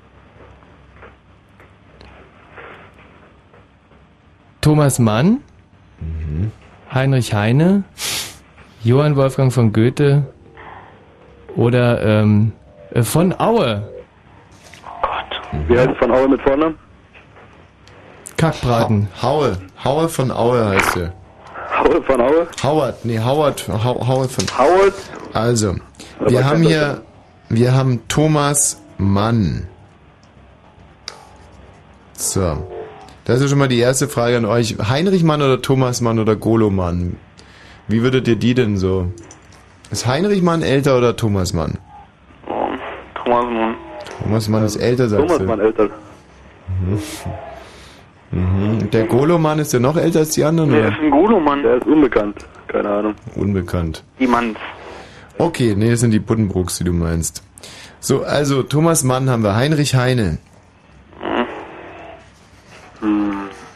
Thomas Mann, mhm. Heinrich Heine, Johann Wolfgang von Goethe oder ähm, äh, von Aue. Oh Gott. Wie heißt von Aue mit Vornamen? Kackbraten. Ha Haue. Haue von Aue heißt er. Haue von Aue? Howard, nee, Howard, Hau Haue von... Howard? Also, Aber wir haben hier, das wir haben Thomas Mann. So. Das ist schon mal die erste Frage an euch. Heinrich Mann oder Thomas Mann oder Golo Mann? Wie würdet ihr die denn so? Ist Heinrich Mann älter oder Thomas Mann? Oh, Thomas Mann. Thomas Mann ist älter, sagst Thomas du? Mann älter. Mhm. Mhm. Der Golo-Mann, ist der noch älter als die anderen? Wer oder? ist ein Golo-Mann? Der ist unbekannt. Keine Ahnung. Unbekannt. Die Manns. Okay, nee, das sind die Buddenbrooks, die du meinst. So, also Thomas Mann haben wir. Heinrich Heine. Hm.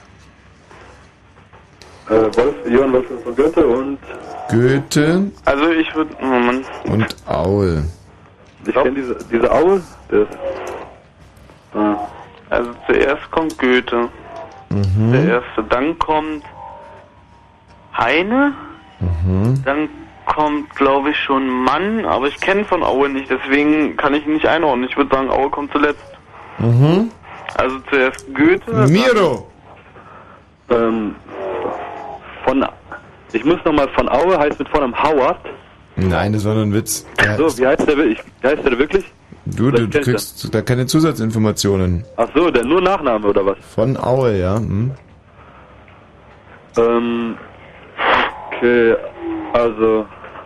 Äh, Wolf, Johann Wolfgang von Goethe und... Goethe. Also ich würde... Oh Mann. Und Aue. Ich kenne diese, diese Aue. Der ist... Ah. Also zuerst kommt Goethe. Mhm. Der erste. Dann kommt Heine. Mhm. Dann kommt, glaube ich, schon Mann. Aber ich kenne von Aue nicht. Deswegen kann ich ihn nicht einordnen. Ich würde sagen, Aue kommt zuletzt. Mhm. Also zuerst Goethe. Miro. Ähm, von... Ich muss nochmal von Aue, heißt mit Vornamen Howard. Nein, das war nur ein Witz. Der So, wie heißt der, wie heißt der wirklich? Du, du, du kriegst da keine Zusatzinformationen. Ach so, der nur Nachname oder was? Von Aue, ja. Hm. Ähm, okay, also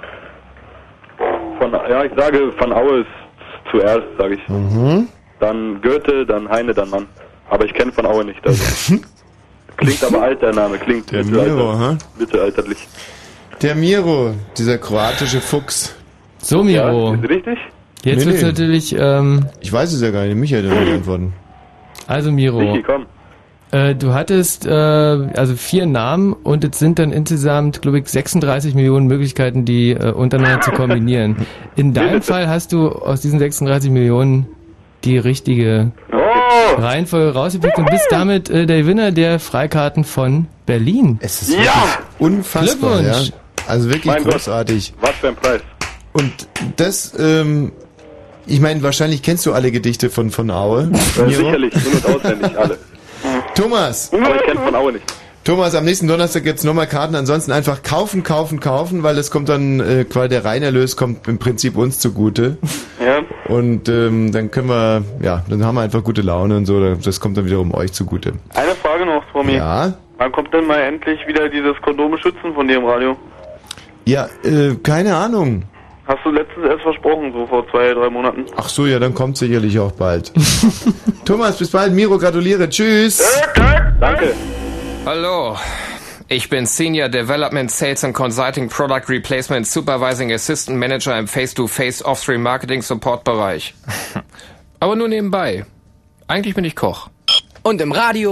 von, ja, ich sage von Aue ist zuerst, sage ich. Mhm. Dann Goethe, dann Heine, dann Mann. Aber ich kenne von Aue nicht. Also. Klingt aber alt, der Name. Klingt der Miro, hä? mittelalterlich. Der Miro, dieser kroatische Fuchs. So, Miro. Ja, ist richtig? Jetzt Nee, wird's nee. natürlich, ähm, Ich weiß es ja gar nicht. Michael hat die antworten. also Miro. Vicky, komm. Äh, du hattest äh, also vier Namen und es sind dann insgesamt, glaube ich, sechsunddreißig Millionen Möglichkeiten, die äh, untereinander zu kombinieren. In deinem Fall hast du aus diesen sechsunddreißig Millionen die richtige Oh! Reihenfolge rausgepickt und bist damit äh, der Gewinner der Freikarten von Berlin. Es ist wirklich unfassbar, ja. Glückwunsch. Also wirklich Mein Gott. großartig. Was für ein Preis. Und das, ähm, ich meine, wahrscheinlich kennst du alle Gedichte von von Aue. Äh, Miro? sicherlich, in- und auswendig alle. Thomas, Aber ich kenne von Aue nicht. Thomas, am nächsten Donnerstag gibt's nochmal Karten, ansonsten einfach kaufen, kaufen, kaufen, weil es kommt dann, äh, quasi der Reinerlös kommt im Prinzip uns zugute. Ja. Und ähm, dann können wir, ja, dann haben wir einfach gute Laune und so, das kommt dann wiederum euch zugute. Eine Frage noch, Tommy. Ja? Wann kommt denn mal endlich wieder dieses Kondome schützen von dir im Radio? Ja, äh, keine Ahnung. Hast du letztens erst versprochen, so vor zwei, drei Monaten. Ach so, ja, dann kommt sicherlich auch bald. Thomas, bis bald. Miro, gratuliere. Tschüss. Danke. Hallo. Ich bin Senior Development Sales and Consulting Product Replacement Supervising Assistant Manager im Face-to-Face Off-Stream Marketing Support Bereich. Aber nur nebenbei. Eigentlich bin ich Koch. Und im Radio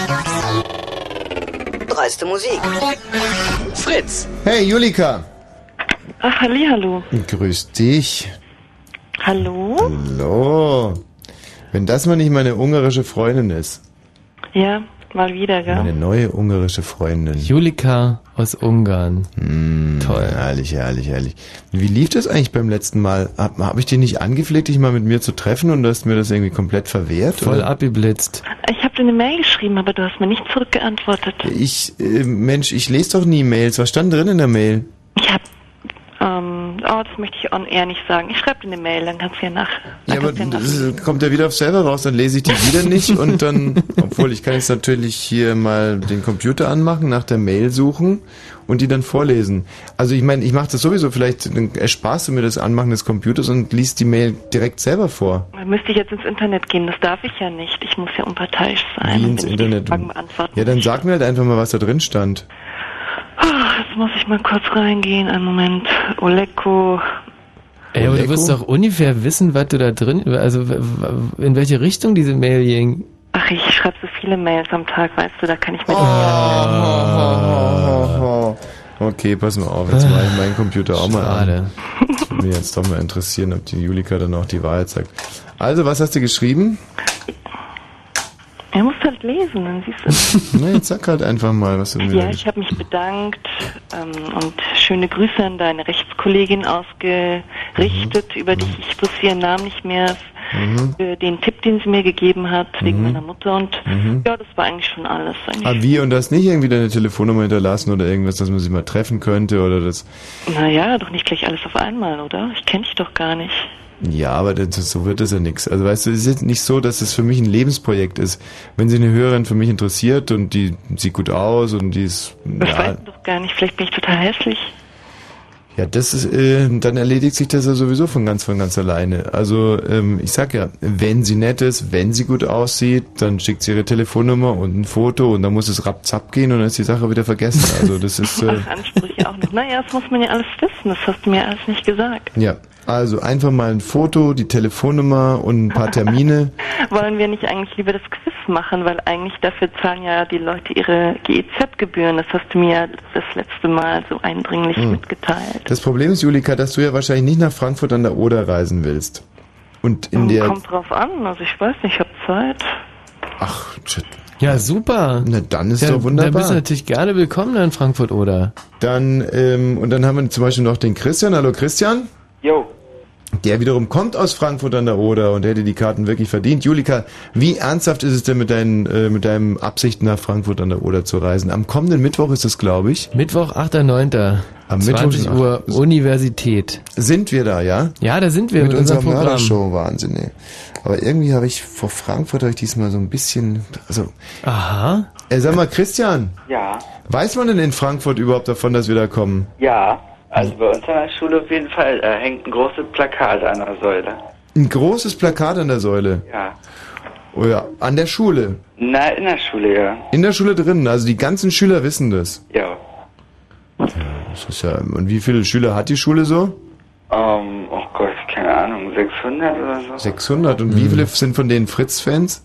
dreiste Musik. Fritz. Hey, Julika. Ach, hallihallo. Grüß dich. Hallo? Hallo. Wenn das mal nicht meine ungarische Freundin ist. Ja, mal wieder, gell? Meine neue ungarische Freundin. Julika aus Ungarn. Mm, Toll. Herrlich, herrlich, herrlich. Wie lief das eigentlich beim letzten Mal? Hab, hab ich dich nicht angefleht, dich mal mit mir zu treffen und du hast mir das irgendwie komplett verwehrt? Voll oder? abgeblitzt. Ich habe dir eine Mail geschrieben, aber du hast mir nicht zurückgeantwortet. Ich, äh, Mensch, ich lese doch nie Mails. Was stand drin in der Mail? Ich habe, ähm, oh, das möchte ich on air nicht sagen. Ich schreibe dir eine Mail, dann kannst du ja nach. Ja, aber ja das kommt ja wieder auf selber raus, dann lese ich die wieder nicht und dann, obwohl ich kann jetzt natürlich hier mal den Computer anmachen, nach der Mail suchen und die dann vorlesen. Also ich meine, ich mache das sowieso, vielleicht ersparst du mir das Anmachen des Computers und liest die Mail direkt selber vor. Dann müsste ich jetzt ins Internet gehen, das darf ich ja nicht. Ich muss ja unparteiisch sein. Wie ins Internet? Ja, dann sag mir halt einfach mal, was da drin stand. Oh, jetzt muss ich mal kurz reingehen. Einen Moment. Oleko. Ey, aber du wirst doch ungefähr wissen, was du da drin, also in welche Richtung diese Mail ging. Ach, ich schreibe so viele Mails am Tag, weißt du, da kann ich mir... Oh, oh, oh, oh. Okay, pass mal auf, jetzt mache ich meinen Computer auch mal an. Das würde mich jetzt doch mal interessieren, ob die Julika dann auch die Wahrheit sagt. Also, was hast du geschrieben? Er muss halt lesen, dann siehst du. Na, jetzt sag halt einfach mal, was du mir... Ja, ich habe mich bedankt ähm, und schöne Grüße an deine Rechtskollegin ausgerichtet, mhm. über die ich wusste ihren Namen nicht mehr, mhm. für den Tipp, den sie mir gegeben hat, wegen mhm. meiner Mutter und mhm. ja, das war eigentlich schon alles. Eigentlich. Ah, wie? Und du hast nicht irgendwie deine Telefonnummer hinterlassen oder irgendwas, dass man sie mal treffen könnte oder das... Naja, doch nicht gleich alles auf einmal, oder? Ich kenne dich doch gar nicht. Ja, aber das, so wird das ja nichts. Also weißt du, es ist jetzt nicht so, dass es für mich ein Lebensprojekt ist. Wenn sich eine Hörerin für mich interessiert und die sieht gut aus und die ist... Das ja, weiß ich doch gar nicht, vielleicht bin ich total hässlich. Ja, das ist, äh, dann erledigt sich das ja sowieso von ganz von ganz alleine. Also ähm, ich sag ja, wenn sie nett ist, wenn sie gut aussieht, dann schickt sie ihre Telefonnummer und ein Foto und dann muss es rapzapp gehen und dann ist die Sache wieder vergessen. Also das ist... Äh, Ach, Ansprüche auch noch. Naja, das muss man ja alles wissen, das hast du mir alles nicht gesagt. Ja, also einfach mal ein Foto, die Telefonnummer und ein paar Termine. Wollen wir nicht eigentlich lieber das Quiz machen, weil eigentlich dafür zahlen ja die Leute ihre G E Z-Gebühren. Das hast du mir ja das letzte Mal so eindringlich hm. mitgeteilt. Das Problem ist, Julika, dass du ja wahrscheinlich nicht nach Frankfurt an der Oder reisen willst. Und in Und der... Kommt drauf an, also ich weiß nicht, ich habe Zeit. Ach, shit. Ja, super. Na, dann ist ja, doch wunderbar. Dann bist du natürlich gerne willkommen in Frankfurt, oder? Dann, ähm, und dann haben wir zum Beispiel noch den Christian. Hallo Christian. Jo. Der wiederum kommt aus Frankfurt an der Oder und der hätte die Karten wirklich verdient. Julika, wie ernsthaft ist es denn mit deinen, äh, mit deinem Absichten nach Frankfurt an der Oder zu reisen? Am kommenden Mittwoch ist es, glaube ich. Mittwoch, achter neunter Am zwanzig Uhr Universität. Sind wir da, ja? Ja, da sind wir mit, mit unserem unserer Programm. Mördershow, Wahnsinn, ey. Aber irgendwie habe ich vor Frankfurt habe ich diesmal so ein bisschen, also... Aha. Äh, sag mal, Christian. Ja. Weiß man denn in Frankfurt überhaupt davon, dass wir da kommen? Ja. Also bei uns an der Schule auf jeden Fall äh, hängt ein großes Plakat an der Säule. Ein großes Plakat an der Säule? Ja. Oh ja, an der Schule? Na, in der Schule, ja. In der Schule drin, also die ganzen Schüler wissen das? Ja. Ja, das ist ja, und wie viele Schüler hat die Schule so? Ähm, oh Gott, keine Ahnung, sechshundert oder so? sechshundert, und mhm. wie viele sind von denen Fritz-Fans?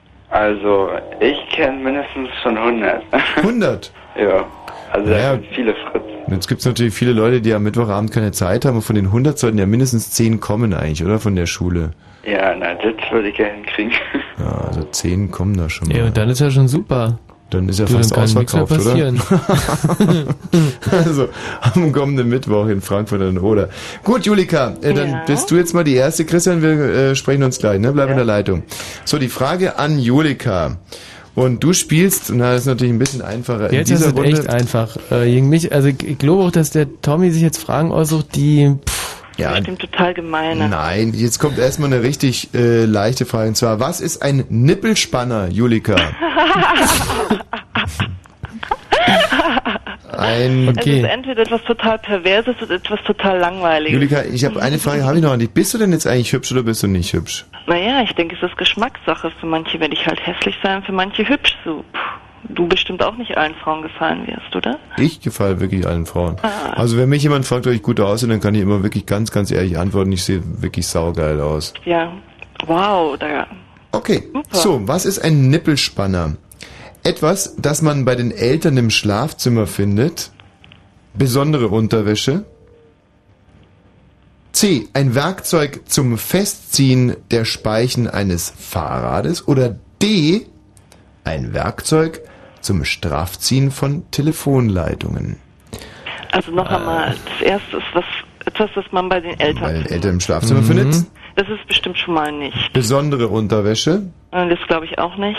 Also, ich kenne mindestens schon hundert. hundert? Ja, also naja, da sind viele Fritz. Jetzt gibt's natürlich viele Leute, die am Mittwochabend keine Zeit haben, und von den hundert sollten ja mindestens zehn kommen eigentlich, oder? Von der Schule. Ja, na, das würde ich ja hinkriegen. Ja, also zehn kommen da schon mal. Ja, und dann ist ja schon super. Dann ist ja du, fast dann kann ausverkauft, nichts mehr oder? Also, am kommenden Mittwoch in Frankfurt an der Oder. Gut, Julika, äh, dann ja. bist du jetzt mal die Erste. Christian, wir äh, sprechen uns gleich, ne? Bleib ja. in der Leitung. So, die Frage an Julika. Und du spielst, und das ist natürlich ein bisschen einfacher. Jetzt in dieser ist es Runde echt einfach. Äh, gegen mich, also ich glaube auch, dass der Tommy sich jetzt Fragen aussucht, die... Pff, ja, bestimmt total gemeine. Nein, jetzt kommt erstmal eine richtig äh, leichte Frage. Und zwar, was ist ein Nippelspanner, Julika? Ein, okay. Es ist entweder etwas total Perverses oder etwas total Langweiliges. Julika, ich habe eine Frage, habe ich noch an dich. Bist du denn jetzt eigentlich hübsch oder bist du nicht hübsch? Naja, ich denke, es ist Geschmackssache. Für manche werde ich halt hässlich sein, für manche hübsch. So, du bestimmt auch nicht allen Frauen gefallen wirst, oder? Ich gefalle wirklich allen Frauen. Ah. Also wenn mich jemand fragt, ob ich gut aussehe, dann kann ich immer wirklich ganz, ganz ehrlich antworten, ich sehe wirklich saugeil aus. Ja, wow. Da. Okay, super. So, was ist ein Nippelspanner? Etwas, das man bei den Eltern im Schlafzimmer findet. Besondere Unterwäsche. C. Ein Werkzeug zum Festziehen der Speichen eines Fahrrades. Oder D. Ein Werkzeug zum Straffziehen von Telefonleitungen. Also noch einmal, das erste ist was, etwas, das man bei den Eltern Bei den findet. Eltern im Schlafzimmer mhm. findet. Das ist bestimmt schon mal nicht. Besondere Unterwäsche. Das glaube ich auch nicht.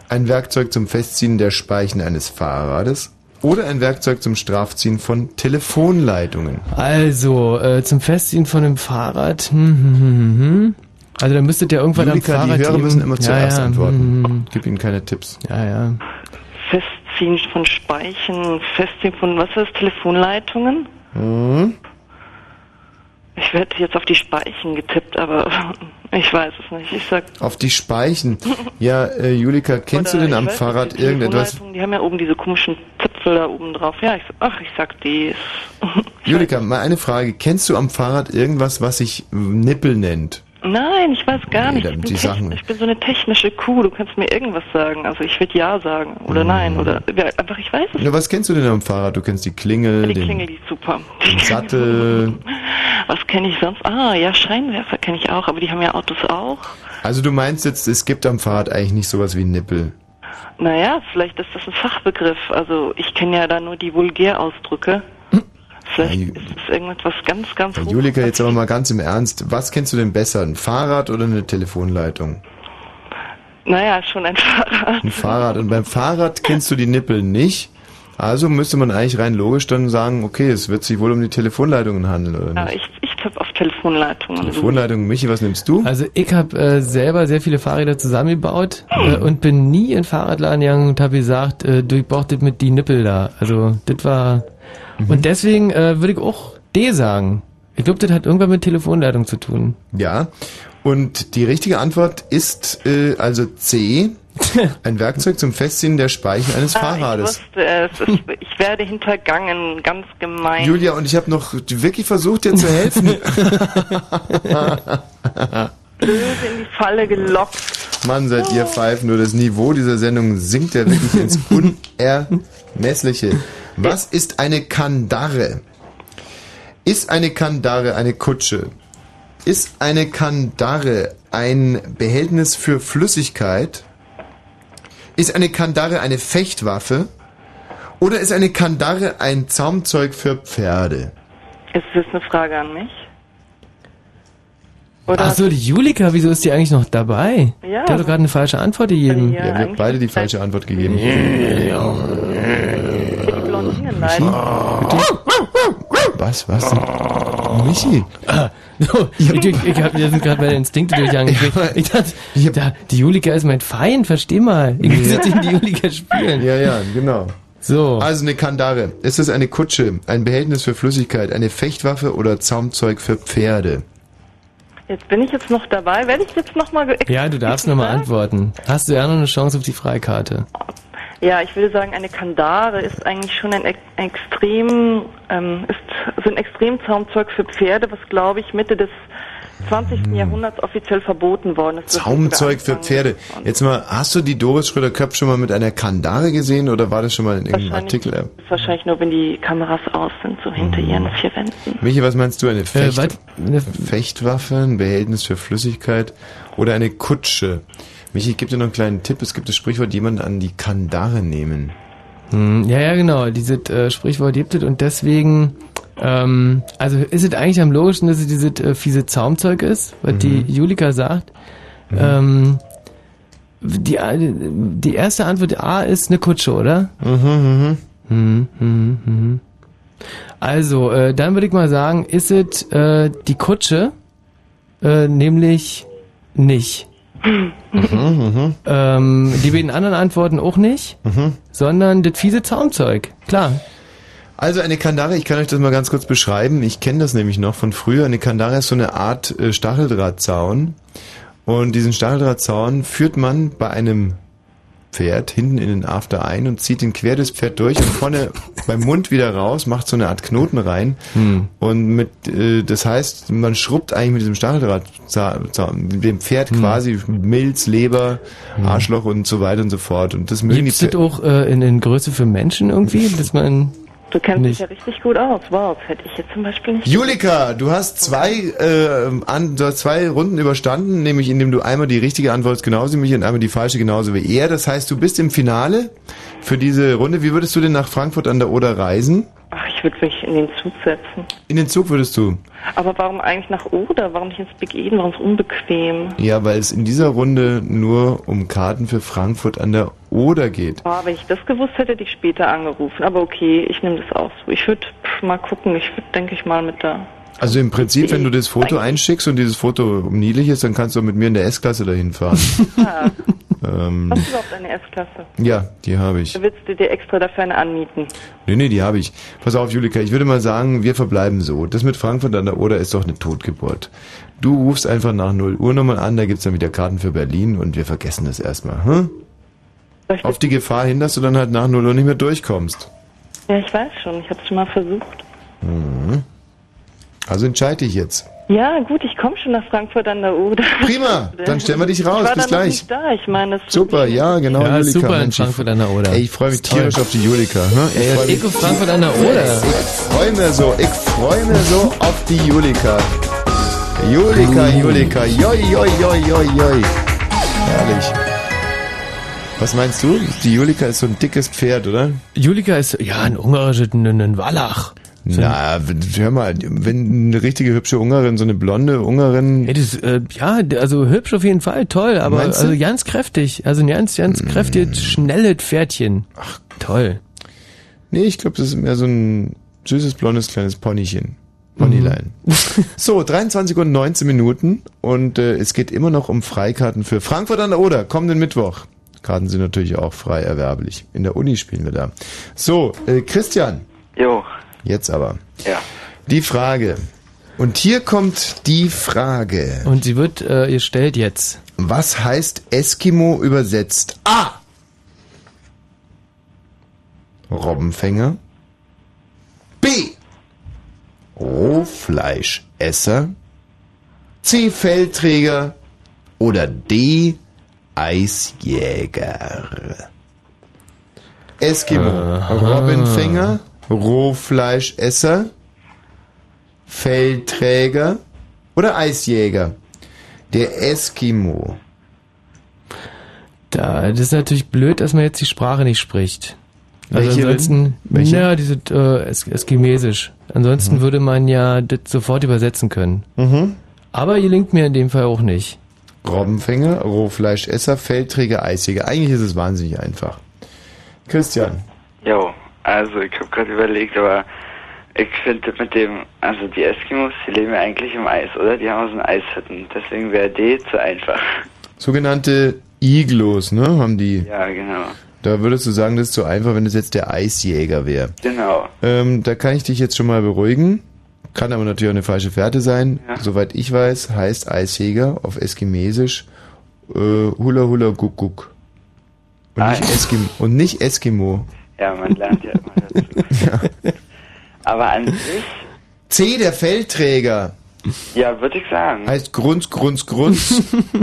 ein Werkzeug zum Festziehen der Speichen eines Fahrrades oder ein Werkzeug zum Strafziehen von Telefonleitungen? Also, äh, zum Festziehen von einem Fahrrad. Hm, hm, hm, hm. Also da müsstet ihr irgendwann Julika, am Fahrrad... die Hörer müssen immer ja, zuerst ja, antworten. hm. Gib ihnen keine Tipps. Ja, ja. Festziehen von Speichen, Festziehen von, was ist das, Telefonleitungen? Mhm. Ich werde jetzt auf die Speichen getippt, aber ich weiß es nicht. Ich sag... Auf die Speichen. Ja, äh, Julika, kennst Oder du denn am ich weiß Fahrrad nicht, die irgendetwas? Telefonleitungen, die haben ja oben diese komischen Zipfel da oben drauf. Ja, ich sag, ach, ich sag die. Julika, mal eine Frage. Kennst du am Fahrrad irgendwas, was sich Nippel nennt? Nein, ich weiß gar Nee, nicht. dann Ich bin, die techn- Sachen. ich bin so eine technische Kuh. Du kannst mir irgendwas sagen. Also ich würde ja sagen oder Mhm. nein oder ja, einfach ich weiß es. Ja, was kennst du denn am Fahrrad? Du kennst die Klingel, Die den, Klingel, die ist super. den Sattel. Was kenne ich sonst? Ah, ja, Scheinwerfer kenne ich auch, aber die haben ja Autos auch. Also du meinst jetzt, es gibt am Fahrrad eigentlich nicht sowas wie Nippel. Naja, vielleicht ist das ein Fachbegriff. Also ich kenne ja da nur die Vulgärausdrücke. Vielleicht ist es irgendetwas ganz, ganz Ja, hoch- Julika, jetzt aber mal ganz im Ernst. Was kennst du denn besser, ein Fahrrad oder eine Telefonleitung? Naja, schon ein Fahrrad. Ein Fahrrad. Und beim Fahrrad kennst du die Nippel nicht. Also müsste man eigentlich rein logisch dann sagen, okay, es wird sich wohl um die Telefonleitungen handeln, oder Ja, nicht? ich, ich tippe auf Telefonleitungen. Telefonleitung, Michi, was nimmst du? Also ich habe äh, selber sehr viele Fahrräder zusammengebaut äh, und bin nie in Fahrradladen gegangen und habe gesagt, äh, du brauchst das mit die Nippel da. Also das war... Mhm. Und deswegen äh, würde ich auch D sagen. Ich glaube, das hat irgendwann mit Telefonleitung zu tun. Ja, und die richtige Antwort ist äh, also C, ein Werkzeug zum Festziehen der Speichen eines Ah, Fahrrades. Ich wusste es. Ich, ich werde hintergangen, ganz gemein. Julia, und ich habe noch wirklich versucht, dir zu helfen. Böse in die Falle gelockt. Mann, seid ihr Pfeifen, nur das Niveau dieser Sendung sinkt ja wirklich ins Unermessliche. Was ist eine Kandare? Ist eine Kandare eine Kutsche? Ist eine Kandare ein Behältnis für Flüssigkeit? Ist eine Kandare eine Fechtwaffe? Oder ist eine Kandare ein Zaumzeug für Pferde? Ist das eine Frage an mich? Oder Ach so, die Julika, wieso ist die eigentlich noch dabei? Ja. Die hat doch gerade eine falsche Antwort gegeben. Ja, wir haben beide die falsche Antwort gegeben. die Blondinen leiden? Was, was denn? Michi? Ah, so, ich ich, ich habe mir gerade meine Instinkte durchangekriegt. Ich dachte, da, die Julika ist mein Feind, versteh mal. Ich will jetzt nicht die Julika spielen. Ja, ja, genau. So. Also eine Kandare. Ist es eine Kutsche, ein Behältnis für Flüssigkeit, eine Fechtwaffe oder Zaumzeug für Pferde? Jetzt bin ich jetzt noch dabei. Werde ich jetzt nochmal... Ja, du darfst nochmal antworten. Hast du ja noch eine Chance auf die Freikarte. Ja, ich würde sagen, eine Kandare ist eigentlich schon ein ex extrem, ähm, ist so ein Extremzaumzeug für Pferde, was glaube ich Mitte des zwanzigsten Jahrhunderts offiziell verboten worden ist. Zaumzeug für Pferde. Jetzt mal, hast du die Doris Schröder-Köpf schon mal mit einer Kandare gesehen oder war das schon mal in irgendeinem Artikel? Das ist wahrscheinlich nur, wenn die Kameras aus sind, so hinter ihren vier Wänden. Michi, was meinst du? Eine Fecht Äh, eine Fechtwaffe, ein Behältnis für Flüssigkeit oder eine Kutsche? Michi, ich gebe dir noch einen kleinen Tipp. Es gibt das Sprichwort, jemanden an die Kandare nehmen. Hm, ja, ja, genau. Dieses äh, Sprichwort gibt es und deswegen, ähm, also ist es eigentlich am logischsten, dass es dieses äh, fiese Zaumzeug ist, was Mhm. die Julika sagt. Mhm. Ähm, die, die erste Antwort A ist eine Kutsche, oder? Mhm, mhm. Mhm, mhm, mhm. Also, äh, dann würde ich mal sagen, ist es äh, die Kutsche, äh, nämlich nicht. Mhm, mhm. Ähm, die beiden anderen Antworten auch nicht, Mhm. sondern das fiese Zaumzeug, klar. Also eine Kandare, ich kann euch das mal ganz kurz beschreiben. Ich kenne das nämlich noch von früher. Eine Kandare ist so eine Art äh, Stacheldrahtzaun. Und diesen Stacheldrahtzaun führt man bei einem Pferd hinten in den After ein und zieht den quer das Pferd durch und vorne beim Mund wieder raus, macht so eine Art Knoten rein. Hm. Und mit, äh, das heißt, man schrubbt eigentlich mit diesem Stacheldrahtzaun dem Pferd Hm. quasi Milz, Leber, Arschloch und so weiter und so fort. Und das mögen Gibt's die das auch äh, in, in Größe für Menschen irgendwie, dass man Du kennst nicht. dich ja richtig gut aus. Wow, das hätte ich jetzt zum Beispiel nicht. Julika, du hast zwei, äh, an, du hast zwei Runden überstanden, nämlich indem du einmal die richtige Antwort genauso wie mich und einmal die falsche genauso wie er. Das heißt, du bist im Finale für diese Runde. Wie würdest du denn nach Frankfurt an der Oder reisen? Ach, ich Ich würde mich in den Zug setzen. In den Zug würdest du? Aber warum eigentlich nach Oder? Warum nicht ins Big Eden? Warum ist es unbequem? Ja, weil es in dieser Runde nur um Karten für Frankfurt an der Oder geht. Oh, wenn ich das gewusst hätte, hätte ich später angerufen. Aber okay, ich nehme das auch so. Ich würde mal gucken. Ich würde, denke ich mal, mit der... Also im Prinzip, wenn du das Foto einschickst und dieses Foto niedlich ist, dann kannst du mit mir in der S-Klasse dahin fahren. Ja. ähm, Hast du überhaupt eine S-Klasse? Ja, die habe ich. Da willst du dir extra dafür eine anmieten? Nee, nee, die habe ich. Pass auf, Julika, ich würde mal sagen, wir verbleiben so. Das mit Frankfurt an der Oder ist doch eine Totgeburt. Du rufst einfach nach null Uhr nochmal an, da gibt's dann wieder Karten für Berlin und wir vergessen das erstmal. Hm? Auf die Gefahr hin, dass du dann halt nach null Uhr nicht mehr durchkommst. Ja, ich weiß schon. Ich habe es schon mal versucht. Mhm. Also entscheide dich jetzt. Ja, gut, ich komme schon nach Frankfurt an der Oder. Prima, dann stellen wir dich raus. Ich war Bis dann noch gleich. nicht da. Ich meine, das Super, ja, genau. Ja, Julika, super in Mensch, Frankfurt an der Oder. Ey, ich freue mich Ist toll. tierisch auf die Julika. Hm? Ich Ey, freu mich- Eko Frankfurt an der Oder. Ich freue mich so, ich freue mich so auf die Julika. Julika, Julika, joi, joi, joi, joi, joi. Herrlich. Was meinst du? Die Julika ist so ein dickes Pferd, oder? Julika ist, ja, ein ungarisches, ein, ein Wallach. So Na, hör mal, wenn eine richtige hübsche Ungarin, so eine blonde Ungarin... Hey, das, äh, ja, also hübsch auf jeden Fall, toll, aber Meinst du? also ganz kräftig, also ein ganz, ganz Mm. kräftiges, schnelles Pferdchen. Ach, toll. Nee, ich glaube, das ist mehr so ein süßes, blondes, kleines Ponychen. Ponylein. So, dreiundzwanzig und neunzehn Minuten und äh, es geht immer noch um Freikarten für Frankfurt an der Oder, kommenden Mittwoch. Karten sind natürlich auch frei erwerblich. In der Uni spielen wir da. So, äh, Christian. Jo. Jetzt aber. Ja. Die Frage. Und hier kommt die Frage. Und sie wird äh, gestellt jetzt. Was heißt Eskimo übersetzt? A. Robbenfänger. B. Rohfleischesser. C. Feldträger. Oder D. Eisjäger. Eskimo. Aha. Robbenfänger. Rohfleischesser. Feldträger. Oder Eisjäger. Der Eskimo. Da, das ist natürlich blöd, dass man jetzt die Sprache nicht spricht. Also Welche ansonsten, denn? Welche? ja, diese äh, es Eskimesisch. Ansonsten Mhm. würde man ja das sofort übersetzen können. Mhm. Aber gelingt mir in dem Fall auch nicht. Robbenfänger, Rohfleischesser, Feldträger, Eisjäger. Eigentlich ist es wahnsinnig einfach. Christian. Jo, also ich habe gerade überlegt, aber ich finde mit dem, also die Eskimos, die leben ja eigentlich im Eis, oder? Die haben auch so ein Eishütten. Deswegen wäre D zu einfach. Sogenannte Iglos, ne, haben die. Ja, genau. Da würdest du sagen, das ist zu einfach, wenn es jetzt der Eisjäger wäre. Genau. Ähm, da kann ich dich jetzt schon mal beruhigen. Kann aber natürlich auch eine falsche Fährte sein. Ja. Soweit ich weiß, heißt Eisjäger auf Eskimesisch äh, Hula Hula Guck Guck. Und, Ah, nicht ja. Eskim und nicht Eskimo. Ja, man lernt ja immer dazu. Aber an sich, C, der Feldträger. ja, würde ich sagen. Heißt Grunz, Grunz, Grunz.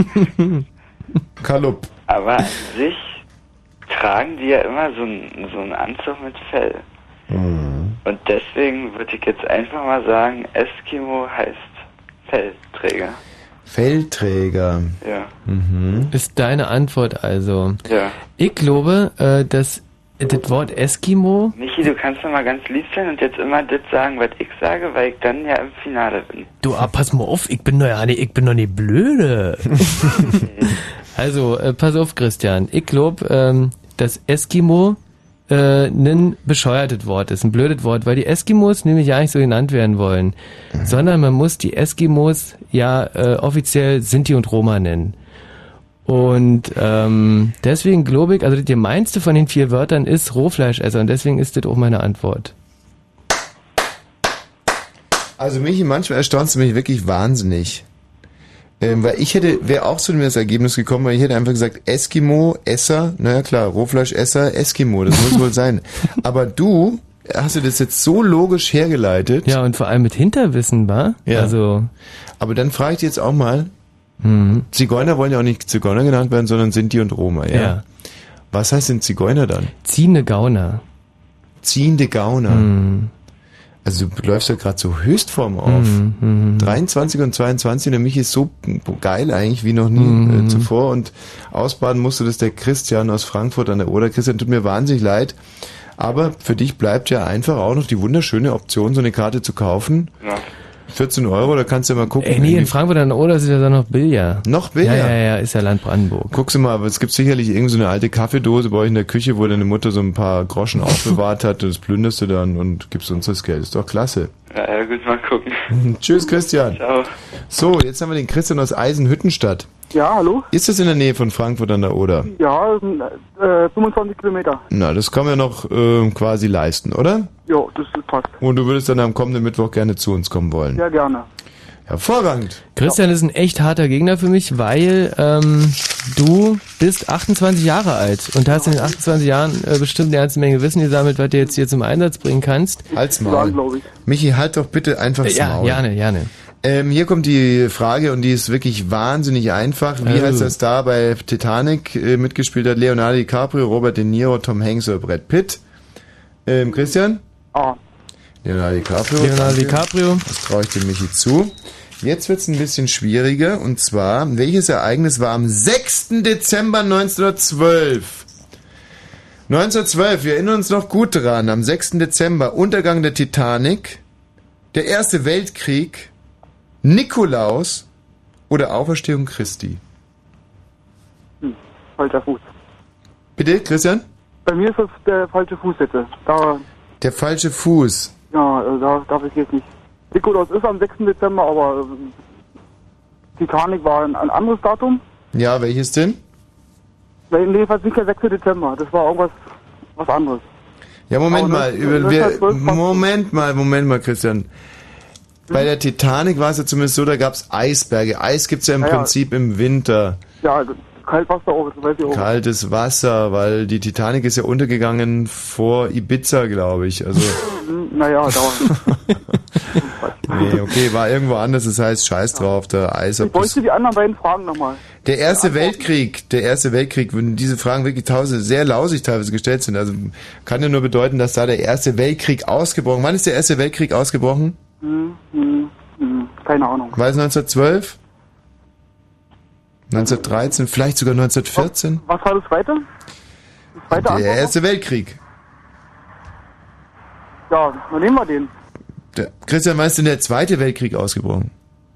Kalup. Aber an sich tragen die ja immer so einen so einen Anzug mit Fell. Mhm. Und deswegen würde ich jetzt einfach mal sagen, Eskimo heißt Fellträger. Feldträger. Ja. Mhm. Ist deine Antwort also? Ja. Ich glaube, äh, dass das Wort Eskimo... Michi, du kannst doch mal ganz lieb sein und jetzt immer das sagen, was ich sage, weil ich dann ja im Finale bin. Du, ah, pass mal auf, ich bin doch ja nicht, ich bin doch nicht blöde. Also, äh, pass auf, Christian. Ich glaube, ähm, dass Eskimo äh, ein bescheuertes Wort ist, ein blödes Wort, weil die Eskimos nämlich ja nicht so genannt werden wollen, mhm. sondern man muss die Eskimos ja äh, offiziell Sinti und Roma nennen. Und ähm, deswegen glaube ich, also das gemeinste von den vier Wörtern ist Rohfleischesser und deswegen ist das auch meine Antwort. Also Michi, manchmal erstaunst du mich wirklich wahnsinnig. Ähm, weil ich hätte, wäre auch zu dem Ergebnis gekommen, weil ich hätte einfach gesagt, Eskimo, Esser, naja klar, Rohfleischesser, Eskimo, das muss wohl sein. Aber du hast du das jetzt so logisch hergeleitet. Ja, und vor allem mit Hinterwissen, wa? Ja. Also. Aber dann frage ich dich jetzt auch mal, Mhm. Zigeuner wollen ja auch nicht Zigeuner genannt werden, sondern Sinti und Roma, ja? Ja. Was heißt denn Zigeuner dann? Ziehende Gauner. Ziehende Gauner. Mhm. Also du läufst ja gerade so Höchstform auf. Mhm, mhm. dreiundzwanzig und zweiundzwanzig, der Michi ist so geil eigentlich wie noch nie Mhm. äh, zuvor und ausbaden musste das der Christian aus Frankfurt an der Oder. Christian, tut mir wahnsinnig leid, Aber für dich bleibt ja einfach auch noch die wunderschöne Option, so eine Karte zu kaufen. Ja. vierzehn Euro, da kannst du ja mal gucken. Ey, nee, in Frankfurt an der Oder ist ja dann noch Billard. Noch Billard? Ja, ja, ja, ist ja Land Brandenburg. Guckst du mal, aber es gibt sicherlich irgend so eine alte Kaffeedose bei euch in der Küche, wo deine Mutter so ein paar Groschen aufbewahrt hat, und das plünderst du dann und gibst uns das Geld. Ist doch klasse. Ja, ja, gut, mal gucken. Tschüss, Christian. Ciao. So, jetzt haben wir den Christian aus Eisenhüttenstadt. Ja, hallo? Ist das in der Nähe von Frankfurt an der Oder? Ja, das sind, äh, fünfundzwanzig Kilometer. Na, das kann man noch äh, quasi leisten, oder? Ja, das passt. Und du würdest dann am kommenden Mittwoch gerne zu uns kommen wollen? Ja, gerne. Hervorragend. Christian ist ein echt harter Gegner für mich, weil ähm, du bist achtundzwanzig Jahre alt und hast in den achtundzwanzig Jahren äh, bestimmt eine ganze Menge Wissen gesammelt, was du jetzt hier zum Einsatz bringen kannst. Halt's Maul. Michi, halt doch bitte einfach das Ja, Maul. gerne, gerne. Ähm, hier kommt die Frage und die ist wirklich wahnsinnig einfach. Wie Oh. heißt der Star bei Titanic äh, mitgespielt hat? Leonardo DiCaprio, Robert De Niro, Tom Hanks oder Brad Pitt? Ähm, Christian? Ah. Leonardo DiCaprio. Leonardo danke. DiCaprio. Das traue ich dem Michi zu. Jetzt wird's ein bisschen schwieriger und zwar, welches Ereignis war am sechsten Dezember neunzehnhundertzwölf? neunzehnhundertzwölf, wir erinnern uns noch gut dran, am sechsten Dezember, Untergang der Titanic, der Erste Weltkrieg, Nikolaus oder Auferstehung Christi? Hm, falscher Fuß. Bitte, Christian? Bei mir ist das der falsche Fuß jetzt. Da, Der falsche Fuß. ja, äh, da darf ich jetzt nicht. Nikolaus ist am sechsten Dezember, aber äh, Titanic war ein, ein anderes Datum. Ja, welches denn? Weil jedenfalls nicht der sechste Dezember, das war irgendwas was anderes. Ja, Moment Aber mal, das- über, das wer, hat zwölf Pass- Moment mal, Moment mal, Christian. Bei der Titanic war es ja zumindest so, da gab's Eisberge. Eis gibt's ja im Ja, ja. Prinzip im Winter. Ja, Kaltwasser auch, das weiß ich auch. Kaltes Wasser, weil die Titanic ist ja untergegangen vor Ibiza, glaube ich. Also, Hm, Naja, dauernd. nee, okay, war irgendwo anders, das heißt, scheiß drauf, der Eis. Ich Ob das bräuchte die anderen beiden Fragen nochmal. der Erste Weltkrieg, der Erste Weltkrieg, wenn diese Fragen wirklich tausend sehr lausig teilweise gestellt sind, also kann ja nur bedeuten, dass da der Erste Weltkrieg ausgebrochen. Wann ist der Erste Weltkrieg ausgebrochen? Hm, hm, hm, keine Ahnung. War es neunzehnhundertzwölf? neunzehnhundertdreizehn, vielleicht sogar neunzehnhundertvierzehn? Was war das zweite? Das zweite Der Antwort? Erste Weltkrieg. Ja, dann nehmen wir den. Der, Christian, wann ist denn der Zweite Weltkrieg ausgebrochen?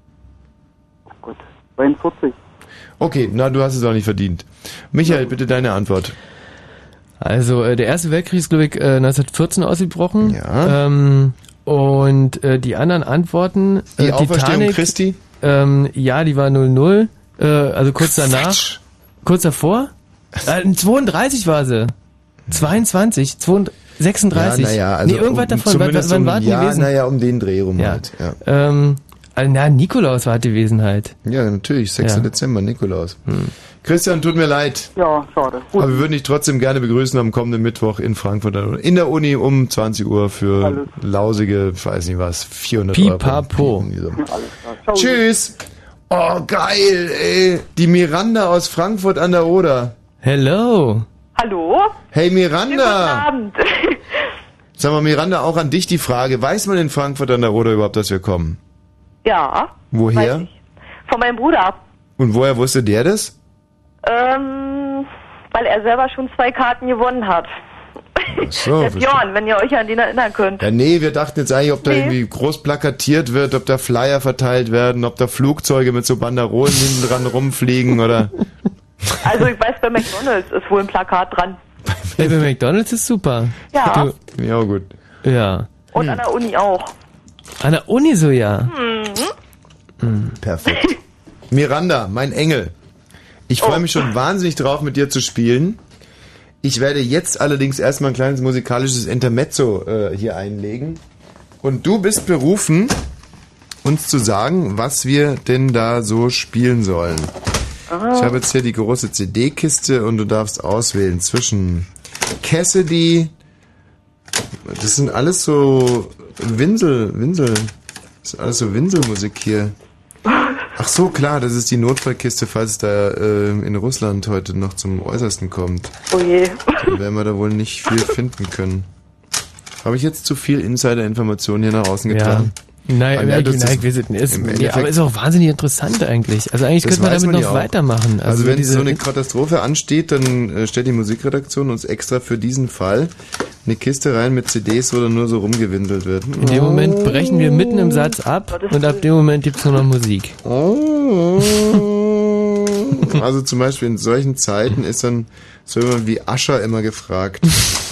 zweiundvierzig. Okay, na, du hast es auch nicht verdient. Michael, bitte deine Antwort. Also äh, der Erste Weltkrieg ist, glaube ich, äh, neunzehnhundertvierzehn ausgebrochen. Ja. Ähm, und äh, die anderen Antworten... Äh, Die Auferstehung Christi? Ähm, ja, die war null null. Äh, also kurz danach. Kurz davor? Äh, zweiunddreißig war sie. zweiundzwanzig, zweiunddreißig, sechsunddreißig. Ja, naja, also nee, irgendwas um, davon. Wann, zumindest wann um, war die ja, gewesen? naja, um den Dreh rum Ja. halt. Ja. Ähm, also, na, Nikolaus war die gewesen halt. Ja, natürlich, sechsten Ja. Dezember, Nikolaus. Hm. Christian, tut mir leid. Ja, schade. Gut. Aber wir würden dich trotzdem gerne begrüßen am kommenden Mittwoch in Frankfurt in der Uni um zwanzig Uhr für Alles. lausige, weiß nicht was, vierhundert Pipapo. Euro. Pipapo. Alles klar. Ciao. Tschüss. Oh, geil, ey. Die Miranda aus Frankfurt an der Oder. Hello. Hallo? Hey, Schönen Guten Miranda. Abend. Sag mal, Miranda, auch an dich die Frage. Weiß man in Frankfurt an der Oder überhaupt, dass wir kommen? Ja. Woher? Weiß ich. Von meinem Bruder. Und woher wusste der das? Ähm, weil er selber schon zwei Karten gewonnen hat. Ach so, Der verstehe. Björn, wenn ihr euch an den erinnern könnt. Ja, nee, wir dachten jetzt eigentlich, ob da Nee. irgendwie groß plakatiert wird, ob da Flyer verteilt werden, ob da Flugzeuge mit so Banderolen hinten dran rumfliegen oder... Also ich weiß, bei McDonalds ist wohl ein Plakat dran. Hey, bei McDonalds ist super. Ja. Du, Ja, gut. ja. Und an der Uni auch. An der Uni so, ja. Mhm. Perfekt. Miranda, mein Engel. Ich freue mich schon wahnsinnig drauf, mit dir zu spielen. Ich werde jetzt allerdings erstmal ein kleines musikalisches Intermezzo äh, hier einlegen. Und du bist berufen, uns zu sagen, was wir denn da so spielen sollen. Ich habe jetzt hier die große C D-Kiste und du darfst auswählen zwischen Cassidy. Das sind alles so Winsel, Winsel. Das ist alles so Winselmusik hier. Ach so, klar, das ist die Notfallkiste, falls es da äh, in Russland heute noch zum Äußersten kommt. Oh je. Dann werden wir da wohl nicht viel finden können. Habe ich jetzt zu viel Insider-Informationen hier nach außen getragen? Nein, Ah, ja, nein, das nein, ist- wir sind, ist, im nee, Endeffekt- aber ist auch wahnsinnig interessant eigentlich. Also eigentlich Das könnte man weiß damit man noch ja auch. weitermachen. Also, Also wenn diese, so eine Katastrophe ansteht, dann äh, stellt die Musikredaktion uns extra für diesen Fall eine Kiste rein mit C Ds, wo dann nur so rumgewindelt wird. In dem Moment brechen wir mitten im Satz ab und ab dem Moment gibt's nur noch Musik. Also zum Beispiel in solchen Zeiten ist dann so jemand wie Usher immer gefragt.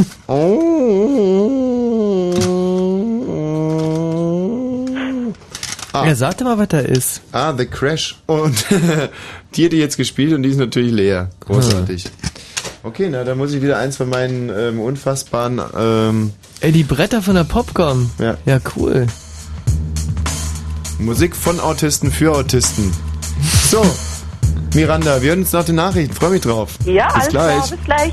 Ah. Er sagte mal, was da ist. Ah, The Crash. Und die hätte jetzt gespielt und die ist natürlich leer. Großartig. Okay, na, dann muss ich wieder eins von meinen ähm, unfassbaren... Ähm Ey, die Bretter von der Popcorn. Ja. Ja, cool. Musik von Autisten für Autisten. So, Miranda, wir hören uns nach den Nachrichten. Freue mich drauf. Ja, bis alles gleich. klar, bis gleich.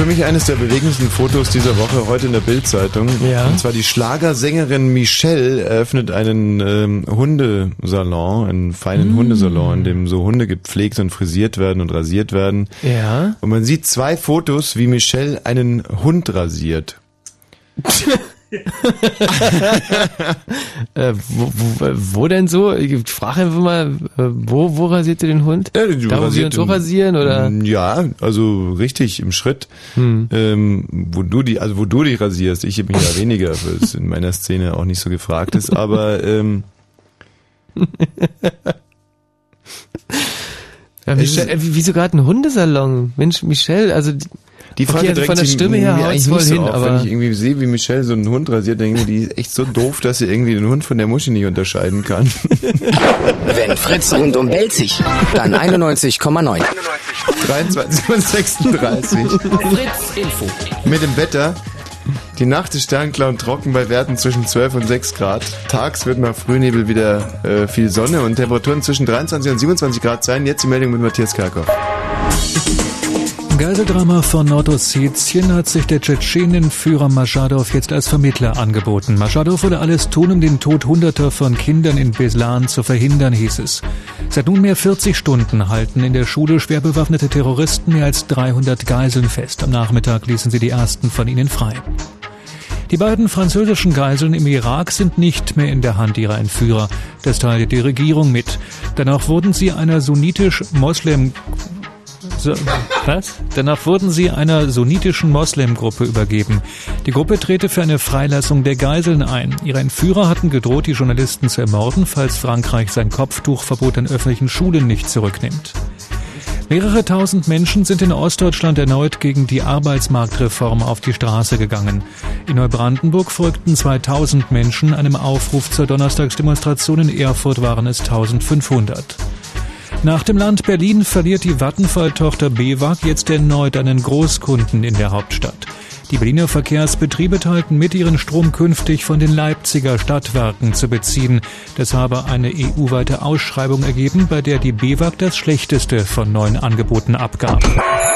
für mich eines der bewegendsten Fotos dieser Woche heute in der Bild-Zeitung. Ja. Und zwar die Schlagersängerin Michelle eröffnet einen ähm, Hundesalon, einen feinen mm. Hundesalon, in dem so Hunde gepflegt und frisiert werden und rasiert werden. Ja. Und man sieht zwei Fotos, wie Michelle einen Hund rasiert. äh, wo, wo, wo denn so? Ich frage einfach mal, wo, wo rasiert ihr den Hund? Ja, da, wo wir uns so rasieren, oder? Ja, also richtig im Schritt. Hm. Ähm, wo du die, also wo du dich rasierst, ich bin ja weniger, weil es in meiner Szene auch nicht so gefragt ist, aber ähm, ja, Michelle, wieso gerade ein Hundesalon? Mensch, Michelle, also die Frage okay, also von der Stimme her haut's voll hin, so auf, aber wenn ich irgendwie sehe, wie Michelle so einen Hund rasiert, denke ich, die ist echt so doof, dass sie irgendwie den Hund von der Muschi nicht unterscheiden kann. Wenn Fritz rundum bellt sich, dann einundneunzig Komma neun. dreiundzwanzig und sechsunddreißig. Fritz Info. Mit dem Wetter. Die Nacht ist sternklar und trocken bei Werten zwischen zwölf und sechs Grad. Tags wird nach Frühnebel wieder äh, viel Sonne und Temperaturen zwischen dreiundzwanzig und siebenundzwanzig Grad sein. Jetzt die Meldung mit Matthias Kerkhoff. Geiseldrama von Nordossetien hat sich der Tschetschenenführer Maschadow jetzt als Vermittler angeboten. Maschadow würde alles tun, um den Tod Hunderter von Kindern in Beslan zu verhindern, hieß es. Seit nunmehr vierzig Stunden halten in der Schule schwer bewaffnete Terroristen mehr als dreihundert Geiseln fest. Am Nachmittag ließen sie die ersten von ihnen frei. Die beiden französischen Geiseln im Irak sind nicht mehr in der Hand ihrer Entführer. Das teilte die Regierung mit. Danach wurden sie einer sunnitisch-moslem So, was? Danach wurden sie einer sunnitischen Moslemgruppe übergeben. Die Gruppe trete für eine Freilassung der Geiseln ein. Ihre Entführer hatten gedroht, die Journalisten zu ermorden, falls Frankreich sein Kopftuchverbot an öffentlichen Schulen nicht zurücknimmt. Mehrere tausend Menschen sind in Ostdeutschland erneut gegen die Arbeitsmarktreform auf die Straße gegangen. In Neubrandenburg folgten zweitausend Menschen einem Aufruf zur Donnerstagsdemonstration. In Erfurt waren es eintausendfünfhundert. Nach dem Land Berlin verliert die Vattenfall-Tochter B W A G jetzt erneut einen Großkunden in der Hauptstadt. Die Berliner Verkehrsbetriebe teilten mit, ihren Strom künftig von den Leipziger Stadtwerken zu beziehen. Das habe eine E U-weite Ausschreibung ergeben, bei der die B W A G das schlechteste von neun Angeboten abgab.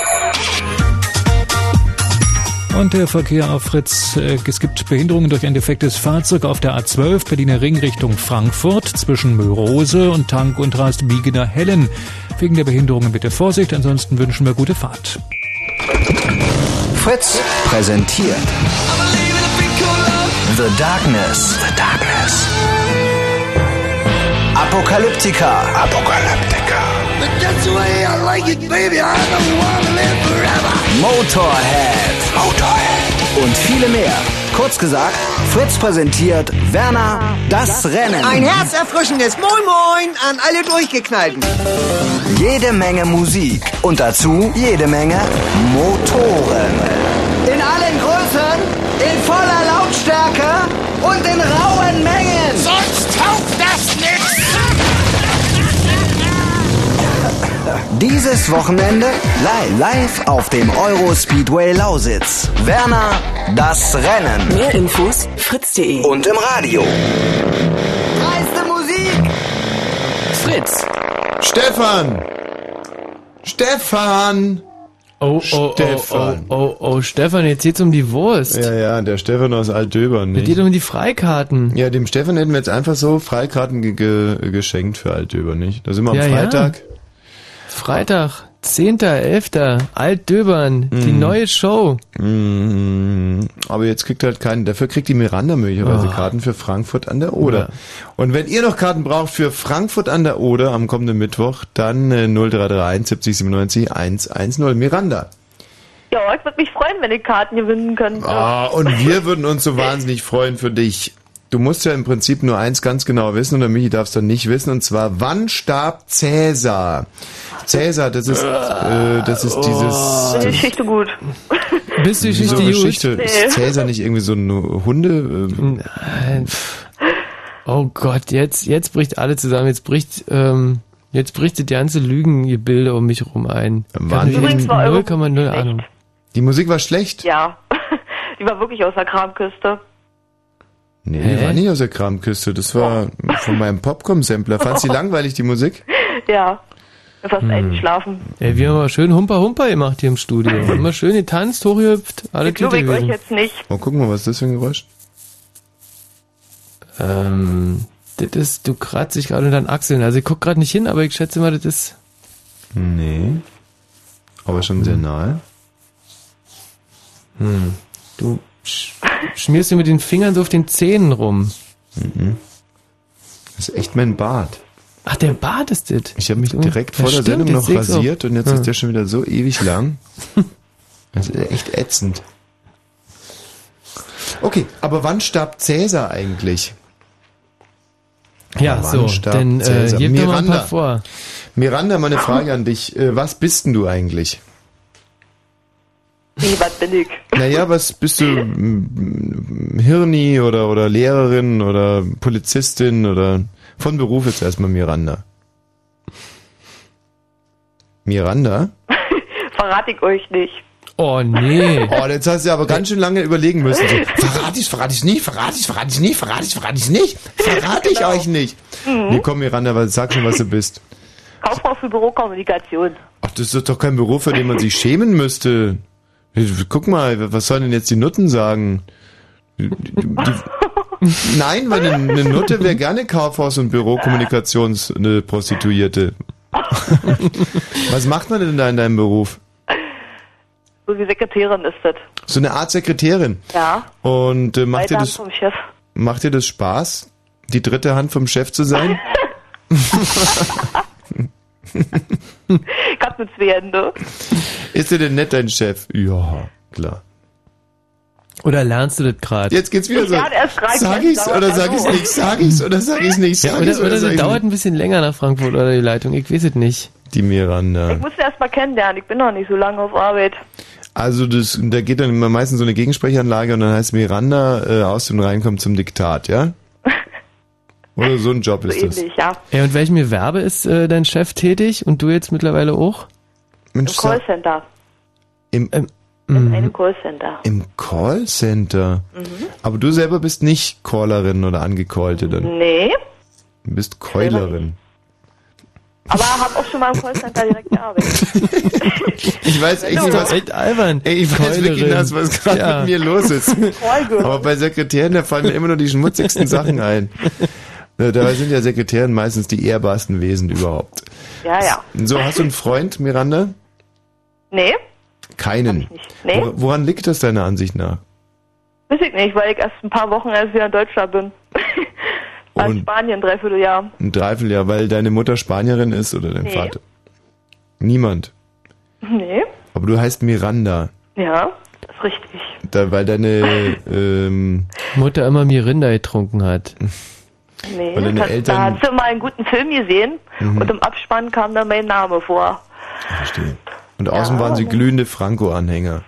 Und der Verkehr auf Fritz. Es gibt Behinderungen durch ein defektes Fahrzeug auf der A zwölf, Berliner Ring Richtung Frankfurt, zwischen Mörose und Tank und Rast Biegener Hellen. Wegen der Behinderungen bitte Vorsicht, ansonsten wünschen wir gute Fahrt. Fritz präsentiert The Darkness. The Darkness. Apokalyptika. Apokalyptika. Motorhead. Motorhead. Und viele mehr. Kurz gesagt, Fritz präsentiert Werner, das Rennen. Ein herzerfrischendes Moin Moin an alle Durchgeknallten. Jede Menge Musik und dazu jede Menge Motoren. In allen Größen, in voller Lautstärke und in rauen Mengen. Sonst taugt das nichts. Dieses Wochenende live auf dem Euro-Speedway Lausitz. Werner, das Rennen. Mehr Infos fritz punkt de. Und im Radio. Dreiste Musik. Fritz. Stefan! Stefan! Oh, oh, Stefan. oh, oh, oh, oh, Stefan, jetzt geht's um die Wurst. Ja, ja, der Stefan aus Altdöbern, nicht? Es geht um die Freikarten. Ja, dem Stefan hätten wir jetzt einfach so Freikarten ge ge geschenkt für Altdöbern, nicht? Da sind wir am ja, Freitag. Ja. Freitag, zehnter elfter Altdöbern, mm. die neue Show. Mm. Aber jetzt kriegt halt keinen, dafür kriegt die Miranda möglicherweise oh. Karten für Frankfurt an der Oder. Ja. Und wenn ihr noch Karten braucht für Frankfurt an der Oder am kommenden Mittwoch, dann äh, null drei drei eins siebzig siebenundneunzig hundertzehn. Miranda. Ja, ich würde mich freuen, wenn ich Karten gewinnen könnte. Ah, und wir würden uns so wahnsinnig freuen für dich. Du musst ja im Prinzip nur eins ganz genau wissen, und der Michi darf es dann nicht wissen, und zwar, wann starb Cäsar? Cäsar, das ist, äh, das ist dieses... Oh, die Geschichte gut. Bist du die Geschichte so gut? Geschichte, Nee. Ist Cäsar nicht irgendwie so ein Hunde? Äh, Nein. Oh Gott, jetzt, jetzt bricht alle zusammen, jetzt bricht, ähm, jetzt bricht das ganze Lügengebilde um mich rum ein. Wann? Übrigens war null Komma null Ahnung. Die Musik war schlecht? Ja, die war wirklich aus der Kramkiste. Nee, Hä? die war nicht aus der Kramkiste, das war von meinem Popcorn-Sampler. Fandst du die langweilig, die Musik? Ja. Fast Hm. eingeschlafen. Ey, wir haben aber schön Humper Humper gemacht hier im Studio. Immer schön getanzt, hochgehüpft, alle Ich glaube, Tüte ich euch gewesen. jetzt nicht. Oh, guck mal, was ist das für ein Geräusch? Ähm, das ist, du kratzt dich gerade unter den Achseln. Also ich guck gerade nicht hin, aber ich schätze mal, das ist... Nee. Aber schon sehr nahe. Hm. Du sch schmierst dir mit den Fingern so auf den Zähnen rum. Mhm. Das ist echt mein Bart. Ach, der Bart ist das. Ich habe mich So. direkt Ja, vor der stimmt, Sendung jetzt noch sehe ich's rasiert auch. und jetzt Ja. ist der schon wieder so ewig lang. Das ist echt ätzend. Okay, aber wann starb Cäsar eigentlich? Ja, Wann so, starb denn äh, Cäsar? hier noch mal ein Miranda. paar vor. Miranda, meine Frage an dich. Äh, Was bist denn du eigentlich? Wie, was bin ich? Naja, was bist du? m- Hirni oder, oder Lehrerin oder Polizistin oder von Beruf jetzt erstmal Miranda. Miranda? Verrate ich euch nicht. Oh nee. Oh, jetzt hast du aber ganz schön lange überlegen müssen. So, verrate ich, verrate ich nicht, verrate ich, verrate ich nicht, verrate ich, verrate ich nicht, verrate ich Genau. euch nicht. Mhm. Nee, komm Miranda, was- sag schon, was du bist. Kauffrau für Bürokommunikation. Ach, das ist doch kein Beruf, für den man sich schämen müsste. Guck mal, was sollen denn jetzt die Nutten sagen? Die, die, nein, weil eine, eine Nutte wäre gerne Kaufhaus- und Bürokommunikations eine Prostituierte. Was macht man denn da in deinem Beruf? So wie Sekretärin ist das. So eine Art Sekretärin. Ja. Und äh, macht, dir Weiter das, vom Chef. macht dir das Spaß, die dritte Hand vom Chef zu sein? Ich hab nur zwei Hände. Ist der denn nett, dein Chef? Ja, klar. Oder lernst du das gerade? Jetzt geht's wieder Ich so. lerne erst rein, Sag jetzt ich's dauert oder das sag ich's so. nicht? Sag ich's oder sag ich's nicht? Ja, Sag oder ich's oder sag das ich's dauert nicht? ein bisschen länger nach Frankfurt oder die Leitung. Ich weiß es nicht. Die Miranda. Ich muss ihn erst mal kennenlernen. Ich bin noch nicht so lange auf Arbeit. Also das, da geht dann immer meistens so eine Gegensprechanlage und dann heißt Miranda äh, aus und reinkommt zum Diktat, ja? Oder so ein Job So ist das. ähnlich, ja. Ey, und welchem Gewerbe ist äh, dein Chef tätig und du jetzt mittlerweile auch? Mensch, Im Callcenter. Im, ähm, In einem Callcenter. Im Callcenter? Mhm. Aber du selber bist nicht Callerin oder Angecallte dann? Nee, Du bist Keulerin. aber hab auch schon mal im Callcenter direkt gearbeitet. Ich weiß echt nicht, was... echt albern. Ey, ich weiß wirklich Keulerin. nicht, was gerade Ja. mit mir los ist. Callgirl. Aber bei Sekretären, da fallen mir immer nur die schmutzigsten Sachen ein. Äh, Dabei sind ja Sekretären meistens die ehrbarsten Wesen überhaupt. Ja, ja. So, hast du einen Freund, Miranda? Nee, Keinen. nee, Wor- Woran liegt das deiner Ansicht nach? weiß ich nicht, weil ich erst ein paar Wochen erst wieder in Deutschland bin. War in Und Spanien, dreiviertel Jahr. ein Dreivierteljahr, weil deine Mutter Spanierin ist oder dein Nee. Vater? Niemand. Nee, Aber du heißt Miranda, ja, das ist richtig. da, weil deine ähm, Mutter immer Mirinda getrunken hat. Nee, Weil deine das, Eltern- da hast du mal einen guten Film gesehen Mhm. und im Abspann kam da mein Name vor. Verstehe. Und außen Ja. waren sie glühende Franco-Anhänger.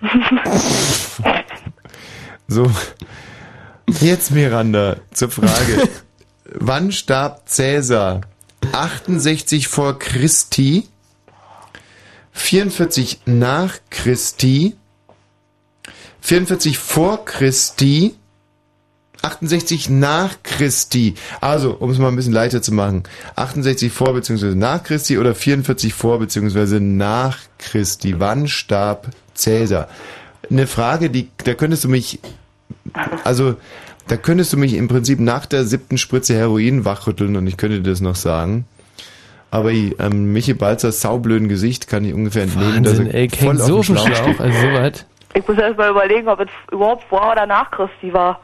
So, jetzt Miranda, zur Frage. Wann starb Cäsar? achtundsechzig vor Christi, vierundvierzig nach Christi, vierundvierzig vor Christi, achtundsechzig nach Christi. Also, um es mal ein bisschen leichter zu machen. achtundsechzig vor bzw. nach Christi oder vierundvierzig vor bzw. nach Christi. Wann starb Cäsar? Eine Frage, die, da könntest du mich, also, da könntest du mich im Prinzip nach der siebten Spritze Heroin wachrütteln und ich könnte dir das noch sagen. Aber ähm, Michi Balzers saublöden Gesicht kann ich ungefähr entnehmen, Wahnsinn, dass er ey, ich häng voll so auf dem auf dem Schlauch Schlauch, steht. also sowas. Ich muss erst mal überlegen, ob es überhaupt vor oder nach Christi war.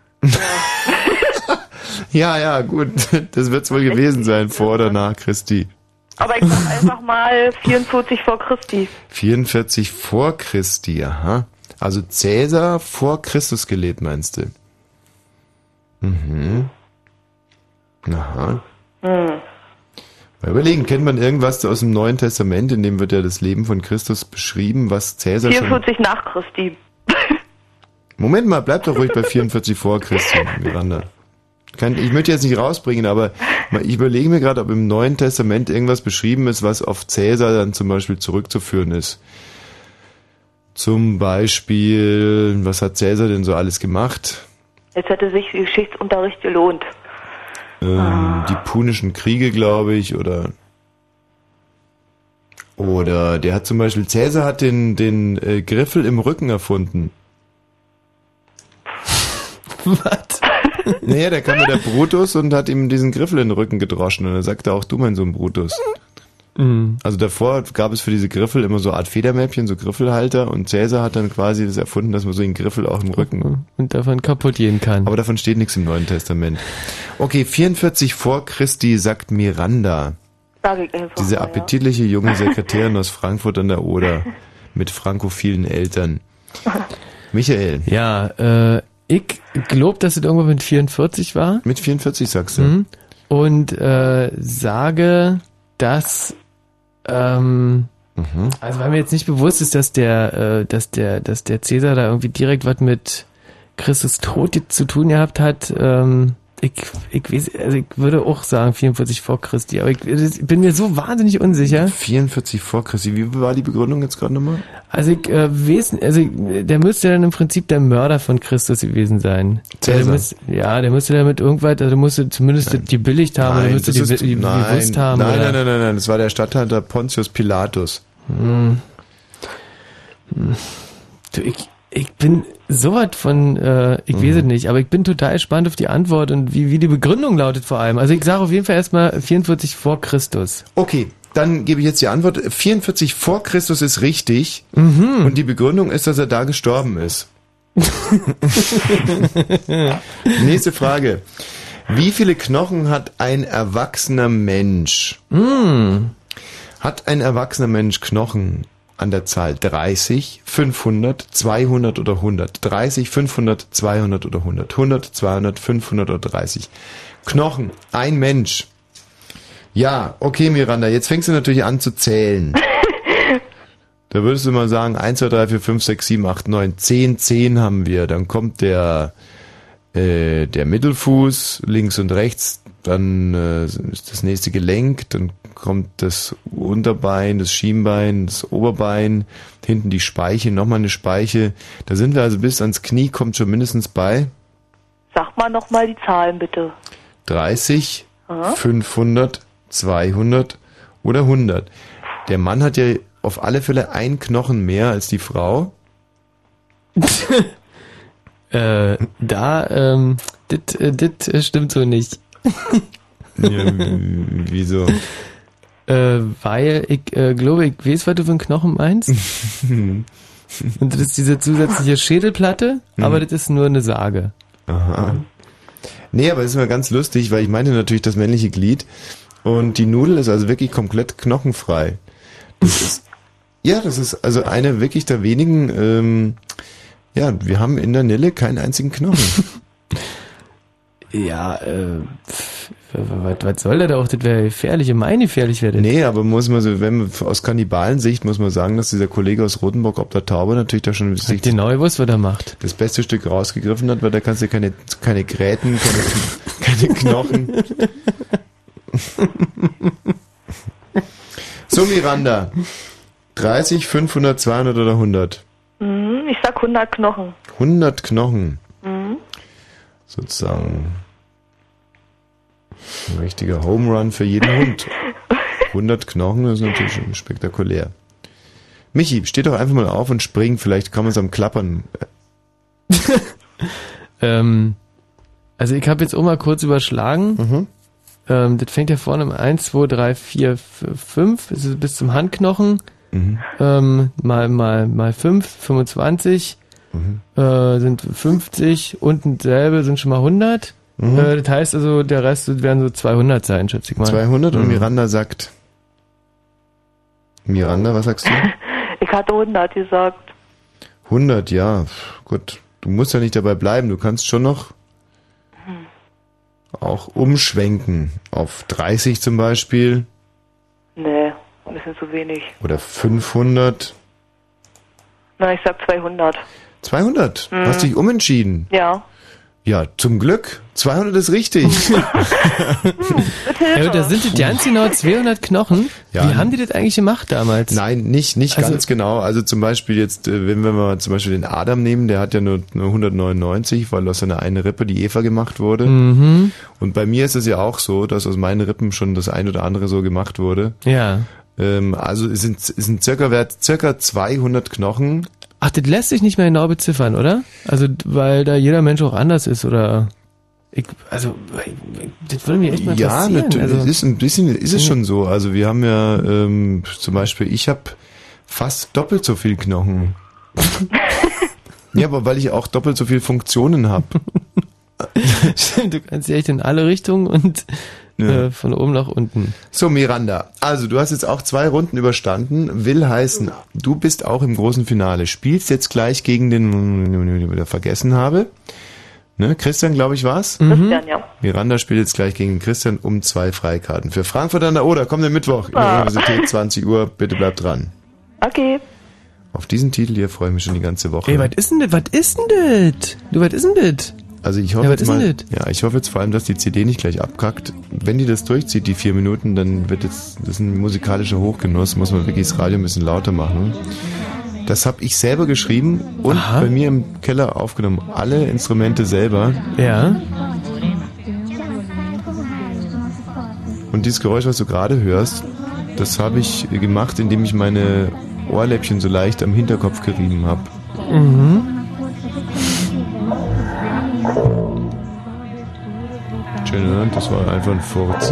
Ja, ja, gut. Das wird's wohl gewesen sein, vor oder nach Christi. Aber ich sag einfach mal vierundvierzig vor Christi. vierundvierzig vor Christi, aha. Also Cäsar vor Christus gelebt, meinst du? Mhm. Aha. Hm. Mal überlegen, kennt man irgendwas aus dem Neuen Testament, in dem wird ja das Leben von Christus beschrieben, was Cäsar schon... vierundvierzig nach Christi. Moment mal, bleib doch ruhig bei vierundvierzig vor Christi, Miranda. Kann, ich möchte jetzt nicht rausbringen, aber ich überlege mir gerade, ob im Neuen Testament irgendwas beschrieben ist, was auf Cäsar dann zum Beispiel zurückzuführen ist. Zum Beispiel, was hat Cäsar denn so alles gemacht? Jetzt hätte sich Geschichtsunterricht gelohnt. Ähm, Die Punischen Kriege, glaube ich, oder... Oder der hat zum Beispiel, Cäsar hat den, den äh, Griffel im Rücken erfunden. Was? Naja, da kam ja der Brutus und hat ihm diesen Griffel in den Rücken gedroschen. Und dann sagte auch du, mein Sohn Brutus. Mhm. Also davor gab es für diese Griffel immer so eine Art Federmäppchen, so Griffelhalter. Und Cäsar hat dann quasi das erfunden, dass man so einen Griffel auch im Rücken... Und davon kaputt gehen kann. Aber davon steht nichts im Neuen Testament. Okay, vierundvierzig vor Christi sagt Miranda. Sag ich einfach Diese mal, appetitliche junge Sekretärin aus Frankfurt an der Oder. Mit frankophilen Eltern. Michael. Ja, äh... Ich glaube, dass es irgendwo mit vierundvierzig war. Mit vierundvierzig sagst du? Mhm. Und äh, sage, dass ähm, mhm. also weil mir jetzt nicht bewusst ist, dass der, äh, dass der, dass der Cäsar da irgendwie direkt was mit Christus Tod zu tun gehabt hat. Ähm, ich, ich weiß, also ich würde auch sagen vierundvierzig vor Christi, aber ich, ich bin mir so wahnsinnig unsicher. vierundvierzig vor Christi, wie war die Begründung jetzt gerade nochmal? Also ich äh, weiß, also der müsste dann im Prinzip der Mörder von Christus gewesen sein. Cäsar. Der müsste, ja, der müsste damit irgendwas, also der musste zumindest nein. die billigt haben, nein, oder müsste die, ist, die, die nein, gewusst haben. Nein, oder? nein, nein, nein, nein, das war der Statthalter Pontius Pilatus. Hm. Hm. Du, ich, ich bin sowas von, äh, ich mhm. weiß es nicht, aber ich bin total gespannt auf die Antwort und wie, wie die Begründung lautet vor allem. Also ich sage auf jeden Fall erstmal vierundvierzig vor Christus. Okay, dann gebe ich jetzt die Antwort. vierundvierzig vor Christus ist richtig mhm. und die Begründung ist, dass er da gestorben ist. Nächste Frage. Wie viele Knochen hat ein erwachsener Mensch? Mm. Hat ein erwachsener Mensch Knochen an der Zahl dreißig, fünfhundert, zweihundert oder hundert? dreißig, fünfhundert, zweihundert oder hundert? hundert, zweihundert, fünfhundert oder dreißig? Knochen, ein Mensch. Ja, okay, Miranda, jetzt fängst du natürlich an zu zählen. Da würdest du mal sagen, eins, zwei, drei, vier, fünf, sechs, sieben, acht, neun, zehn, zehn haben wir. Dann kommt der, äh, der Mittelfuß, links und rechts, dann äh, ist das nächste Gelenk, dann kommt das Unterbein, das Schienbein, das Oberbein, hinten die Speiche, nochmal eine Speiche. Da sind wir also bis ans Knie, kommt schon mindestens bei... Sag mal nochmal die Zahlen bitte. dreißig, Aha. fünfhundert, zweihundert oder hundert. Der Mann hat ja auf alle Fälle ein Knochen mehr als die Frau. äh, da, ähm, das äh, stimmt so nicht. Ja, wieso? Äh, weil ich äh, glaube, ich weiß, was du für einen Knochen meinst. Und das ist diese zusätzliche Schädelplatte, mhm. aber das ist nur eine Sage. Aha. Nee, aber das ist immer ganz lustig, weil ich meinte natürlich das männliche Glied und die Nudel ist also wirklich komplett knochenfrei. Das ist, ja, das ist also eine wirklich der wenigen, ähm, ja, wir haben in der Nille keinen einzigen Knochen. Ja, äh, was, was soll der da auch? Das wäre gefährlich, meine gefährlich wäre das. Nee, aber muss man so, wenn man aus Kannibalensicht muss man sagen, dass dieser Kollege aus Rotenburg ob der Taube natürlich da schon sich genau gewusst, was er macht. Das beste Stück rausgegriffen hat, weil da kannst du keine, keine Gräten, keine, keine Knochen. So, Miranda. dreißig, fünfhundert, zweihundert oder hundert? Mhm, ich sag hundert Knochen. hundert Knochen. Mhm. Sozusagen ein richtiger Home Run für jeden Hund. hundert Knochen, das ist natürlich schon spektakulär. Michi, steh doch einfach mal auf und spring, vielleicht kann man es am Klappern. ähm, also ich habe jetzt auch mal kurz überschlagen. Mhm. Ähm, das fängt ja vorne im eins, zwei, drei, vier, fünf, das ist bis zum Handknochen. Mhm. Ähm, mal, mal, mal fünf, fünfundzwanzig. Mhm. Äh, sind fünfzig, unten selbe sind schon mal hundert. Mhm. Äh, das heißt also, der Rest werden so zweihundert sein, schätze ich mal. zweihundert und mhm. Miranda sagt... Miranda, was sagst du? Ich hatte hundert gesagt. hundert, ja. Gut, du musst ja nicht dabei bleiben. Du kannst schon noch hm. auch umschwenken. Auf dreißig zum Beispiel. Nee, ein bisschen zu wenig. Oder fünfhundert. Na, ich sag zweihundert. zweihundert? Mhm. Hast dich umentschieden? Ja. Ja, zum Glück. zweihundert ist richtig. Ja, da sind die ganz genau zweihundert Knochen. Ja. Wie haben die das eigentlich gemacht damals? Nein, nicht, nicht also, ganz genau. Also zum Beispiel jetzt, wenn wir mal zum Beispiel den Adam nehmen, der hat ja nur, nur hundertneunundneunzig, weil aus seiner einen Rippe die Eva gemacht wurde. Mhm. Und bei mir ist es ja auch so, dass aus meinen Rippen schon das ein oder andere so gemacht wurde. Ja. Ähm, also es sind, es sind circa, Wert, circa zweihundert Knochen. Ach, das lässt sich nicht mehr genau beziffern, oder? Also, weil da jeder Mensch auch anders ist, oder? Ich, also, das würde mir echt mal interessieren. Ja, natürlich, also, ist ein bisschen, ist es schon so. Also wir haben ja, ähm, zum Beispiel, ich habe fast doppelt so viel Knochen. Ja, aber weil ich auch doppelt so viel Funktionen habe. Du kannst ja echt in alle Richtungen und ja. äh, von oben nach unten. So, Miranda, also du hast jetzt auch zwei Runden überstanden. Will heißen, du bist auch im großen Finale. Spielst jetzt gleich gegen den, den ich wieder vergessen habe. Ne, Christian, glaube ich, war's? Christian, ja. Miranda spielt jetzt gleich gegen Christian um zwei Freikarten. Für Frankfurt an der Oder, kommenden Mittwoch in der Universität, zwanzig Uhr. Bitte bleibt dran. Okay. Auf diesen Titel hier freue ich mich schon die ganze Woche. Ey, was ist denn das? Was ist denn das? Du, was ist denn das? Also ich hoffe ja, jetzt mal, ja, ich hoffe jetzt vor allem, dass die C D nicht gleich abkackt. Wenn die das durchzieht, die vier Minuten, dann wird jetzt, das ist ein musikalischer Hochgenuss, muss man wirklich das Radio ein bisschen lauter machen. Das habe ich selber geschrieben und Aha. bei mir im Keller aufgenommen. Alle Instrumente selber. Ja. Und dieses Geräusch, was du gerade hörst, das habe ich gemacht, indem ich meine Ohrläppchen so leicht am Hinterkopf gerieben habe. Mhm. Schön, oder? Das war einfach ein Furz.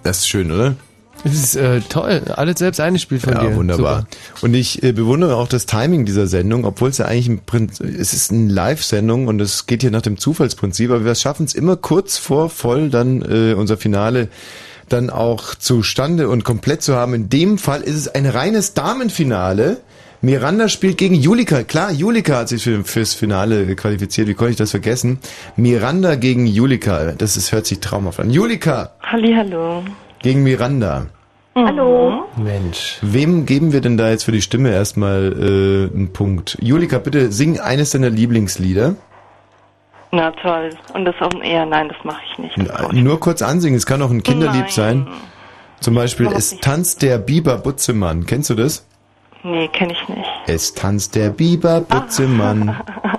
Das ist schön, oder? Das ist äh, toll. Alles selbst eingespielt von ja, dir. Ja, wunderbar. Super. Und ich äh, bewundere auch das Timing dieser Sendung, obwohl es ja eigentlich ein Prinzip, es ist eine Live-Sendung und es geht hier nach dem Zufallsprinzip, aber wir schaffen es immer kurz vor voll dann äh, unser Finale dann auch zustande und komplett zu haben. In dem Fall ist es ein reines Damenfinale. Miranda spielt gegen Julika. Klar, Julika hat sich für, fürs Finale qualifiziert. Wie konnte ich das vergessen? Miranda gegen Julika. Das ist, hört sich traumhaft an. Julika! Hallihallo. Gegen Miranda. Hallo. Mensch. Wem geben wir denn da jetzt für die Stimme erstmal äh, einen Punkt? Julika, bitte sing eines deiner Lieblingslieder. Na toll. Und das auch eher, nein, das mache ich nicht. Na, nur kurz ansingen, es kann auch ein Kinderlied Nein. sein. Zum Beispiel, Überhaupt es nicht. tanzt der Biber Butzemann. Kennst du das? Nee, kenne ich nicht. Es tanzt der Biber Butzemann.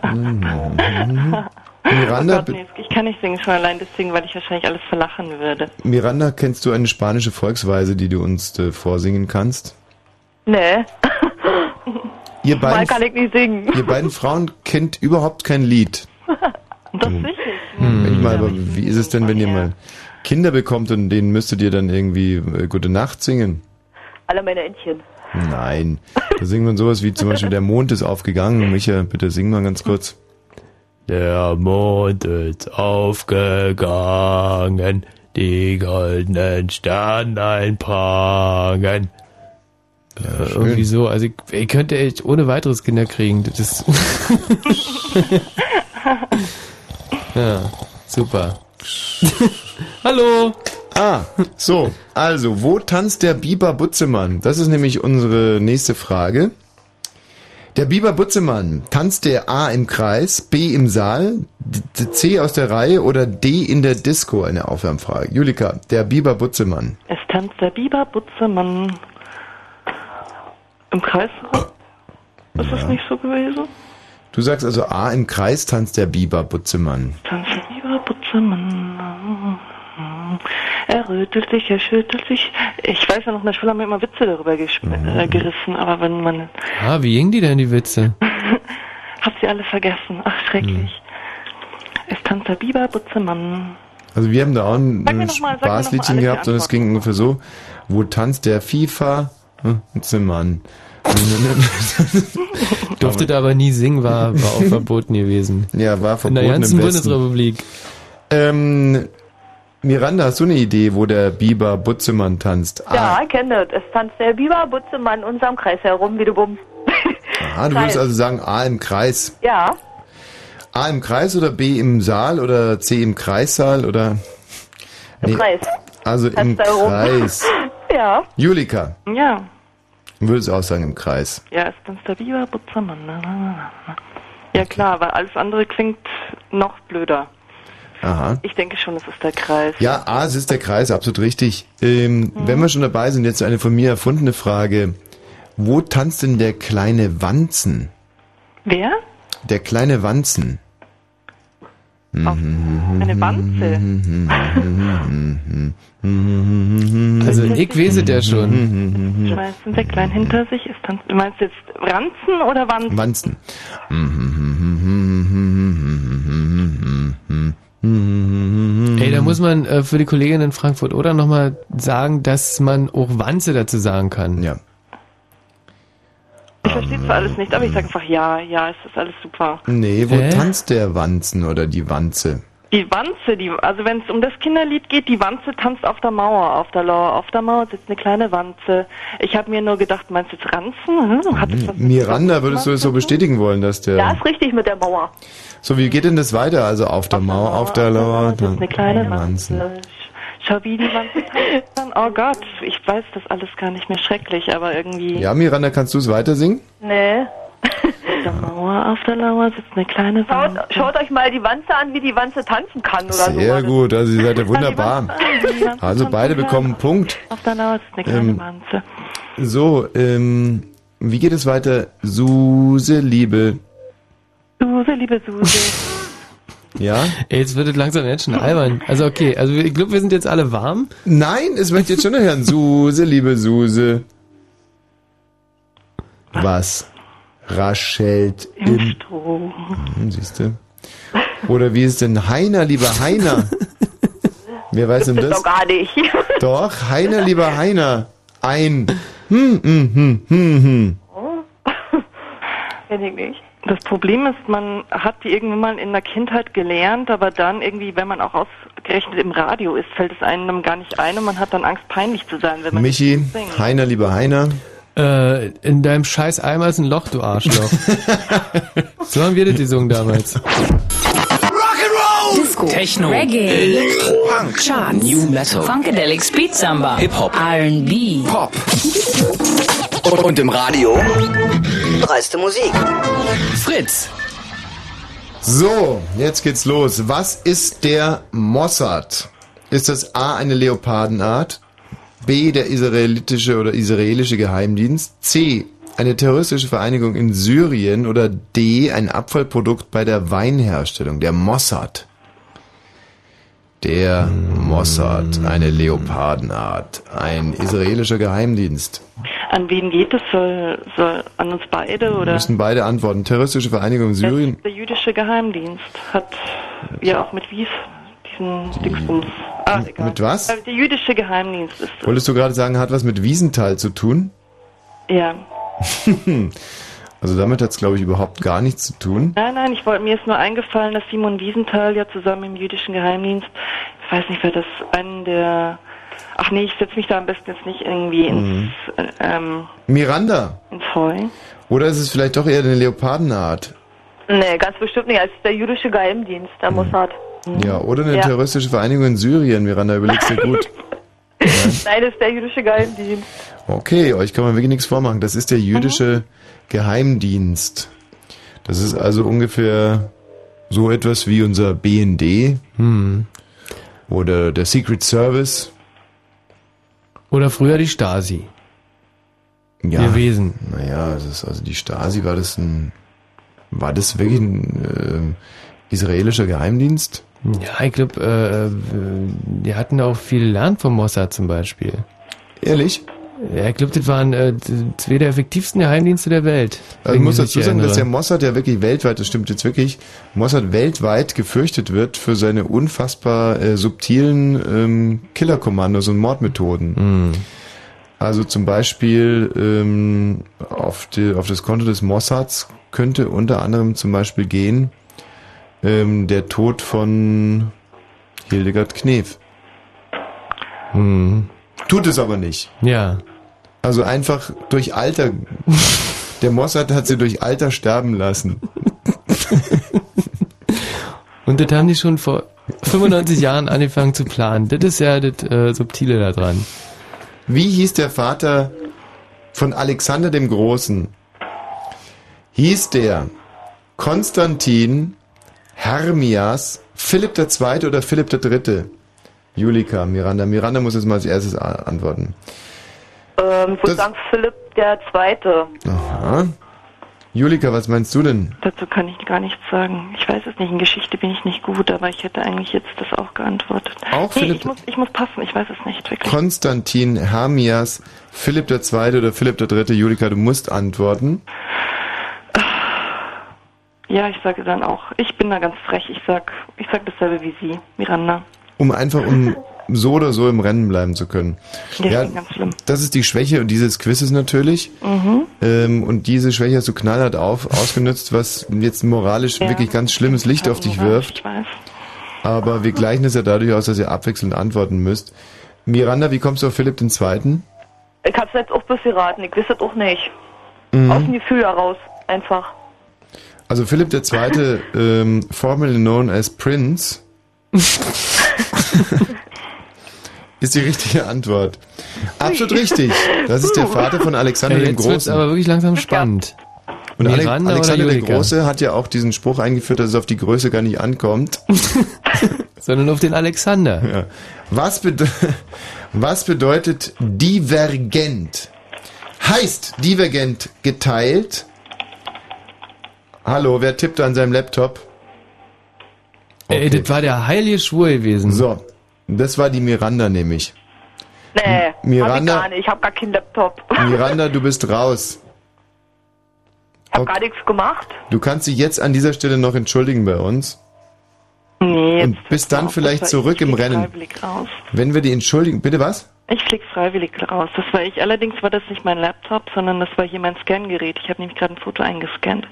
Miranda, Oh Gott, nee, ich kann nicht singen, schon allein deswegen, weil ich wahrscheinlich alles verlachen würde. Miranda, kennst du eine spanische Volksweise, die du uns äh, vorsingen kannst? Nee. Ihr Mal beiden, kann ich nicht singen. ihr beiden Frauen kennt überhaupt kein Lied. Das Hm. sicher. Wenn ich mal, aber wie ist es denn, wenn ihr mal Kinder bekommt und denen müsstet ihr dann irgendwie äh, Gute Nacht singen? Alle meine Entchen. Nein, da singt man sowas wie zum Beispiel Der Mond ist aufgegangen. Micha, bitte sing mal ganz kurz. Der Mond ist aufgegangen, die goldenen Sternlein prangen. Ja, äh, irgendwie so, also ich, ich könnte echt ohne weiteres Kinder kriegen. Das ist ja, super. Hallo! Ah, so, also, wo tanzt der Biber Butzemann? Das ist nämlich unsere nächste Frage. Der Biber Butzemann, tanzt der A im Kreis, B im Saal, D- C aus der Reihe oder D in der Disco? Eine Aufwärmfrage. Julika, der Biber Butzemann. Es tanzt der Biber Butzemann im Kreis. Ist Ja. das nicht so gewesen? Du sagst also A im Kreis tanzt der Biber Butzemann. Tanzt der Biber Butzemann. Er rötelt sich, er schüttelt sich. Ich weiß ja noch, in der Schule haben wir immer Witze darüber gesp- äh, gerissen, aber wenn man... Ah, wie gingen die denn, die Witze? Hab sie alle vergessen. Ach, schrecklich. Es tanzt der Biber Butzemann. Also wir haben da auch ein Sag mir noch mal- sag mir noch mal Spaßliedchen alle gehabt die und es ging ungefähr so, wo tanzt der FIFA hm, Butzemann? Durfte da aber nie singen, war, war auch verboten gewesen. Ja, war verboten in der ganzen im Westen. Bundesrepublik. Ähm, Miranda, hast du eine Idee, wo der Biber Butzemann tanzt? Ja, ich kenne das. Es tanzt der Biber Butzemann in unserem Kreis herum, wie du bummst. Ah, du würdest also sagen A im Kreis. Ja. A im Kreis oder B im Saal oder C im Kreissaal oder... Im Kreis. Also im Tanzt da herum. Kreis. Ja. Julika, Ja. du würdest auch sagen im Kreis. Ja, es tanzt der Biber Butzemann. Na, na, na, na. Ja klar, weil alles andere klingt noch blöder. Aha. Ich denke schon, es ist der Kreis. Ja, A, es ist der Kreis, absolut richtig. Ähm, Wenn wir schon dabei sind, jetzt eine von mir erfundene Frage. Wo tanzt denn der kleine Wanzen? Wer? Der kleine Wanzen. Eine Wanze. Also ich weiß es ja schon. Schmeißen der Klein hinter sich. Ist tanzt, du meinst jetzt Ranzen oder Wanzen? Wanzen. Ey, da muss man äh, für die Kollegin in Frankfurt oder nochmal sagen, dass man auch Wanze dazu sagen kann. Ja. Ich verstehe zwar alles nicht, aber ich sage einfach ja, ja, es ist alles super. Nee, wo Hä? tanzt der Wanzen oder die Wanze? Die Wanze, die, also wenn es um das Kinderlied geht, die Wanze tanzt auf der Mauer, auf der Lauer, auf der Mauer sitzt eine kleine Wanze. Ich habe mir nur gedacht, meinst du jetzt Ranzen? Hm? Hat das was mit Miranda, würdest du es so bestätigen wollen, dass der... Ja, ist richtig mit der Mauer. So, wie geht denn das weiter? Also auf der Mauer, auf der Lauer... Das ist eine kleine Wanzen. Wanze. Schau, wie die Wanze tanzt. Oh Gott, ich weiß das alles gar nicht mehr schrecklich, aber irgendwie... Ja, Miranda, kannst du es weiter singen? Nee. Auf der Mauer, auf der Lauer sitzt eine kleine Schaut, Wanze. schaut euch mal die Wanze an, wie die Wanze tanzen kann oder so. Sehr gut, also ihr seid ja wunderbar. Also beide bekommen einen Punkt. Auf der Lauer sitzt eine kleine Ähm, Wanze. So, ähm, wie geht es weiter? Suse, Liebe. Suse, liebe Suse. Ja? Ey, jetzt wird es langsam jetzt schon albern. Also okay, also ich glaube, wir sind jetzt alle warm. Nein, es möchte jetzt schon noch hören. Suse, liebe Suse. Was raschelt Im im... Stroh. Hm, siehst du? Oder wie ist denn Heiner, lieber Heiner? Wer weiß denn das? Das doch gar nicht. Doch, Heiner, lieber Heiner. Ein. Hm, hm, hm, hm, hm. Kenn ich nicht. Das Problem ist, man hat die irgendwann mal in der Kindheit gelernt, aber dann irgendwie, wenn man auch ausgerechnet im Radio ist, fällt es einem gar nicht ein und man hat dann Angst, peinlich zu sein, wenn man Michi, das singt. Heiner, lieber Heiner. Äh, in deinem scheiß Eimer ist ein Loch, du Arschloch. So haben wir das gesungen damals. Disco, Techno, Reggae, Electro, Punk, Charts, New Metal, Funkadelic, Speed Samba, Hip-Hop, R and B, Pop. Und im Radio dreiste Musik. Fritz. So, jetzt geht's los. Was ist der Mossad? Ist das A, eine Leopardenart? B, der israelitische oder israelische Geheimdienst? C, eine terroristische Vereinigung in Syrien? Oder D, ein Abfallprodukt bei der Weinherstellung? Der Mossad. Der Mossad, eine Leopardenart, ein israelischer Geheimdienst. An wen geht es? Soll, soll an uns beide oder? Müssen beide antworten. Terroristische Vereinigung in Syrien. Der jüdische Geheimdienst hat ja auch mit Wies diesen Dingsbums. Ah, egal. Mit was? Der jüdische Geheimdienst ist. Wolltest du gerade sagen, hat was mit Wiesenthal zu tun? Ja. Also damit hat es, glaube ich, überhaupt gar nichts zu tun. Nein, nein, ich wollte, mir ist nur eingefallen, dass Simon Wiesenthal ja zusammen im jüdischen Geheimdienst, ich weiß nicht, wer das, einen der, ach nee, ich setze mich da am besten jetzt nicht irgendwie ins, Mhm. äh, ähm, Miranda. ins Heu. Oder ist es vielleicht doch eher eine Leopardenart? Nee, ganz bestimmt nicht. Es ist der jüdische Geheimdienst, der Mossad. Ja, oder eine Ja. terroristische Vereinigung in Syrien, Miranda, überlegst dir gut. Nein, das ist der jüdische Geheimdienst. Okay, euch kann man wirklich nichts vormachen. Das ist der jüdische Geheimdienst. Das ist also ungefähr so etwas wie unser B N D Hm. oder der Secret Service. Oder früher die Stasi. Ja. Gewesen. Naja, es ist also die Stasi, war das ein, war das wirklich ein äh, israelischer Geheimdienst? Ja, ich glaube, äh, die hatten auch viel gelernt vom Mossad zum Beispiel. Ehrlich? Ja, ich glaube, das waren äh, zwei der effektivsten Geheimdienste der Welt. Also ich muss dazu sagen, dass der erinnere. Mossad ja wirklich weltweit, das stimmt jetzt wirklich, Mossad weltweit gefürchtet wird für seine unfassbar äh, subtilen ähm, Killerkommandos und Mordmethoden. Mhm. Also zum Beispiel ähm, auf, die, auf das Konto des Mossads könnte unter anderem zum Beispiel gehen ähm, der Tod von Hildegard Knef. Mhm. Tut es aber nicht. Ja. Also einfach durch Alter. Der Mossad hat sie durch Alter sterben lassen. Und das haben die schon vor fünfundneunzig Jahren angefangen zu planen. Das ist ja das äh, Subtile da dran. Wie hieß der Vater von Alexander dem Großen? Hieß der Konstantin, Hermias, Philipp der Zweite oder Philipp der Dritte? Julika, Miranda. Miranda muss jetzt mal als erstes a- antworten. Ähm, ich würde sagen Philipp der Zweite. Aha. Julika, was meinst du denn? Dazu kann ich gar nichts sagen. Ich weiß es nicht, in Geschichte bin ich nicht gut, aber ich hätte eigentlich jetzt das auch geantwortet. Auch nee, Philipp- ich muss, ich muss passen, ich weiß es nicht, wirklich. Konstantin, Hermias, Philipp der Zweite oder Philipp der Dritte? Julika, du musst antworten. Ja, ich sage dann auch. Ich bin da ganz frech. Ich sag, ich sag dasselbe wie Sie, Miranda. Um einfach um so oder so im Rennen bleiben zu können. Ja, ganz schlimm. Das ist die Schwäche dieses Quizzes natürlich. Mhm. Ähm, und diese Schwäche hast du knallhart auf, ausgenutzt, was jetzt moralisch Ja. wirklich ganz schlimmes Licht auf dich wirft. Ich weiß. Aber wir gleichen es ja dadurch aus, dass ihr abwechselnd antworten müsst. Miranda, wie kommst du auf Philipp den Zweiten? Ich hab's jetzt auch bloß geraten, ich weiß es auch nicht. Mhm. Aus dem Gefühl heraus, einfach. Also Philipp der Zweite, ähm, formerly known as Prince, ist die richtige Antwort. Absolut richtig. Das ist der Vater von Alexander Ey, dem jetzt wird's Großen. aber wirklich langsam spannend. Und Ale Miranda Alexander oder der Julika? Große hat ja auch diesen Spruch eingeführt, dass es auf die Größe gar nicht ankommt. Sondern auf den Alexander. Ja. Was, bede was bedeutet divergent? Heißt divergent geteilt? Hallo, wer tippt an seinem Laptop? Ey, das war der heilige Schwur gewesen. So, das war die Miranda nämlich. Nee, Miranda- hab ich gar nicht. Ich hab gar keinen Laptop. Miranda, du bist raus. Ich hab gar nichts gemacht. Du kannst dich jetzt an dieser Stelle noch entschuldigen bei uns. Nee, und bist dann vielleicht zurück im Rennen. Raus. Wenn wir die entschuldigen, bitte was? Ich flieg freiwillig raus. Das war ich. Allerdings war das nicht mein Laptop, sondern das war hier mein Scangerät. Ich habe nämlich gerade ein Foto eingescannt.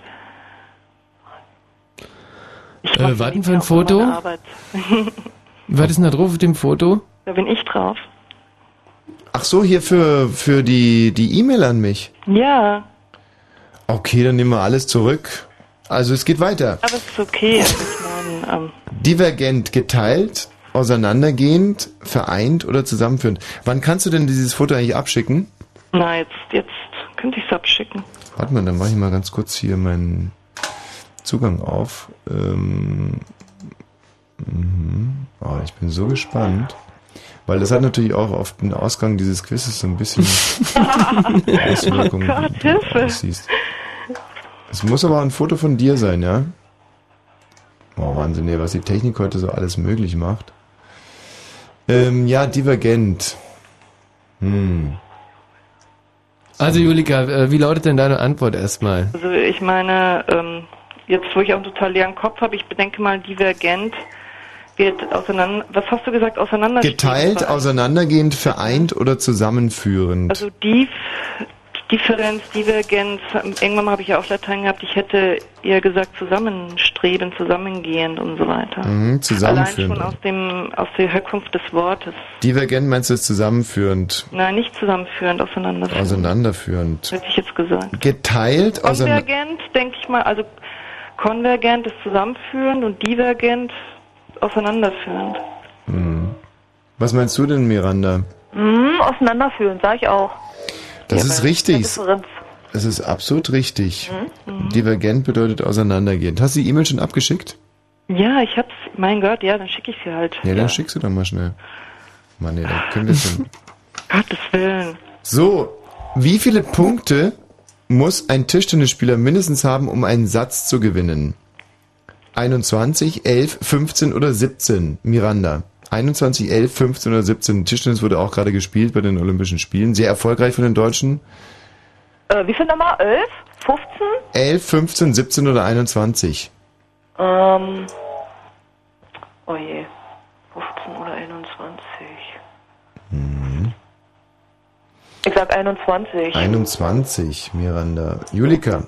Äh, warten für ein Foto? Was ist denn da drauf auf dem Foto? Da bin ich drauf. Ach so, hier für, für die, die E-Mail an mich. Ja. Okay, dann nehmen wir alles zurück. Also es geht weiter. Aber es ist okay. Ich meine, ähm, Divergent, geteilt, auseinandergehend, vereint oder zusammenführend. Wann kannst du denn dieses Foto eigentlich abschicken? Na, jetzt, jetzt könnte ich es abschicken. Warte mal, dann mache ich mal ganz kurz hier meinen Zugang auf. Ähm, mhm. Oh, ich bin so gespannt. Weil das hat natürlich auch auf den Ausgang dieses Quizzes so ein bisschen Auswirkungen. Oh Gott, Hilfe. Es muss aber ein Foto von dir sein, ja? Oh, Wahnsinn, ey, was die Technik heute so alles möglich macht. Ähm, ja, Divergent. Hm. Also Julika, wie lautet denn deine Antwort erstmal? Also ich meine, ähm, jetzt wo ich auch einen total leeren Kopf habe, ich bedenke mal, Divergent wird auseinander, was hast du gesagt, auseinander? Geteilt, auseinandergehend, vereint oder zusammenführend? Also die Differenz, Divergenz, irgendwann mal habe ich ja auch Latein gehabt, ich hätte eher gesagt zusammenstreben, zusammengehend und so weiter. Mhm, zusammenführend. Allein schon aus dem, aus der Herkunft des Wortes. Divergent meinst du jetzt zusammenführend? Nein, nicht zusammenführend, auseinanderführend. Auseinanderführend. Hätte ich jetzt gesagt. Geteilt, auseinander... Konvergent, denke ich mal, also konvergent ist zusammenführend und divergent auseinanderführend. Hm. Was meinst du denn, Miranda? Mhm, auseinanderführend, sag ich auch. Das ja, ist richtig. Differenz. Das ist absolut richtig. Mhm. Divergent bedeutet auseinandergehend. Hast du die E-Mail schon abgeschickt? Ja, ich hab's, mein Gott, ja, dann schicke ich sie halt. Ja, dann ja. schickst du doch mal schnell. Mann, nee, dann können wir schon. Gottes Willen. So, wie viele Punkte muss ein Tischtennisspieler mindestens haben, um einen Satz zu gewinnen? einundzwanzig, elf, fünfzehn oder siebzehn? Miranda. einundzwanzig, elf, fünfzehn oder siebzehn. Tischtennis wurde auch gerade gespielt bei den Olympischen Spielen. Sehr erfolgreich von den Deutschen. Äh, wie viel nochmal? elf? fünfzehn? elf, fünfzehn, siebzehn oder einundzwanzig? Ähm. Oh je. fünfzehn oder einundzwanzig? Hm. Ich sag einundzwanzig. einundzwanzig, Miranda. Julika.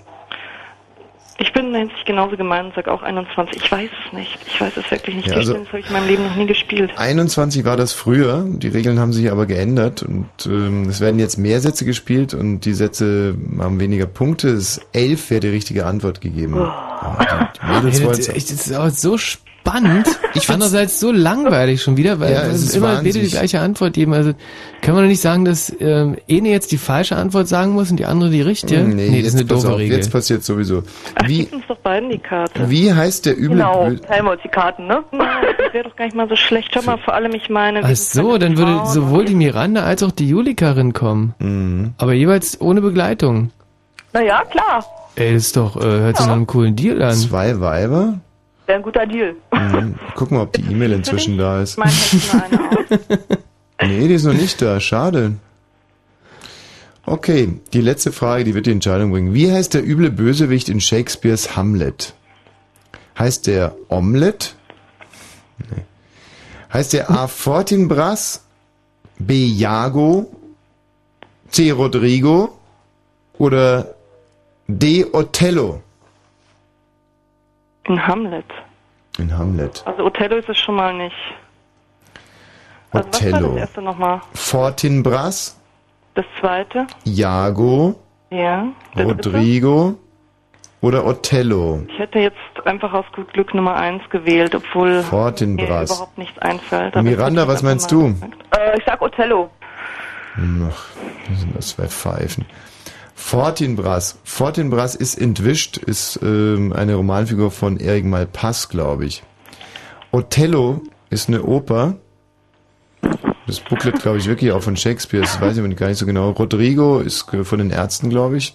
Ich bin eigentlich genauso gemein und sage auch einundzwanzig. Ich weiß es nicht. Ich weiß es wirklich nicht. Ja, also Tischtennis habe ich in meinem Leben noch nie gespielt. einundzwanzig war das früher. Die Regeln haben sich aber geändert und ähm, es werden jetzt mehr Sätze gespielt und die Sätze haben weniger Punkte. Es elf wäre die richtige Antwort gegeben. Oh. Ja, die, die Mädels hey, wollen das, das ist auch so spannend. Ich andererseits so langweilig schon wieder, weil ja, es ist immer beide die gleiche Antwort geben. Also können wir doch nicht sagen, dass ähm, eine jetzt die falsche Antwort sagen muss und die andere die richtige? Nee, nee, das ist eine doofe auf, Regel. Jetzt passiert sowieso. Wie, Ach, uns doch beiden die Karte. Wie heißt der üble... Genau, teilen wir uns die Karten, ne? Das wäre doch gar nicht mal so schlecht. Schau mal, vor allem, ich meine... Ach so, dann würde Frauen sowohl die Miranda als auch die Julikarin kommen. Mhm. Aber jeweils ohne Begleitung. Naja, klar. Ey, das ist doch, äh, hört sich ja. nach einem coolen Deal an. Zwei Weiber? Wäre ein guter Deal. Mhm. Guck mal, ob die E-Mail inzwischen da ist. Ich meine, hätte mal eine auf. Nee, die ist noch nicht da. Schade. Okay, die letzte Frage, die wird die Entscheidung bringen. Wie heißt der üble Bösewicht in Shakespeares Hamlet? Heißt der Omelette? Nee. Heißt der A. Fortinbras, B. Iago, C. Rodrigo oder D. Othello? In Hamlet. In Hamlet. Also Othello ist es schon mal nicht. Also Othello. Was war das erste nochmal? Fortinbras. Das zweite? Iago. Ja. Rodrigo. Oder Othello. Ich hätte jetzt einfach aus gut Glück Nummer eins gewählt, obwohl Fortinbras. mir überhaupt nichts einfällt. Miranda, was meinst du? Äh, ich sag Othello. Ach, was sind das zwei Pfeifen? Fortinbras. Fortinbras ist entwischt, ist ähm, eine Romanfigur von Eric Malpass, glaube ich. Othello ist eine Oper. Das Booklet, glaube ich, wirklich auch von Shakespeare. Das weiß ich aber gar nicht so genau. Rodrigo ist von den Ärzten, glaube ich.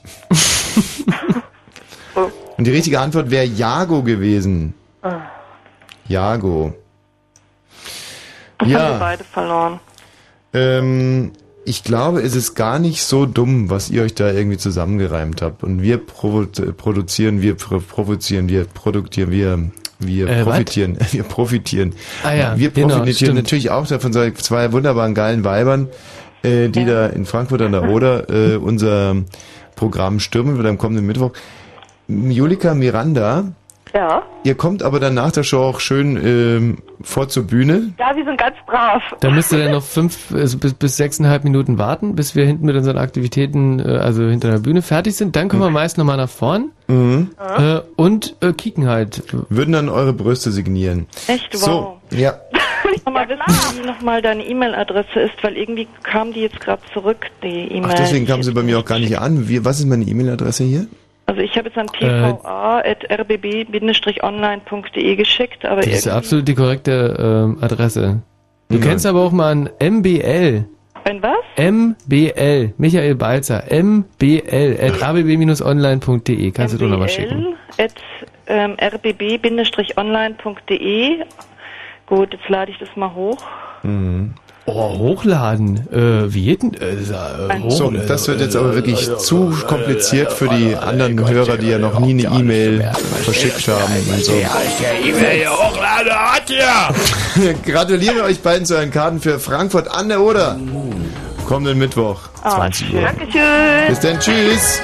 Und die richtige Antwort wäre Iago gewesen. Iago. Das ja. haben wir beide verloren. Ähm... Ich glaube, es ist gar nicht so dumm, was ihr euch da irgendwie zusammengereimt habt. Und wir provo- produzieren, wir provozieren, wir produktieren, wir, Wir Äh, profitieren. Wir profitieren. Ah ja, wir genau, profitieren stimmt. natürlich auch davon so zwei wunderbaren geilen Weibern, äh, die da in Frankfurt an der Oder äh, unser Programm stürmen wird am kommenden Mittwoch. Julika Miranda. Ja. Ihr kommt aber dann nach der Show auch schön ähm, vor zur Bühne. Ja, wir sind ganz brav. Da müsst ihr dann noch fünf also bis, bis sechseinhalb Minuten warten, bis wir hinten mit unseren Aktivitäten, äh, also hinter der Bühne fertig sind. Dann kommen wir meist nochmal nach vorn Mhm. äh, und äh, kicken halt. Würden dann eure Brüste signieren. Echt, wow. So, ja. Ich will mal wissen, wie nochmal deine E-Mail-Adresse ist, weil irgendwie kam die jetzt gerade zurück, die E-Mail. Ach, deswegen kam sie bei mir auch gar nicht an. Wie, was ist meine E-Mail-Adresse hier? Also ich habe jetzt an t v a at r b b online punkt d e geschickt, aber Das ist irgendwie... absolut die korrekte ähm, Adresse. Du Ja. kennst aber auch mal an M B L. Ein was? M B L, Michael Balzer, M B L at r b b online punkt d e. Kannst du doch noch was schicken. at ähm, r b b online punkt d e. Gut, jetzt lade ich das mal hoch. Mhm. Oh, hochladen. Äh, wie geht denn? Äh, äh, hoch, So, das wird jetzt aber wirklich zu kompliziert für die anderen Hörer, die ja noch nie eine E-Mail verschickt haben und so. E-Mail hier hochladen, hat hier! Gratuliere euch beiden zu euren Karten für Frankfurt an der Oder. Kommenden Mittwoch, zwanzig Uhr. Dankeschön. Bis dann, tschüss.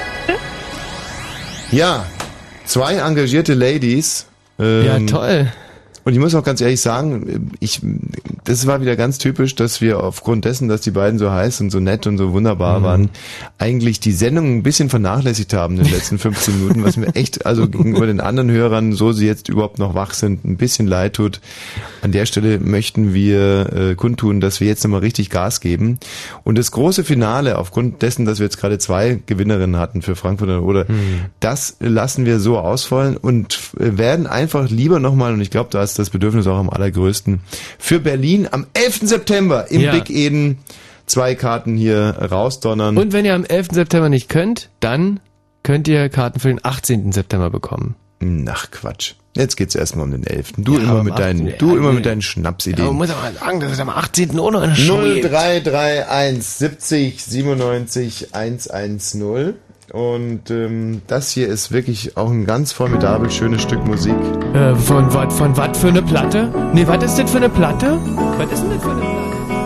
Ja, zwei engagierte Ladies. Ähm, Ja, toll. Und ich muss auch ganz ehrlich sagen, ich, das war wieder ganz typisch, dass wir aufgrund dessen, dass die beiden so heiß und so nett und so wunderbar Mhm. waren, eigentlich die Sendung ein bisschen vernachlässigt haben in den letzten fünfzehn Minuten, was mir echt, also gegenüber den anderen Hörern, so sie jetzt überhaupt noch wach sind, ein bisschen leid tut. An der Stelle möchten wir äh, kundtun, dass wir jetzt nochmal richtig Gas geben. Und das große Finale, aufgrund dessen, dass wir jetzt gerade zwei Gewinnerinnen hatten für Frankfurt oder Mhm. das lassen wir so ausfallen und äh, werden einfach lieber nochmal, und ich glaube, da ist das Bedürfnis auch am allergrößten, für Berlin am elften September im Ja. Big Eden zwei Karten hier rausdonnern. Und wenn ihr am elften September nicht könnt, dann könnt ihr Karten für den achtzehnten September bekommen. Ach Quatsch. Jetzt geht's erstmal um den elften. Du Ja, immer aber mit am deinen, achtzehnten du ja, immer nee. mit deinen Schnapsideen. Ja, man muss aber mal sagen, dass es am achtzehnten auch noch eine Show null gibt. drei drei eins siebzig siebenundneunzig hundertzehn und ähm, das hier ist wirklich auch ein ganz formidabel schönes Stück Musik. Äh, von was von wat für eine Platte? Nee, was ist das für eine Platte? Was ist denn das für eine Platte?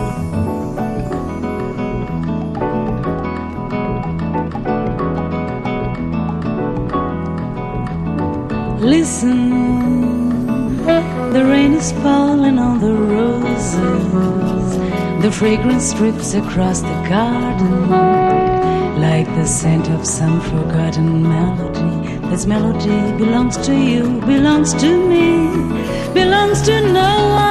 Listen, the rain is falling on the roses. The fragrance drips across the garden like the scent of some forgotten melody. This melody belongs to you, belongs to me, belongs to no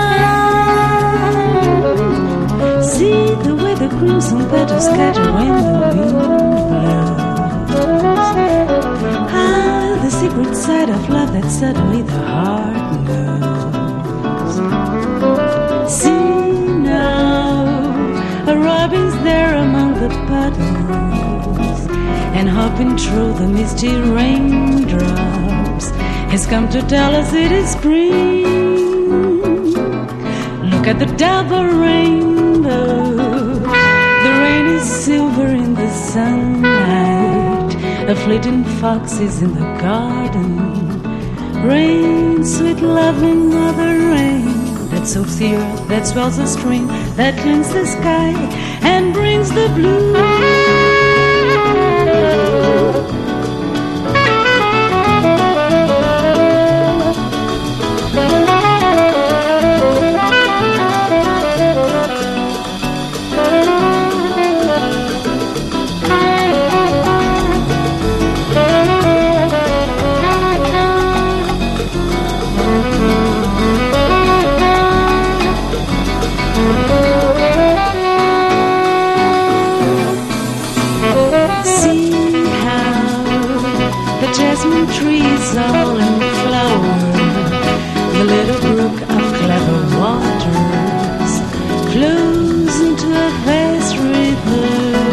one. See the way the crimson petals scatter when the wind blows. Ah, the secret side of love that suddenly the heart knows. See now, a robin's there among the puddles, and hopping through the misty raindrops has come to tell us it is spring. Look at the double rainbow. The rain is silver in the sunlight. A fleeting fox is in the garden. Rain, sweet loving mother rain, that soaks the earth, that swells the stream, that cleans the sky and brings the blue. Trees all in flower, the little brook of clever waters flows into a vast river.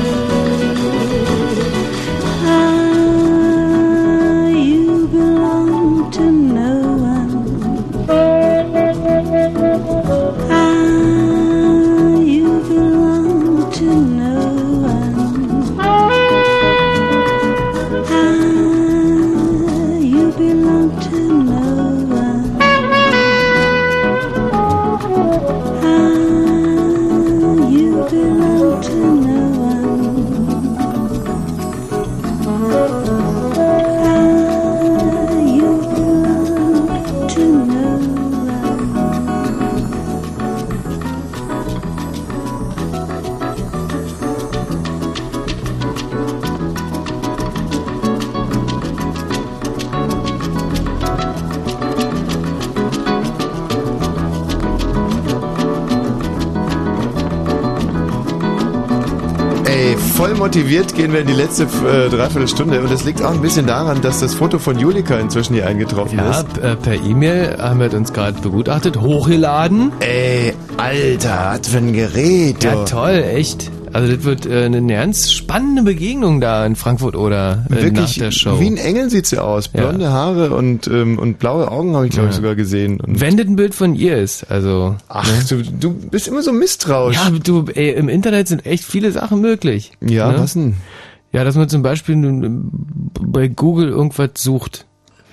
Ah, you belong to no one. Ah, you belong to no one. Ah, belong to motiviert gehen wir in die letzte äh, Dreiviertelstunde. Und das liegt auch ein bisschen daran, dass das Foto von Julika inzwischen hier eingetroffen ja, ist. Ja, per E-Mail haben wir uns gerade begutachtet, hochgeladen. Ey, Alter, was für ein Gerät. Ja, oh. toll, echt. Also das wird äh, eine ganz spannende Begegnung da in Frankfurt oder äh, Wirklich, nach der Show. Wie ein Engel sieht sie aus. Blonde ja. Haare und ähm, und blaue Augen habe ich, glaube ich, ja. sogar gesehen. Und wenn das ein Bild von ihr ist, also... Ach, ne? du, du bist immer so misstrauisch. Ja, du, ey, im Internet sind echt viele Sachen möglich. Ja, ne? was denn? Ja, dass man zum Beispiel bei Google irgendwas sucht.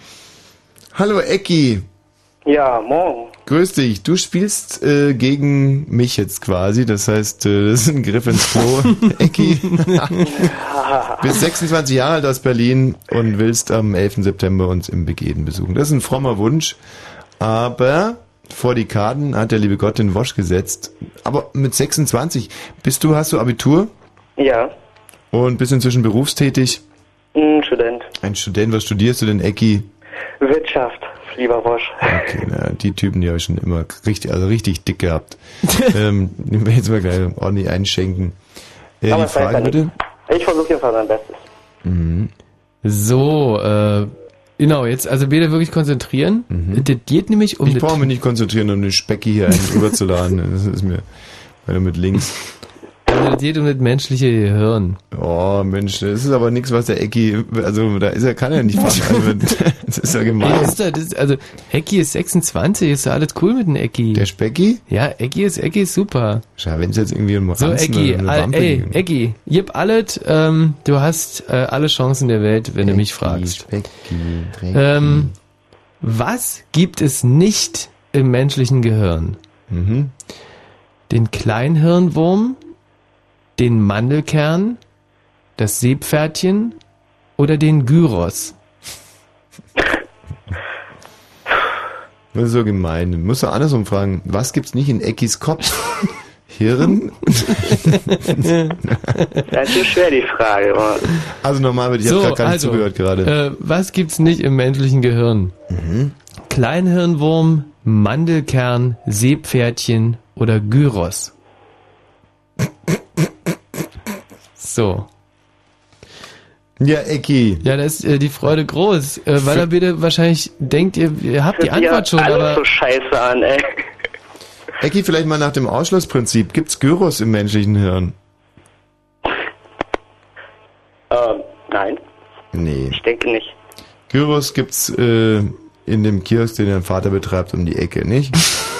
Hallo Ecki. Ja, morgen. Grüß dich. Du spielst äh, gegen mich jetzt quasi. Das heißt, äh, das ist ein Griff ins Klo. Ecki. Bist sechsundzwanzig Jahre alt aus Berlin und willst am elften September uns im Begehen besuchen. Das ist ein frommer Wunsch. Aber vor die Karten hat der liebe Gott den Wosch gesetzt. Aber mit sechsundzwanzig, bist du, hast du Abitur? Ja. Und bist inzwischen berufstätig? Ein Student. Ein Student. Was studierst du denn, Ecki? Wirtschaft. Lieber Wosch. Okay, na, die Typen, die habe ich schon immer richtig, also richtig dick gehabt. ähm, ich will jetzt mal gleich ordentlich einschenken. Äh, Aber die Frage bitte? Ich versuche jedenfalls mein Bestes. Mhm. So, äh, genau, jetzt also bitte wirklich konzentrieren. Mhm. Das geht nämlich um... Ich brauche mich nicht konzentrieren, um den Specki hier einen drüber zu laden. Das ist mir, weil er mit links... Also das geht um das menschliche Gehirn. Oh Mensch, das ist aber nichts, was der Ecki, also da ist er, kann er nicht machen. Das ist ja gemein. Hey, das ist, das ist, also Ecki ist sechsundzwanzig, ist ja alles cool mit dem Ecki. Der Specki? Ja, Ecki ist Ecki ist super. Schau, wenn es jetzt irgendwie um so Ecki, eine all, Wampe ey, ging. Ecki, gib alles, ähm, du hast äh, alle Chancen der Welt, wenn Ecki, du mich fragst. Specki, ähm, was gibt es nicht im menschlichen Gehirn? Mhm. Den Kleinhirnwurm, den Mandelkern, das Seepferdchen oder den Gyros? Das ist so gemein. Du musst doch andersrum fragen. Was gibt's nicht in Eckis Kopf? Hirn? Das ist so schwer, die Frage. Aber also nochmal, ich so, habe gar nicht also, zugehört gerade. Äh, was gibt's nicht im menschlichen Gehirn? Mhm. Kleinhirnwurm, Mandelkern, Seepferdchen oder Gyros? So. Ja, Ecki. Ja, da ist äh, die Freude groß, äh, weil er bitte wahrscheinlich denkt, ihr, ihr habt die Antwort schon, alles aber... so scheiße an, ey. Ecki, vielleicht mal nach dem Ausschlussprinzip. Gibt's Gyros im menschlichen Hirn? Ähm, nein. Nee. Ich denke nicht. Gyros gibt's äh, in dem Kiosk, den dein Vater betreibt, um die Ecke, nicht?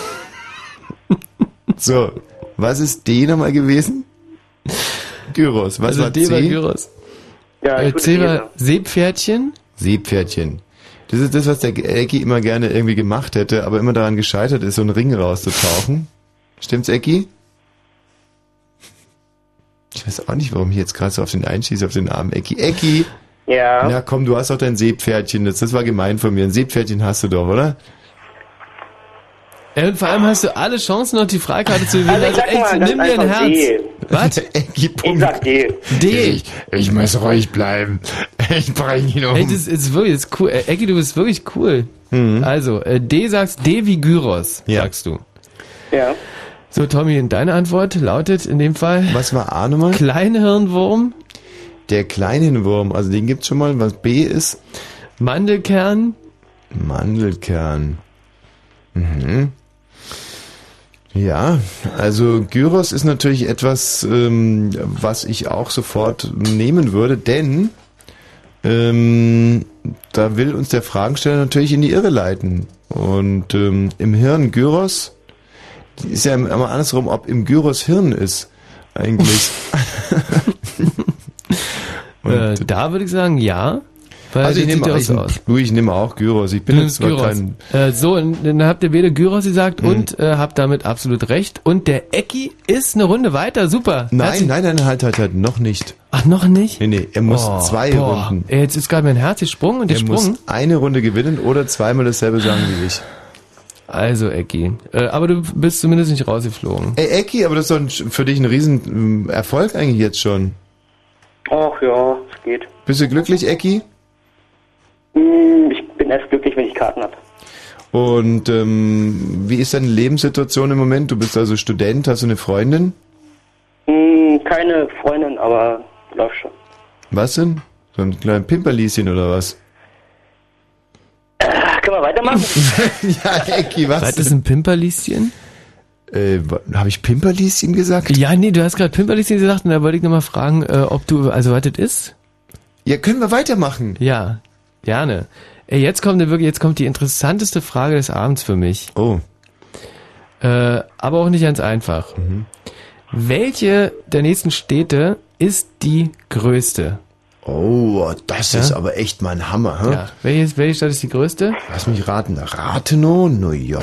So, was ist D nochmal gewesen? Gyros. Was also war D C? war Gyros. Ja, äh, C war Seepferdchen. Seepferdchen. Das ist das, was der Ecki immer gerne irgendwie gemacht hätte, aber immer daran gescheitert ist, so einen Ring rauszutauchen. Stimmt's, Ecki? Ich weiß auch nicht, warum ich jetzt gerade so auf den einschieße, auf den armen Ecki. Ecki! Ja? Na komm, du hast doch dein Seepferdchen. Das, das war gemein von mir. Ein Seepferdchen hast du doch, oder? Ja, und vor allem hast du alle Chancen, noch die Freikarte zu gewinnen. Also, also echt, mal, nimm dir ein Herz. D. Was? Ecki, ich sag D. D. Ich, ich muss ruhig bleiben. Ich bring ihn um. Hey, das ist wirklich das ist cool. Äh, Ecki, du bist wirklich cool. Mhm. Also, äh, D sagst D wie Gyros, ja. sagst du. Ja. So, Tommy, deine Antwort lautet in dem Fall... Was war A nochmal? Kleinhirnwurm. Der Kleinhirnwurm, also den gibt's schon mal. Was B ist? Mandelkern. Mandelkern. Mhm. Ja, also Gyros ist natürlich etwas, ähm, was ich auch sofort nehmen würde, denn ähm, da will uns der Fragensteller natürlich in die Irre leiten. Und ähm, im Hirn Gyros, ist ja immer andersrum, ob im Gyros Hirn ist, eigentlich. äh, da würde ich sagen, ja. Weil also ich nehme auch, so aus. Du, ich nehme auch Gyros. Ich bin du jetzt zwar Gyros. kein... Äh, so, und dann habt ihr beide Gyros gesagt Mhm. und äh, habt damit absolut recht. Und der Ecki ist eine Runde weiter. Super. Nein, Herzlich- nein, nein, halt, halt, halt, noch nicht. Ach, noch nicht? Nee, nee, er muss Oh, zwei boah. Runden. Ey, jetzt ist gerade mein Herz gesprungen und Er gesprungen. muss eine Runde gewinnen oder zweimal dasselbe sagen wie ich. Also, Ecki. Äh, aber du bist zumindest nicht rausgeflogen. Ey, Ecki, aber das ist doch ein, für dich ein riesen ähm, Erfolg eigentlich jetzt schon. Ach ja, es geht. Bist du glücklich, Ecki? Hm, Ich bin erst glücklich, wenn ich Karten habe. Und ähm, wie ist deine Lebenssituation im Moment? Du bist also Student, hast du eine Freundin? Hm, Keine Freundin, aber läuft schon. Was denn? So ein kleines Pimperlieschen oder was? Äh, können wir weitermachen? Ja, Ecki, was? Was ist ein Pimperlieschen? Äh, habe ich Pimperlieschen gesagt? Ja, nee, du hast gerade Pimperlieschen gesagt und da wollte ich nochmal fragen, äh, ob du, also was das ist? Ja, können wir weitermachen? Ja, gerne. Ey, jetzt kommt wirklich, jetzt kommt die interessanteste Frage des Abends für mich. Oh. Äh, aber auch nicht ganz einfach. Mhm. Welche der nächsten Städte ist die größte? Oh, das ja? ist aber echt mal ein Hammer, hä? Ja. Welche, welche Stadt ist die größte? Lass mich raten. Rathenow, New York.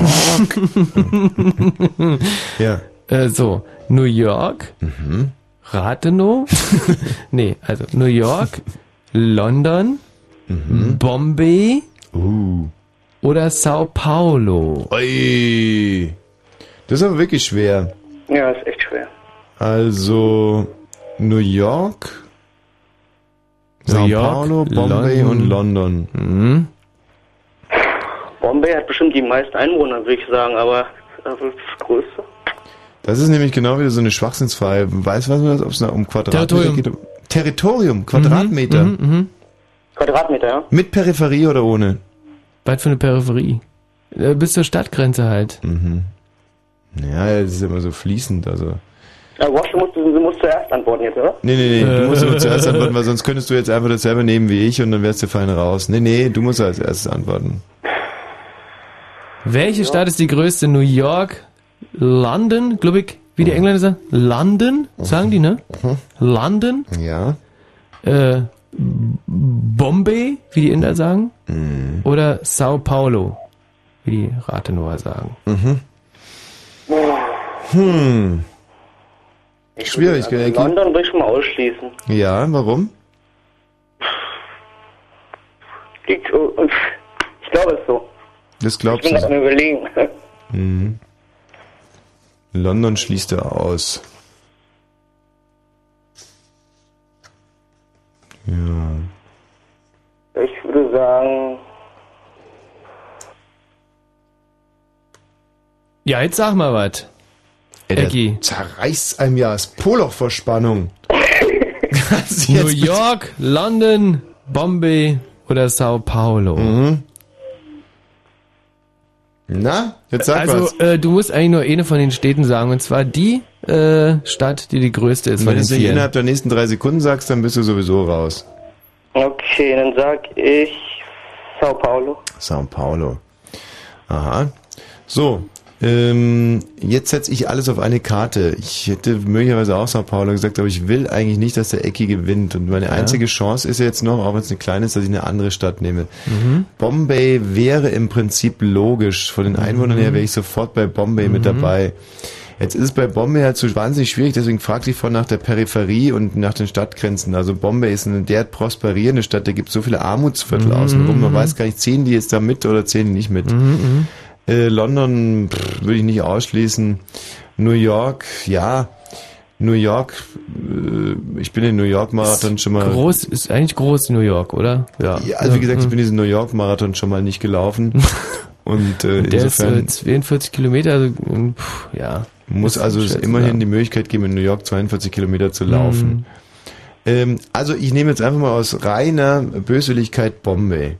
Ja. Äh, so, New York, Mhm. Rathenow, nee, also New York, London, Mhm. Bombay Uh. oder Sao Paulo. Ui. Das ist aber wirklich schwer. Ja, ist echt schwer. Also New York, New Sao York, Paulo, Bombay London. und London. Mhm. Bombay hat bestimmt die meisten Einwohner, würde ich sagen, aber das ist das Größte. Das ist nämlich genau wieder so eine Schwachsinnsfrage. Weißt du, was man das, ob es um Quadratmeter Territorium. geht? Um Territorium, Quadratmeter. Mhm, mhm. Quadratmeter, ja? Mit Peripherie oder ohne? Was für eine Peripherie? Äh, bis zur Stadtgrenze halt. Mhm. Ja, das ist immer so fließend, also. Ja, Wash, du musst, du musst zuerst antworten jetzt, oder? Nee, nee, nee, du Äh. musst nur zuerst antworten, weil sonst könntest du jetzt einfach dasselbe nehmen wie ich und dann wärst du fein raus. Nee, nee, du musst als erstes antworten. Welche Stadt ist die größte? New York, London, glaube ich, wie die Engländer sagen? London, sagen die, ne? London, Ja. äh, Bombay, wie die Inder sagen? Mhm. Oder Sao Paulo, wie die Rathenower sagen. Mhm. Hm. Schwierig, also gell, Ecki? London will ich schon mal ausschließen. Ja, warum? Liegt, und ich glaube es ist so. Das Ich glaubst bin gerade du. am Überlegen. Mhm. London schließt er aus. Ja. Ich würde sagen, Ja, jetzt sag mal was. Ey, der Ecki. zerreißt einem ja das Poloch vor Spannung. Kannst du New jetzt bitte- York, London, Bombay oder Sao Paulo. Mhm. Na, jetzt sag Also, was. äh, du musst eigentlich nur eine von den Städten sagen, und zwar die äh, Stadt, die die größte ist Wenn von du den es nicht vier. innerhalb der nächsten drei Sekunden sagst, dann bist du sowieso raus. okay, dann sag ich Sao Paulo. Sao Paulo. Aha. So, ähm, jetzt setze ich alles auf eine Karte. Ich hätte möglicherweise auch Sao Paulo gesagt, aber ich will eigentlich nicht, dass der Ecki gewinnt. Und meine Ja. einzige Chance ist ja jetzt noch, auch wenn es eine kleine ist, dass ich eine andere Stadt nehme. Mhm. Bombay wäre im Prinzip logisch. Von den Einwohnern her wäre ich sofort bei Bombay mit dabei. Jetzt ist es bei Bombay halt so wahnsinnig schwierig, deswegen fragte ich vorhin nach der Peripherie und nach den Stadtgrenzen. Also Bombay ist eine derart prosperierende Stadt, da gibt es so viele Armutsviertel Mhm. außenrum. Man weiß gar nicht, zählen die jetzt da mit oder zählen die nicht mit. Mhm. Äh, London pff, würde ich nicht ausschließen. New York, ja. New York, äh, ich bin den New York Marathon schon mal. Groß, ist eigentlich groß New York, oder? Ja. Ja, also wie gesagt, ich Mhm. bin diesen New York Marathon schon mal nicht gelaufen. Und äh, Der insofern ist äh, zweiundvierzig Kilometer, also, ähm, pff, ja. muss Ist also es schwer zu immerhin sagen. die Möglichkeit geben, in New York zweiundvierzig Kilometer zu laufen. Mhm. Ähm, also ich nehme jetzt einfach mal aus reiner Böswilligkeit Bombay.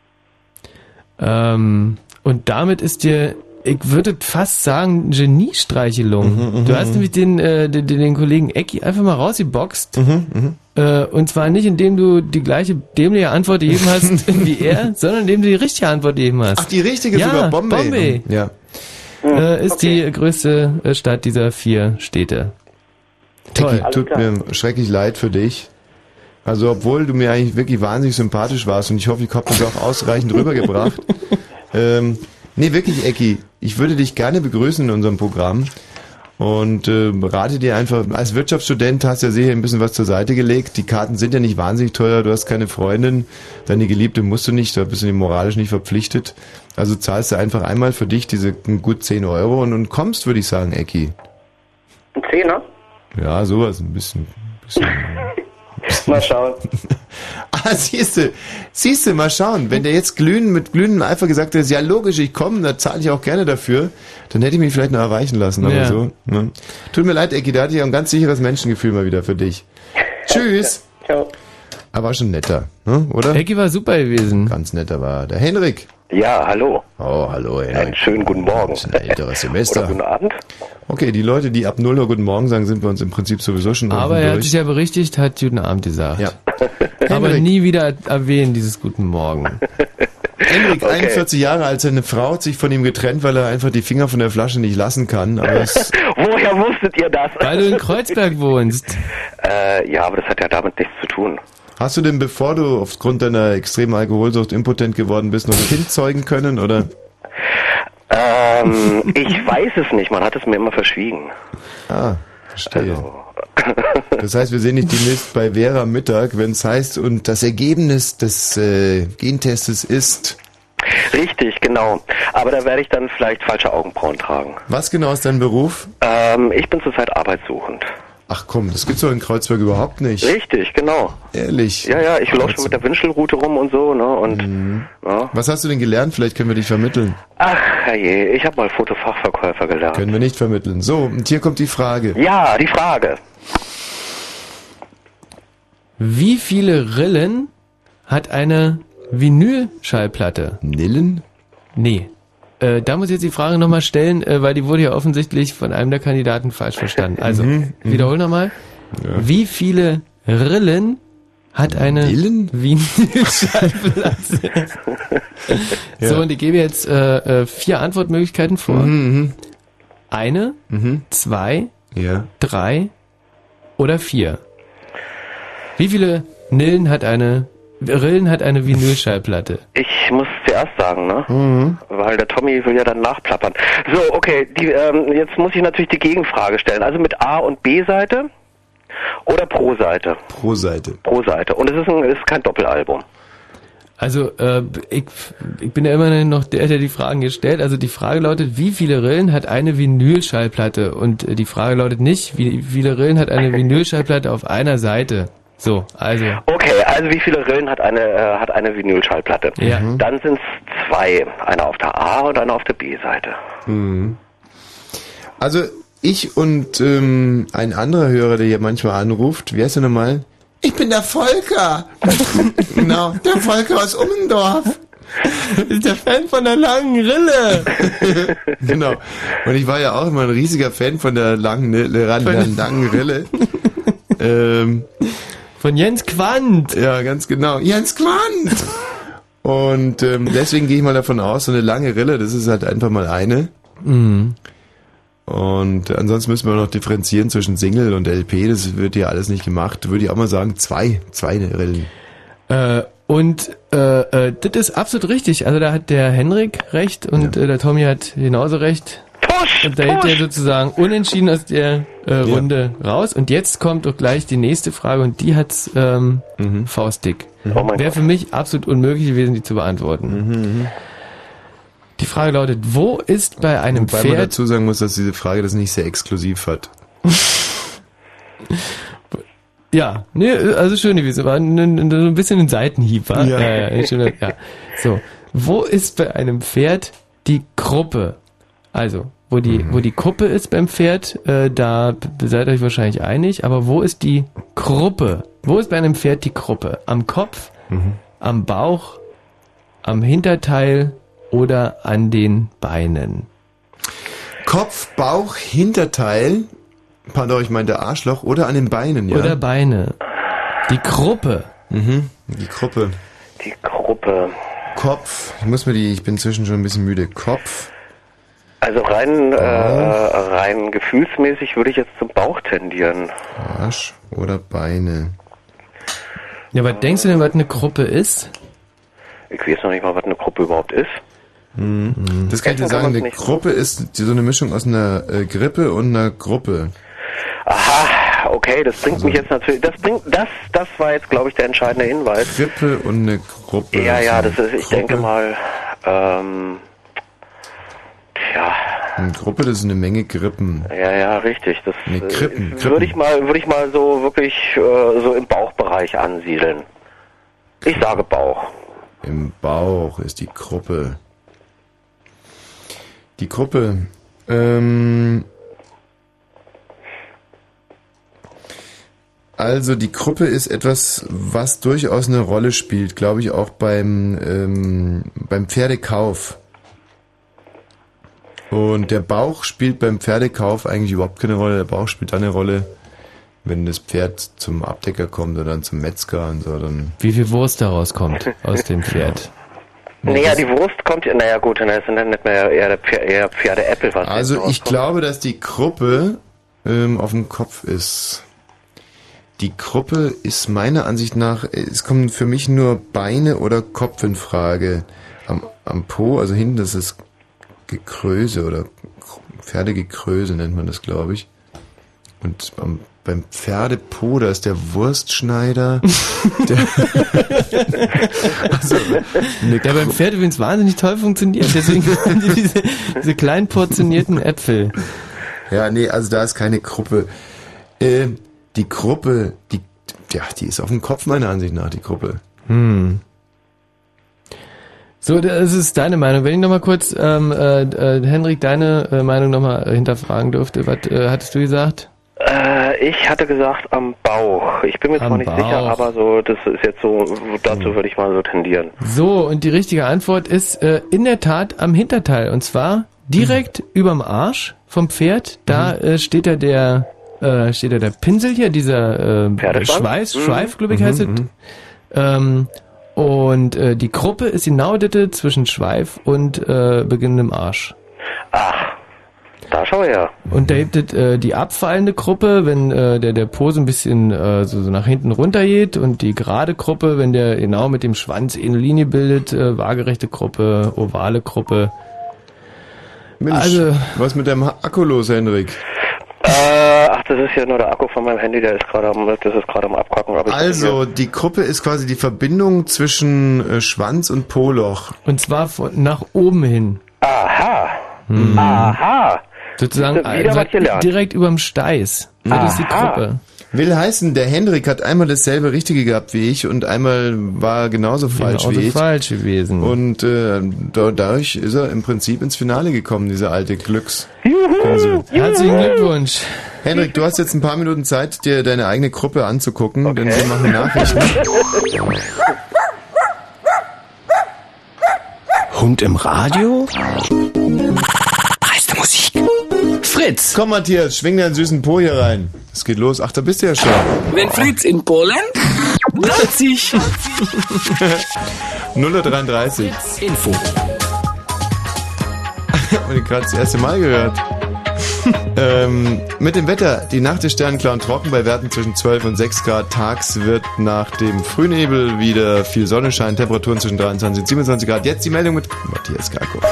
Ähm, und damit ist dir, ich würde fast sagen, Geniestreichelung. Mhm, du mhm, hast mhm. nämlich den, äh, den, den Kollegen Ecki einfach mal rausgeboxt. Mhm, mhm. Äh, und zwar nicht, indem du die gleiche dämliche Antwort gegeben hast wie er, sondern indem du die richtige Antwort gegeben hast. Ach, die richtige ja, sogar, Bombay. Bombay. Ja. Äh, ist die größte äh, Stadt dieser vier Städte. Toll. Ecki, tut mir schrecklich leid für dich. Also obwohl du mir eigentlich wirklich wahnsinnig sympathisch warst und ich hoffe, ich habe das auch ausreichend rübergebracht. ähm, nee, wirklich, Ecki, ich würde dich gerne begrüßen in unserem Programm und äh, rate dir einfach, als Wirtschaftsstudent hast du ja sicher ein bisschen was zur Seite gelegt. Die Karten sind ja nicht wahnsinnig teuer, du hast keine Freundin, deine Geliebte musst du nicht, da bist du moralisch nicht verpflichtet. Also zahlst du einfach einmal für dich diese gut zehn Euro und, und kommst, würde ich sagen, Ecki. Ein Zehner? Ja, sowas, ein bisschen. bisschen Mal schauen. Ah, siehste, siehste, mal schauen. Wenn der jetzt glühend, mit glühendem Eifer gesagt hätte, ja logisch, ich komme, da zahle ich auch gerne dafür, dann hätte ich mich vielleicht noch erreichen lassen, aber Ja. so. Ne? Tut mir leid, Ecki, da hatte ich auch ein ganz sicheres Menschengefühl mal wieder für dich. Tschüss. Ciao. Er war schon netter, ne? Oder? Ecki war super gewesen. Ganz netter war der Henrik. Ja, hallo. Oh, hallo, Henrik. Einen schönen guten Morgen. Das ist ein älteres Semester. Oder guten Abend. Okay, die Leute, die ab null Uhr guten Morgen sagen, sind bei uns im Prinzip sowieso schon Aber er durch. hat sich ja berichtigt, hat guten Abend gesagt. Ja. Aber Henrik. nie wieder erwähnen, dieses guten Morgen. Henrik, Okay. einundvierzig Jahre alt, seine Frau hat sich von ihm getrennt, weil er einfach die Finger von der Flasche nicht lassen kann. Aber es Woher wusstet ihr das? Weil du in Kreuzberg wohnst. Äh, ja, aber das hat ja damit nichts zu tun. Hast du denn, bevor du aufgrund deiner extremen Alkoholsucht impotent geworden bist, noch ein Kind zeugen können, oder? Ähm, ich weiß es nicht, man hat es mir immer verschwiegen. Ah, verstehe. Das heißt, wir sehen nicht demnächst bei Vera Mittag, wenn es heißt, und das Ergebnis des äh, Gentestes ist... Richtig, genau. Aber da werde ich dann vielleicht falsche Augenbrauen tragen. Was genau ist dein Beruf? Ähm, ich bin zurzeit arbeitssuchend. Ach komm, das gibt's doch in Kreuzberg überhaupt nicht. Richtig, genau. Ehrlich? Ja, ja, ich laufe schon mit der Wünschelrute rum und so, ne, und, Mhm. ja. Was hast du denn gelernt? Vielleicht können wir dich vermitteln. Ach, herrje, ich habe mal Fotofachverkäufer gelernt. Können wir nicht vermitteln. So, und hier kommt die Frage. Ja, die Frage. Wie viele Rillen hat eine Vinylschallplatte? Nillen? Nee. Äh, da muss ich jetzt die Frage nochmal stellen, äh, weil die wurde ja offensichtlich von einem der Kandidaten falsch verstanden. Also, Mhm, mhm. wiederhol nochmal. Ja. Wie viele Rillen hat eine Vinylschallplatte? So, Ja. und ich gebe jetzt äh, äh, vier Antwortmöglichkeiten vor. Mhm, Eine, zwei, ja. drei oder vier. Wie viele Nillen hat eine Rillen hat eine Vinylschallplatte? Ich muss zuerst sagen, ne? Mhm. Weil der Tommy will ja dann nachplappern. So, okay, die, ähm, jetzt muss ich natürlich die Gegenfrage stellen. Also mit A- und B-Seite oder pro Seite? Pro Seite. Pro Seite. Und es ist, ein, es ist kein Doppelalbum. Also, äh, ich, ich bin ja immerhin noch der, der die Fragen gestellt. Also die Frage lautet, wie viele Rillen hat eine Vinylschallplatte? Und äh, die Frage lautet nicht, wie viele Rillen hat eine Vinylschallplatte auf einer Seite? So, also. Okay, also wie viele Rillen hat eine äh, hat eine Vinylschallplatte? Ja. Dann sind es zwei. Einer auf der A- und einer auf der B-Seite. Mhm. Also, ich und ähm, ein anderer Hörer, der hier manchmal anruft, wie heißt er nochmal? Ich bin der Volker. Genau, der Volker aus Ummendorf. Ist der Fan von der langen Rille. Genau. Und ich war ja auch immer ein riesiger Fan von der langen, der langen Rille. ähm, Von Jens Quandt. Ja, ganz genau. Jens Quandt. Und ähm, deswegen gehe ich mal davon aus, so eine lange Rille, das ist halt einfach mal eine. Mhm. Und ansonsten müssen wir noch differenzieren zwischen Single und L P, das wird ja alles nicht gemacht. Würde ich auch mal sagen, zwei, zwei Rillen. Äh, und äh, äh, das ist absolut richtig. Also da hat der Henrik recht und äh, der Tommy hat genauso recht. Push, und da geht push. er sozusagen unentschieden aus der äh, Runde raus. Und jetzt kommt doch gleich die nächste Frage und die hat's ähm, Mhm. faustdick. Oh mein Wäre für mich absolut unmöglich gewesen, die zu beantworten. Die Frage lautet, wo ist bei einem Wobei man Pferd... dazu sagen muss, dass diese Frage das nicht sehr exklusiv hat. Ja, nee, also schön gewesen, war ein, ein, ein bisschen ein Seitenhieb, war. Ja. Ja, ja, ein schöner, ja. So, wo ist bei einem Pferd die Kruppe? Also, wo die, Mhm. wo die Kuppe ist beim Pferd, äh, da b- seid ihr euch wahrscheinlich einig, aber wo ist die Kruppe? Wo ist bei einem Pferd die Kruppe? Am Kopf, Mhm. am Bauch, am Hinterteil oder an den Beinen? Kopf, Bauch, Hinterteil, pardon, ich meinte Arschloch, oder an den Beinen, ja? Oder Beine. Die Kruppe. Mhm, die Kruppe. Die Gruppe. Kopf, ich muss mir die, ich bin inzwischen schon ein bisschen müde. Kopf. Also rein, äh, rein gefühlsmäßig würde ich jetzt zum Bauch tendieren. Arsch oder Beine. Ja, was denkst du denn, was eine Kruppe ist? Ich weiß noch nicht mal, was eine Gruppe überhaupt ist. Mhm. Das kann ich dir Essen kann sagen, man's eine nicht. Gruppe ist so eine Mischung aus einer äh, Grippe und einer Gruppe. Aha, okay, das bringt Also mich jetzt natürlich, das bringt, das, das war jetzt, glaube ich, der entscheidende Hinweis. Grippe und eine Gruppe. Ja, ja, So das ist, ich Gruppe. denke mal, ähm, tja, Eine Gruppe, das ist eine Menge Grippen. ja, ja, richtig, das Nee, äh, Krippen, Krippen. würde ich mal, würde ich mal so wirklich äh, so im Bauchbereich ansiedeln. Ich sage Bauch. Im Bauch ist die Gruppe. Die Gruppe. Ähm, Also die Kruppe ist etwas, was durchaus eine Rolle spielt, glaube ich, auch beim, ähm, beim Pferdekauf. Und der Bauch spielt beim Pferdekauf eigentlich überhaupt keine Rolle. Der Bauch spielt dann eine Rolle, wenn das Pferd zum Abdecker kommt oder dann zum Metzger und so. Dann Wie viel Wurst daraus kommt aus dem Pferd? Naja, die Wurst kommt, naja gut, dann ist dann nicht mehr eher der Pferde, eher Pferdeäppel, was Also ich glaube, dass die Kruppe ähm, auf dem Kopf ist. Die Kruppe ist meiner Ansicht nach, es kommen für mich nur Beine oder Kopf in Frage. Am, am Po, also hinten, das ist Gekröse oder Pferdegekröse nennt man das, glaube ich. Und am, beim Pferdepo, da ist der Wurstschneider. der, also, der beim Pferd übrigens wahnsinnig toll funktioniert. Deswegen haben die diese, diese kleinen portionierten Äpfel. Ja, nee, also da ist keine Kruppe. Äh, die Kruppe, die, ja, die ist auf dem Kopf meiner Ansicht nach, die Kruppe. Hm. So, das ist deine Meinung. Wenn ich nochmal kurz, ähm, äh, äh, Henrik, deine äh, Meinung nochmal hinterfragen dürfte, was äh, hattest du gesagt? Äh, ich hatte gesagt am Bauch. Ich bin mir zwar nicht Bauch. sicher, aber so, das ist jetzt so, dazu würde ich mal so tendieren. So, und die richtige Antwort ist äh, in der Tat am Hinterteil. Und zwar direkt mhm. überm Arsch vom Pferd. Da mhm. äh, steht da der, äh, steht da der Pinsel hier, dieser äh, Schweiß, mhm. Schweif, glaube ich, heißt mhm. es. Ähm, und äh, die Kruppe ist genau das zwischen Schweif und äh, beginnendem Arsch. Ach. Da schau her. Und da gibt es äh, die abfallende Gruppe, wenn äh, der der Po so ein bisschen äh, so, so nach hinten runter geht, und die gerade Gruppe, wenn der genau mit dem Schwanz eine Linie bildet, äh, waagerechte Gruppe, ovale Gruppe. Mensch, also, was mit deinem Akku los, Henrik? Äh, ach, das ist ja nur der Akku von meinem Handy, der ist gerade am, das ist gerade am Abkacken. Aber also, die Gruppe ist quasi die Verbindung zwischen äh, Schwanz und Po-Loch. Und zwar von nach oben hin. Aha. Hm. Aha. Sozusagen also direkt überm Steiß. Das ist die Gruppe. Will heißen, der Henrik hat einmal dasselbe Richtige gehabt wie ich und einmal war genauso falsch genauso wie ich. falsch gewesen. Und äh, dadurch ist er im Prinzip ins Finale gekommen, dieser alte Glücks. Juhu, Herzlichen Glückwunsch. Henrik, du hast jetzt ein paar Minuten Zeit, dir deine eigene Gruppe anzugucken, okay. Denn wir machen Nachrichten. Hund im Radio? Dreiste Musik. Fritz. Komm, Matthias, schwing deinen süßen Po hier rein. Es geht los. Ach, da bist du ja schon. Wenn Fritz in Polen, Leipzig. null dreiunddreißig. Info. Hab ich gerade das erste Mal gehört. ähm, mit dem Wetter. Die Nacht ist sternklar und trocken bei Werten zwischen zwölf und sechs Grad. Tags wird nach dem Frühnebel wieder viel Sonnenschein. Temperaturen zwischen dreiundzwanzig und siebenundzwanzig Grad. Jetzt die Meldung mit Matthias Karkow.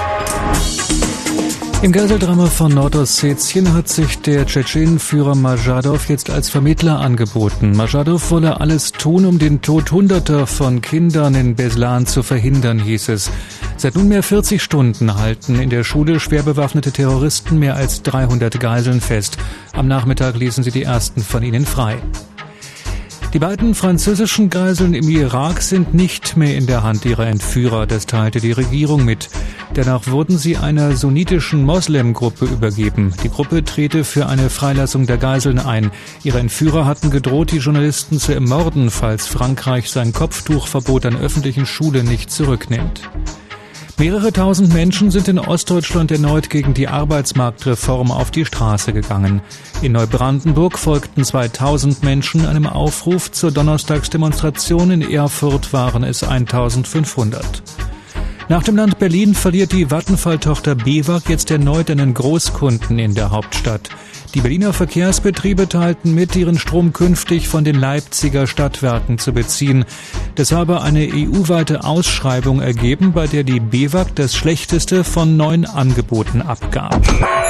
Im Geiseldrama von Nordossetien hat sich der Tschetschenenführer Majadow jetzt als Vermittler angeboten. Majadow wolle alles tun, um den Tod Hunderter von Kindern in Beslan zu verhindern, hieß es. Seit nunmehr vierzig Stunden halten in der Schule schwer bewaffnete Terroristen mehr als dreihundert Geiseln fest. Am Nachmittag ließen sie die ersten von ihnen frei. Die beiden französischen Geiseln im Irak sind nicht mehr in der Hand ihrer Entführer, das teilte die Regierung mit. Danach wurden sie einer sunnitischen Moslemgruppe übergeben. Die Gruppe trete für eine Freilassung der Geiseln ein. Ihre Entführer hatten gedroht, die Journalisten zu ermorden, falls Frankreich sein Kopftuchverbot an öffentlichen Schulen nicht zurücknimmt. Mehrere tausend Menschen sind in Ostdeutschland erneut gegen die Arbeitsmarktreform auf die Straße gegangen. In Neubrandenburg folgten zweitausend Menschen einem Aufruf zur Donnerstagsdemonstration. In Erfurt waren es eintausendfünfhundert. Nach dem Land Berlin verliert die Vattenfall-Tochter B W A G jetzt erneut einen Großkunden in der Hauptstadt. Die Berliner Verkehrsbetriebe teilten mit, ihren Strom künftig von den Leipziger Stadtwerken zu beziehen. Das habe eine E U-weite Ausschreibung ergeben, bei der die B W A G das schlechteste von neun Angeboten abgab.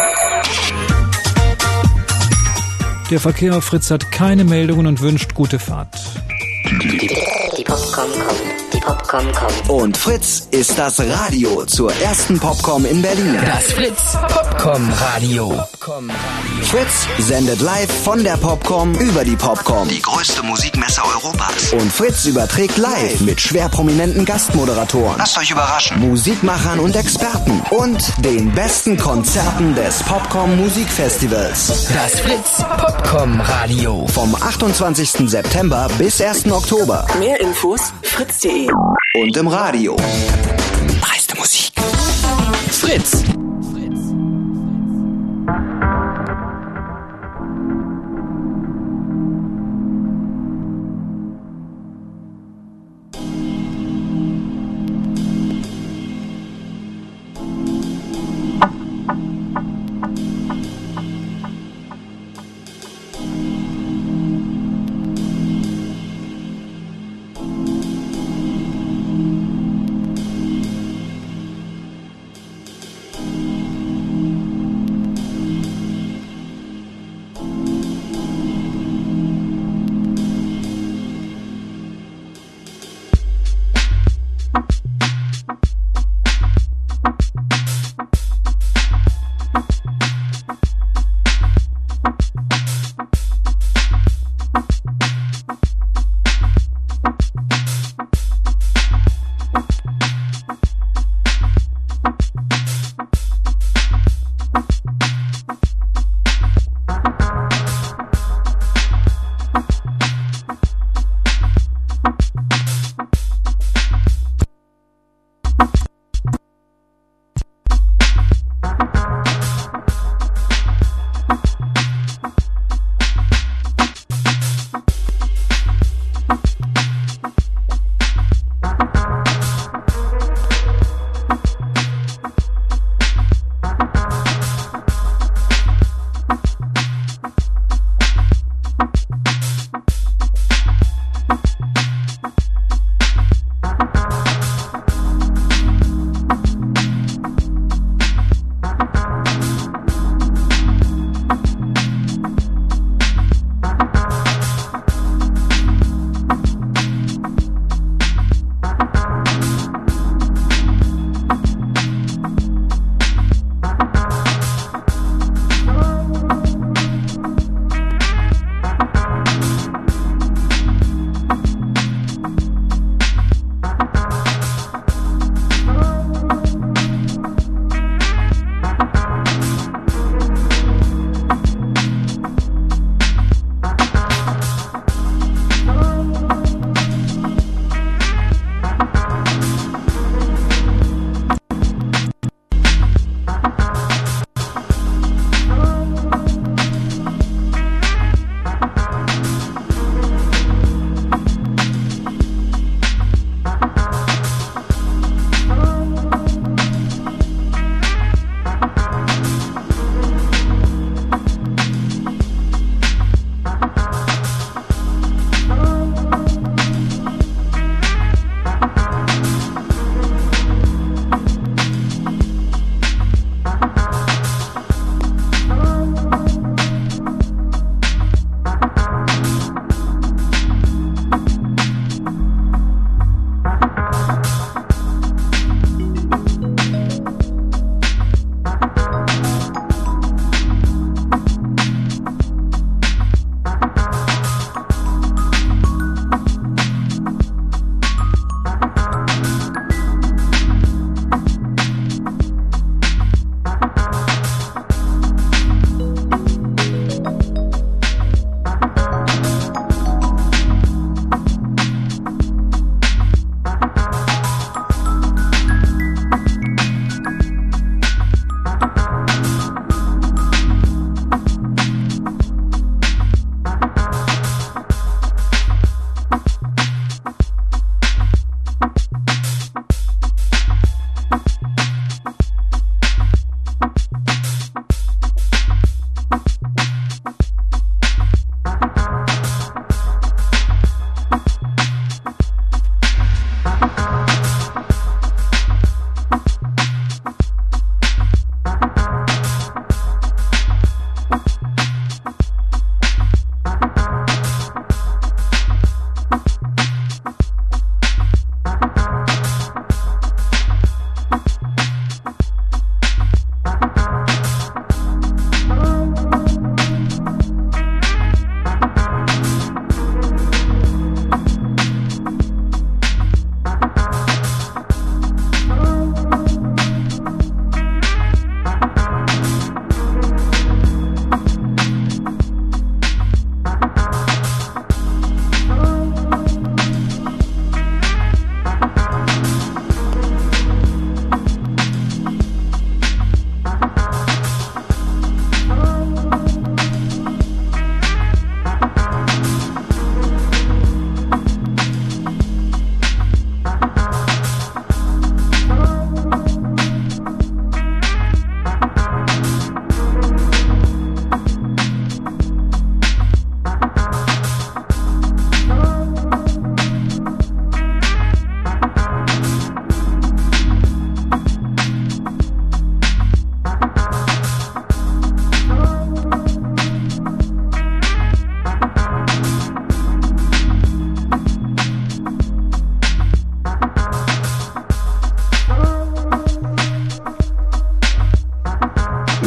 Der Verkehr auf Fritz hat keine Meldungen und wünscht gute Fahrt. Die Popcorn kommt, die Popcom kommt. Und Fritz ist das Radio zur ersten Popcom in Berlin. Das Fritz Popcom Radio. Fritz sendet live von der Popcom über die Popcom, die größte Musikmesse Europas. Und Fritz überträgt live mit schwer prominenten Gastmoderatoren. Lasst euch überraschen. Musikmachern und Experten. Und den besten Konzerten des Popcom Musikfestivals. Das Fritz Popcom Radio. Vom achtundzwanzigsten September bis ersten Oktober. Mehr Infos fritz punkt de. Und im Radio. Dreiste Musik. Fritz.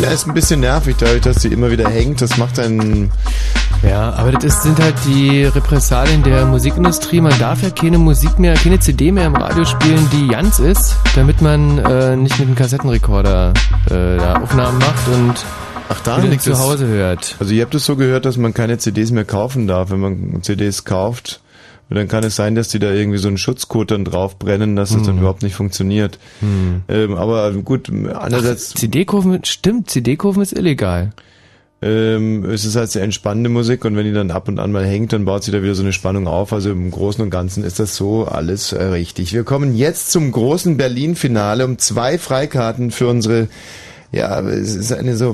Ja, ist ein bisschen nervig, dadurch, dass sie immer wieder hängt. Das macht einen... Ja, aber das ist, sind halt die Repressalien der Musikindustrie. Man darf ja keine Musik mehr, keine C D mehr im Radio spielen, die ganz ist, damit man äh, nicht mit einem Kassettenrekorder äh, da Aufnahmen macht und Ach, da wieder liegt zu es- Hause hört. Also ihr habt es so gehört, dass man keine C Ds mehr kaufen darf. Wenn man C Ds kauft, dann kann es sein, dass die da irgendwie so einen Schutzcode dann drauf brennen, dass das Hm. dann überhaupt nicht funktioniert. Hm. Ähm, aber gut, andererseits... Ach, C D-Kurven, stimmt, C D-Kurven ist illegal. Ähm, es ist halt sehr entspannende Musik und wenn die dann ab und an mal hängt, dann baut sich da wieder so eine Spannung auf. Also im Großen und Ganzen ist das so alles äh, richtig. Wir kommen jetzt zum großen Berlin-Finale um zwei Freikarten für unsere, ja, es ist eine so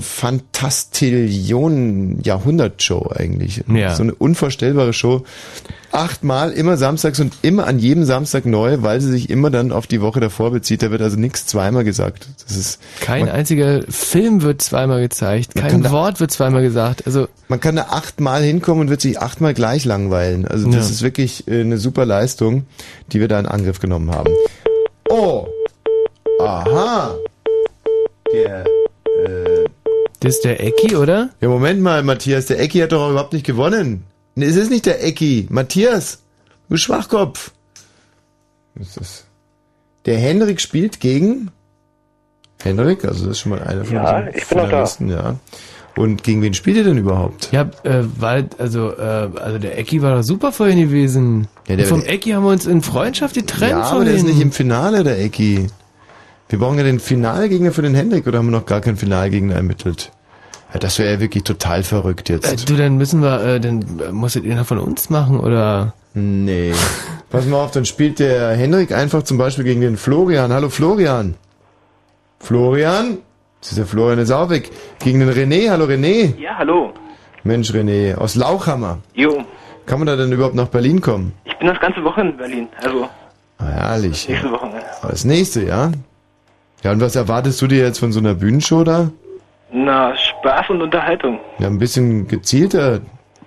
Fantastillion-Jahrhundert-Show eigentlich. Ja. So eine unvorstellbare Show. Achtmal, immer samstags und immer an jedem Samstag neu, weil sie sich immer dann auf die Woche davor bezieht. Da wird also nichts zweimal gesagt. Das ist Kein man, einziger Film wird zweimal gezeigt, Man kein kann da- Wort wird zweimal gesagt. Also man kann da achtmal hinkommen und wird sich achtmal gleich langweilen. Also das Ja. ist wirklich äh, eine super Leistung, die wir da in Angriff genommen haben. Oh, aha, der, äh, das ist der Ecki, oder? Ja, Moment mal, Matthias, der Ecki hat doch überhaupt nicht gewonnen. Nee, es ist nicht der Ecki. Matthias, du Schwachkopf. Was ist das? Der Henrik spielt gegen Henrik, also das ist schon mal einer von Ja, den ich bin auch da. Finalisten, ja. Und gegen wen spielt ihr denn überhaupt? Ja, äh, weil, also, äh, also der Ecki war doch super vorhin gewesen. Ja, der- Und vom Ecki haben wir uns in Freundschaft getrennt. Ja, aber der ist vorhin. nicht im Finale, der Ecki. Wir brauchen ja den Finalgegner für den Henrik, oder haben wir noch gar keinen Finalgegner ermittelt? Ja, das wäre ja wirklich total verrückt jetzt. Äh, du, dann müssen wir, äh, dann äh, musstet ihr noch von uns machen, oder? Nee. Pass mal auf, dann spielt der Henrik einfach zum Beispiel gegen den Florian. Hallo Florian. Florian? Das ist der Florian, ist auch weg. Gegen den René. Hallo René. Ja, hallo. Mensch René, aus Lauchhammer. Jo, Kann man da denn überhaupt nach Berlin kommen? ich bin das ganze Woche in Berlin. Also, Ah, herrlich. nächste Woche. ne? Aber das nächste, ja? Ja, und was erwartest du dir jetzt von so einer Bühnenshow da? Na, Spaß und Unterhaltung. Ja, ein bisschen gezielter.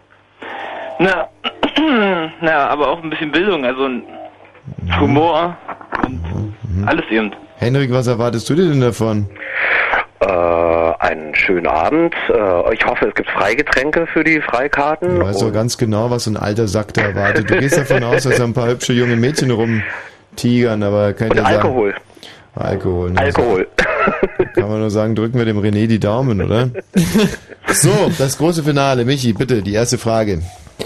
Na, na, aber auch ein bisschen Bildung, also ein Humor und alles eben. Henrik, was erwartest du dir denn davon? Äh, einen schönen Abend. Äh, ich hoffe, es gibt Freigetränke für die Freikarten. Du weißt doch ganz genau, was so ein alter Sack da erwartet. Du gehst davon aus, dass da ein paar hübsche junge Mädchen rumtigern, aber kann ich Und dir sagen... Alkohol. Alkohol. Ne? Alkohol. Kann man nur sagen, drücken wir dem René die Daumen, oder? So, das große Finale. Michi, bitte, die erste Frage.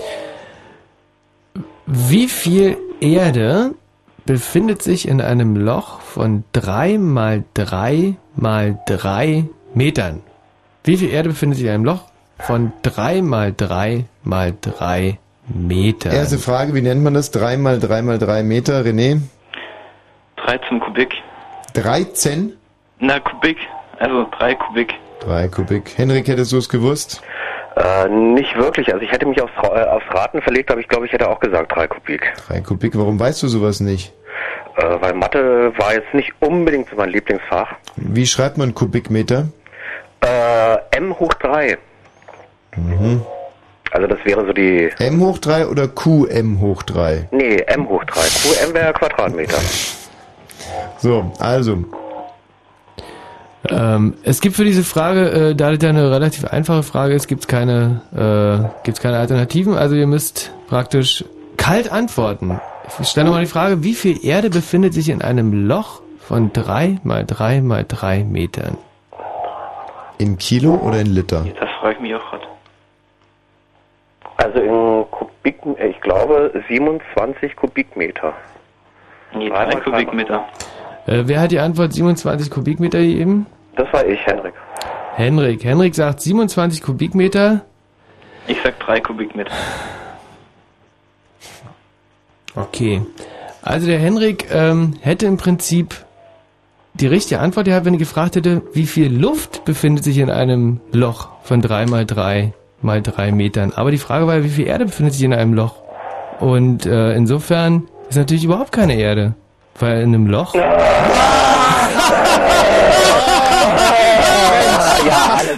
Wie viel Erde befindet sich in einem Loch von drei mal drei mal drei Metern? Wie viel Erde befindet sich in einem Loch von drei mal drei mal drei Metern? Erste Frage, wie nennt man das? drei mal drei mal drei Meter, René? dreizehn Kubik. dreizehn? Na, Kubik. Also drei Kubik. drei Kubik. Henrik, hättest du es gewusst? Äh, nicht wirklich. Also ich hätte mich aufs, Ra- äh, aufs Raten verlegt, aber ich glaube, ich hätte auch gesagt drei Kubik. drei Kubik, warum weißt du sowas nicht? Äh, weil Mathe war jetzt nicht unbedingt so mein Lieblingsfach. Wie schreibt man Kubikmeter? Äh, M hoch drei. Mhm. Also das wäre so die... M hoch drei oder Q M hoch drei? Nee, M hoch drei. Q M wäre Quadratmeter. So, also... Ähm, es gibt für diese Frage, äh, da das ja eine relativ einfache Frage ist, gibt es keine, äh, gibt's keine Alternativen. Also ihr müsst praktisch kalt antworten. Ich stelle nochmal die Frage, wie viel Erde befindet sich in einem Loch von drei mal drei mal drei Metern? In Kilo oder in Liter? Das frage ich mich auch gerade. Also in Kubik... Ich glaube siebenundzwanzig Kubikmeter. Nee, drei Kubikmeter. Äh, wer hat die Antwort siebenundzwanzig Kubikmeter gegeben? Das war ich, Henrik. Henrik. Henrik sagt siebenundzwanzig Kubikmeter. Ich sag drei Kubikmeter. Okay. Also der Henrik ähm, hätte im Prinzip die richtige Antwort gehabt, wenn er gefragt hätte, wie viel Luft befindet sich in einem Loch von drei mal drei mal drei Metern. Aber die Frage war, wie viel Erde befindet sich in einem Loch? Und äh, insofern ist natürlich überhaupt keine Erde. Weil in einem Loch... Ja, alles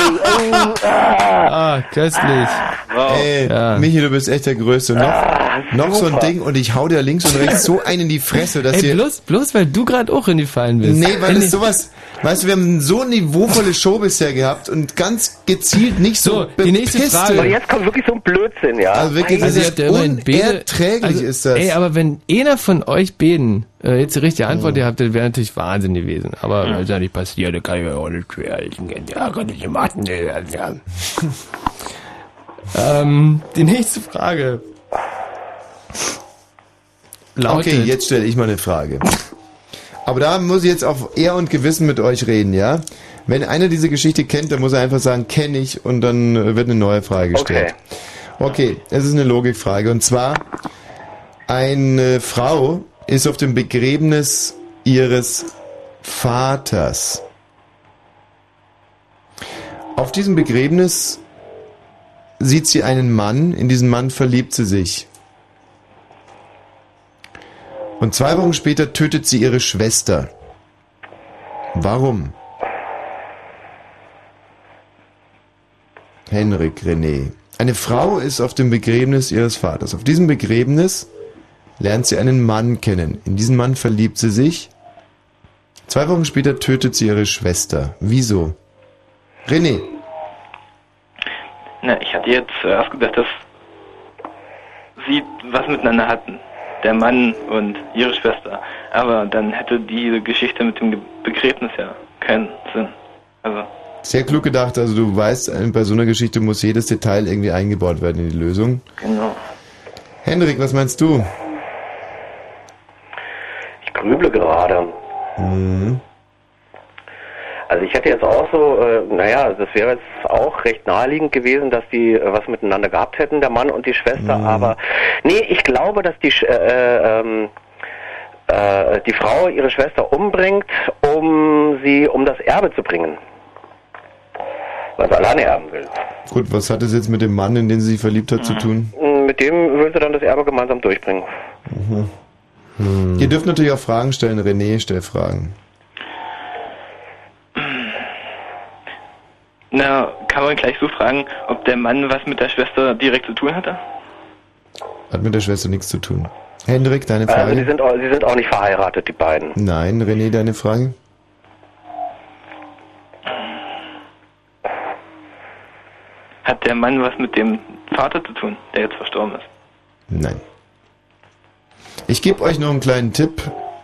Ah, köstlich. Ey, Ja. Michi, du bist echt der Größte. Noch, noch super. so ein Ding und ich hau dir links und rechts so einen in die Fresse, dass Ey, ihr... bloß, bloß weil du gerade auch hingefallen bist. Nee, weil Ey, es sowas... Weißt du, wir haben so eine niveauvolle Show bisher gehabt und ganz gezielt nicht so, So, die nächste bepisst. Frage. Aber jetzt kommt wirklich so ein Blödsinn, ja. Also wirklich, Also das ihr habt ist ja immerhin beide- unerträglich also, ist das. Ey, aber wenn einer von euch beiden äh, jetzt die richtige Antwort gehabt hätte, wäre natürlich Wahnsinn gewesen. Aber weil es ja nicht passiert, da kann ich ja auch nicht quälen. Ja, kann ich nicht machen. Ja. ähm, die nächste Frage. Lautet, Okay, jetzt stelle ich mal eine Frage. Aber da muss ich jetzt auf Ehr und Gewissen mit euch reden, ja? Wenn einer diese Geschichte kennt, dann muss er einfach sagen, kenne ich, und dann äh, wird eine neue Frage gestellt. Okay, es ist eine Logikfrage. Und zwar, eine Frau ist auf dem Begräbnis ihres Vaters. Auf diesem Begräbnis sieht sie einen Mann, in diesen Mann verliebt sie sich. Und zwei Wochen später tötet sie ihre Schwester. Warum? Henrik, René. Eine Frau ist auf dem Begräbnis ihres Vaters. Auf diesem Begräbnis lernt sie einen Mann kennen. In diesen Mann verliebt sie sich. Zwei Wochen später tötet sie ihre Schwester. Wieso? René. Na, ich hatte jetzt erst gedacht, dass sie was miteinander hatten. Der Mann und ihre Schwester. Aber dann hätte diese Geschichte mit dem Ge- Begräbnis ja keinen Sinn. Also. Sehr klug gedacht, also du weißt, bei so einer Geschichte muss jedes Detail irgendwie eingebaut werden in die Lösung. Genau. Henrik, was meinst du? Ich grüble gerade. Mhm. Also ich hätte jetzt auch so, äh, naja, das wäre jetzt auch recht naheliegend gewesen, dass die äh, was miteinander gehabt hätten, der Mann und die Schwester, Mhm. aber nee, ich glaube, dass die Sch- äh, ähm, äh, die Frau ihre Schwester umbringt, um sie, um das Erbe zu bringen. Weil sie alleine erben will. Gut, was hat es jetzt mit dem Mann, in den sie sich verliebt hat, zu tun? Mit dem will sie dann das Erbe gemeinsam durchbringen. Mhm. Hm. Ihr dürft natürlich auch Fragen stellen. René, stell Fragen. Na, kann man gleich so fragen, ob der Mann was mit der Schwester direkt zu tun hatte? Hat mit der Schwester nichts zu tun. Hendrik, deine Frage? Also die sind, auch, sie sind auch nicht verheiratet, die beiden. Nein, René, deine Frage? Hat der Mann was mit dem Vater zu tun, der jetzt verstorben ist? Nein. Ich gebe euch noch einen kleinen Tipp.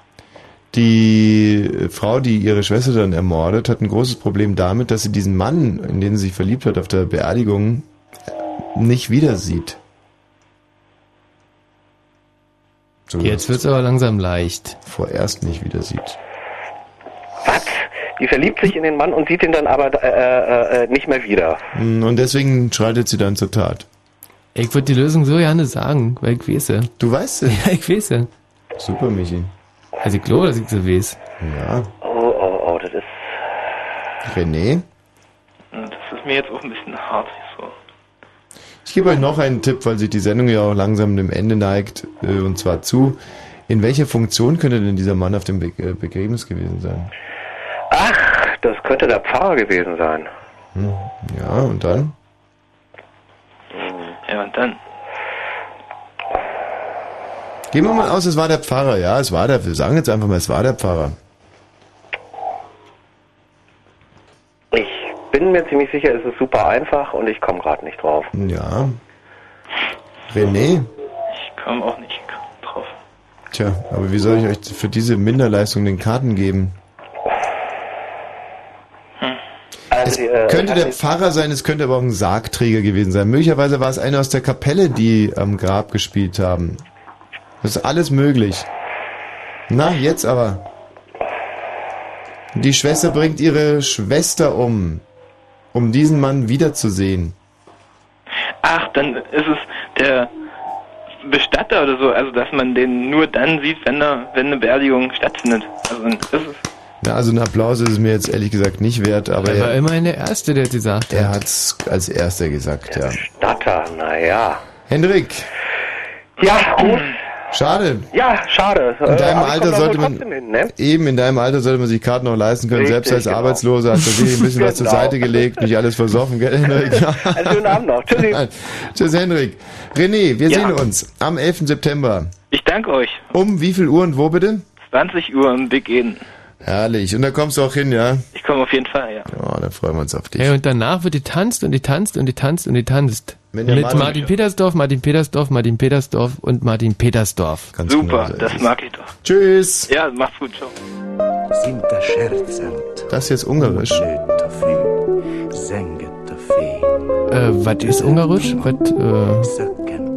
Die Frau, die ihre Schwester dann ermordet, hat ein großes Problem damit, dass sie diesen Mann, in den sie sich verliebt hat, auf der Beerdigung nicht wieder sieht. So, jetzt wird's aber langsam leicht. Vorerst nicht wieder sieht. Was? Die verliebt sich in den Mann und sieht ihn dann aber äh, äh, nicht mehr wieder. Und deswegen schreitet sie dann zur Tat. Ich würde die Lösung so gerne sagen, weil ich weiß sie. Du weißt es? Ja, ich weiß sie. Super, Michi. Also ich glaube, dass ich sie weiß. Ja. Oh, oh, oh, das ist... René? Das ist mir jetzt auch ein bisschen hart. So. Ich gebe euch noch einen Tipp, weil sich die Sendung ja auch langsam dem Ende neigt, und zwar zu. In welcher Funktion könnte denn dieser Mann auf dem Be- äh, Begräbnis gewesen sein? Ach, das könnte der Pfarrer gewesen sein. Hm. Ja, und dann? Ja, und dann? Gehen wir mal aus, es war der Pfarrer, ja, es war der, wir sagen jetzt einfach mal, es war der Pfarrer. Ich bin mir ziemlich sicher, es ist super einfach und ich komme gerade nicht drauf. Ja. René? Ich komme auch nicht drauf. Tja, aber wie soll ich euch für diese Minderleistung den Karten geben? Es die, äh, könnte der also- Pfarrer sein, es könnte aber auch ein Sargträger gewesen sein. Möglicherweise war es einer aus der Kapelle, die am Grab gespielt haben. Das ist alles möglich. Na, jetzt aber. Die Schwester bringt ihre Schwester um, um diesen Mann wiederzusehen. Ach, dann ist es der Bestatter oder so, also dass man den nur dann sieht, wenn er, wenn eine Beerdigung stattfindet. Also dann ist es. Na, also ein Applaus ist es mir jetzt ehrlich gesagt nicht wert, aber Er war er, immerhin der Erste, der gesagt hat. er hat's als erster gesagt, ja. Datter, naja. Hendrik, Ja, gut. Schade. Ja, schade. In deinem Aber ich Alter komm da sollte wohl man, trotzdem hin, ne? eben in deinem Alter sollte man sich Karten noch leisten können, Richtig, selbst als genau. Arbeitsloser, hat tatsächlich ein bisschen was zur Genau. Seite gelegt, nicht alles versoffen, gell, Henrik? Einen schönen Abend noch. Tschüssi. Tschüss, Henrik. René, wir Ja. sehen uns am elften September. Ich danke euch. Um wie viel Uhr und wo bitte? zwanzig Uhr im Big Eden. Herrlich. Und da kommst du auch hin, ja? Ich komme auf jeden Fall, ja. Ja, da freuen wir uns auf dich. Hey, und danach wird die tanzt und die tanzt und die tanzt und die tanzt. Wenn der Mit Martin- Martin Petersdorf, Martin Petersdorf, Martin Petersdorf und Martin Petersdorf. Ganz Super, genau so ist das es. mag ich doch. Tschüss. Ja, macht's gut, ciao. Das hier ist Ungarisch. Äh, was ist Ungarisch? Was, äh...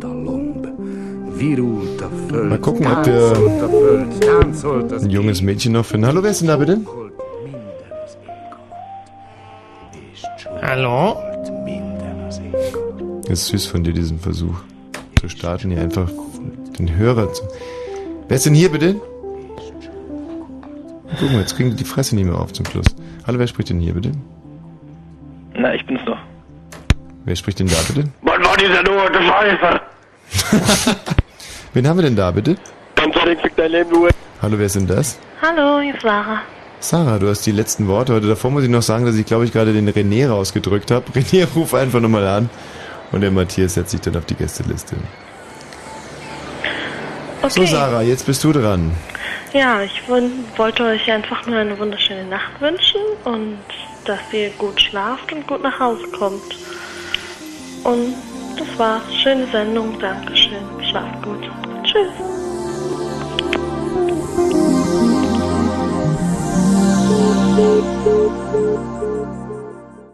Mal gucken, ob wir ein junges Mädchen noch finden. Hallo, wer ist denn da bitte? Hallo? Das ist süß von dir, diesen Versuch zu starten, hier einfach den Hörer zu... Wer ist denn hier bitte? Guck mal, jetzt kriegen die die Fresse nicht mehr auf zum Schluss. Hallo, wer spricht denn hier bitte? Na, ich bin's doch. Wer spricht denn da bitte? Was war dieser nur der Scheiße? Wen haben wir denn da bitte? Ganz ehrlich, fick dein Leben, du. Hallo, wer ist denn das? Hallo, hier ist Sarah. Sarah, du hast die letzten Worte heute. Davor muss ich noch sagen, dass ich, glaube ich, gerade den René rausgedrückt habe. René, ruf einfach nochmal an. Und der Matthias setzt sich dann auf die Gästeliste. Okay. So, Sarah, jetzt bist du dran. Ja, ich wun- wollte euch einfach nur eine wunderschöne Nacht wünschen und dass ihr gut schlaft und gut nach Hause kommt. Und das war's. Schöne Sendung. Dankeschön. Schlaft gut. Tschüss. Thank you.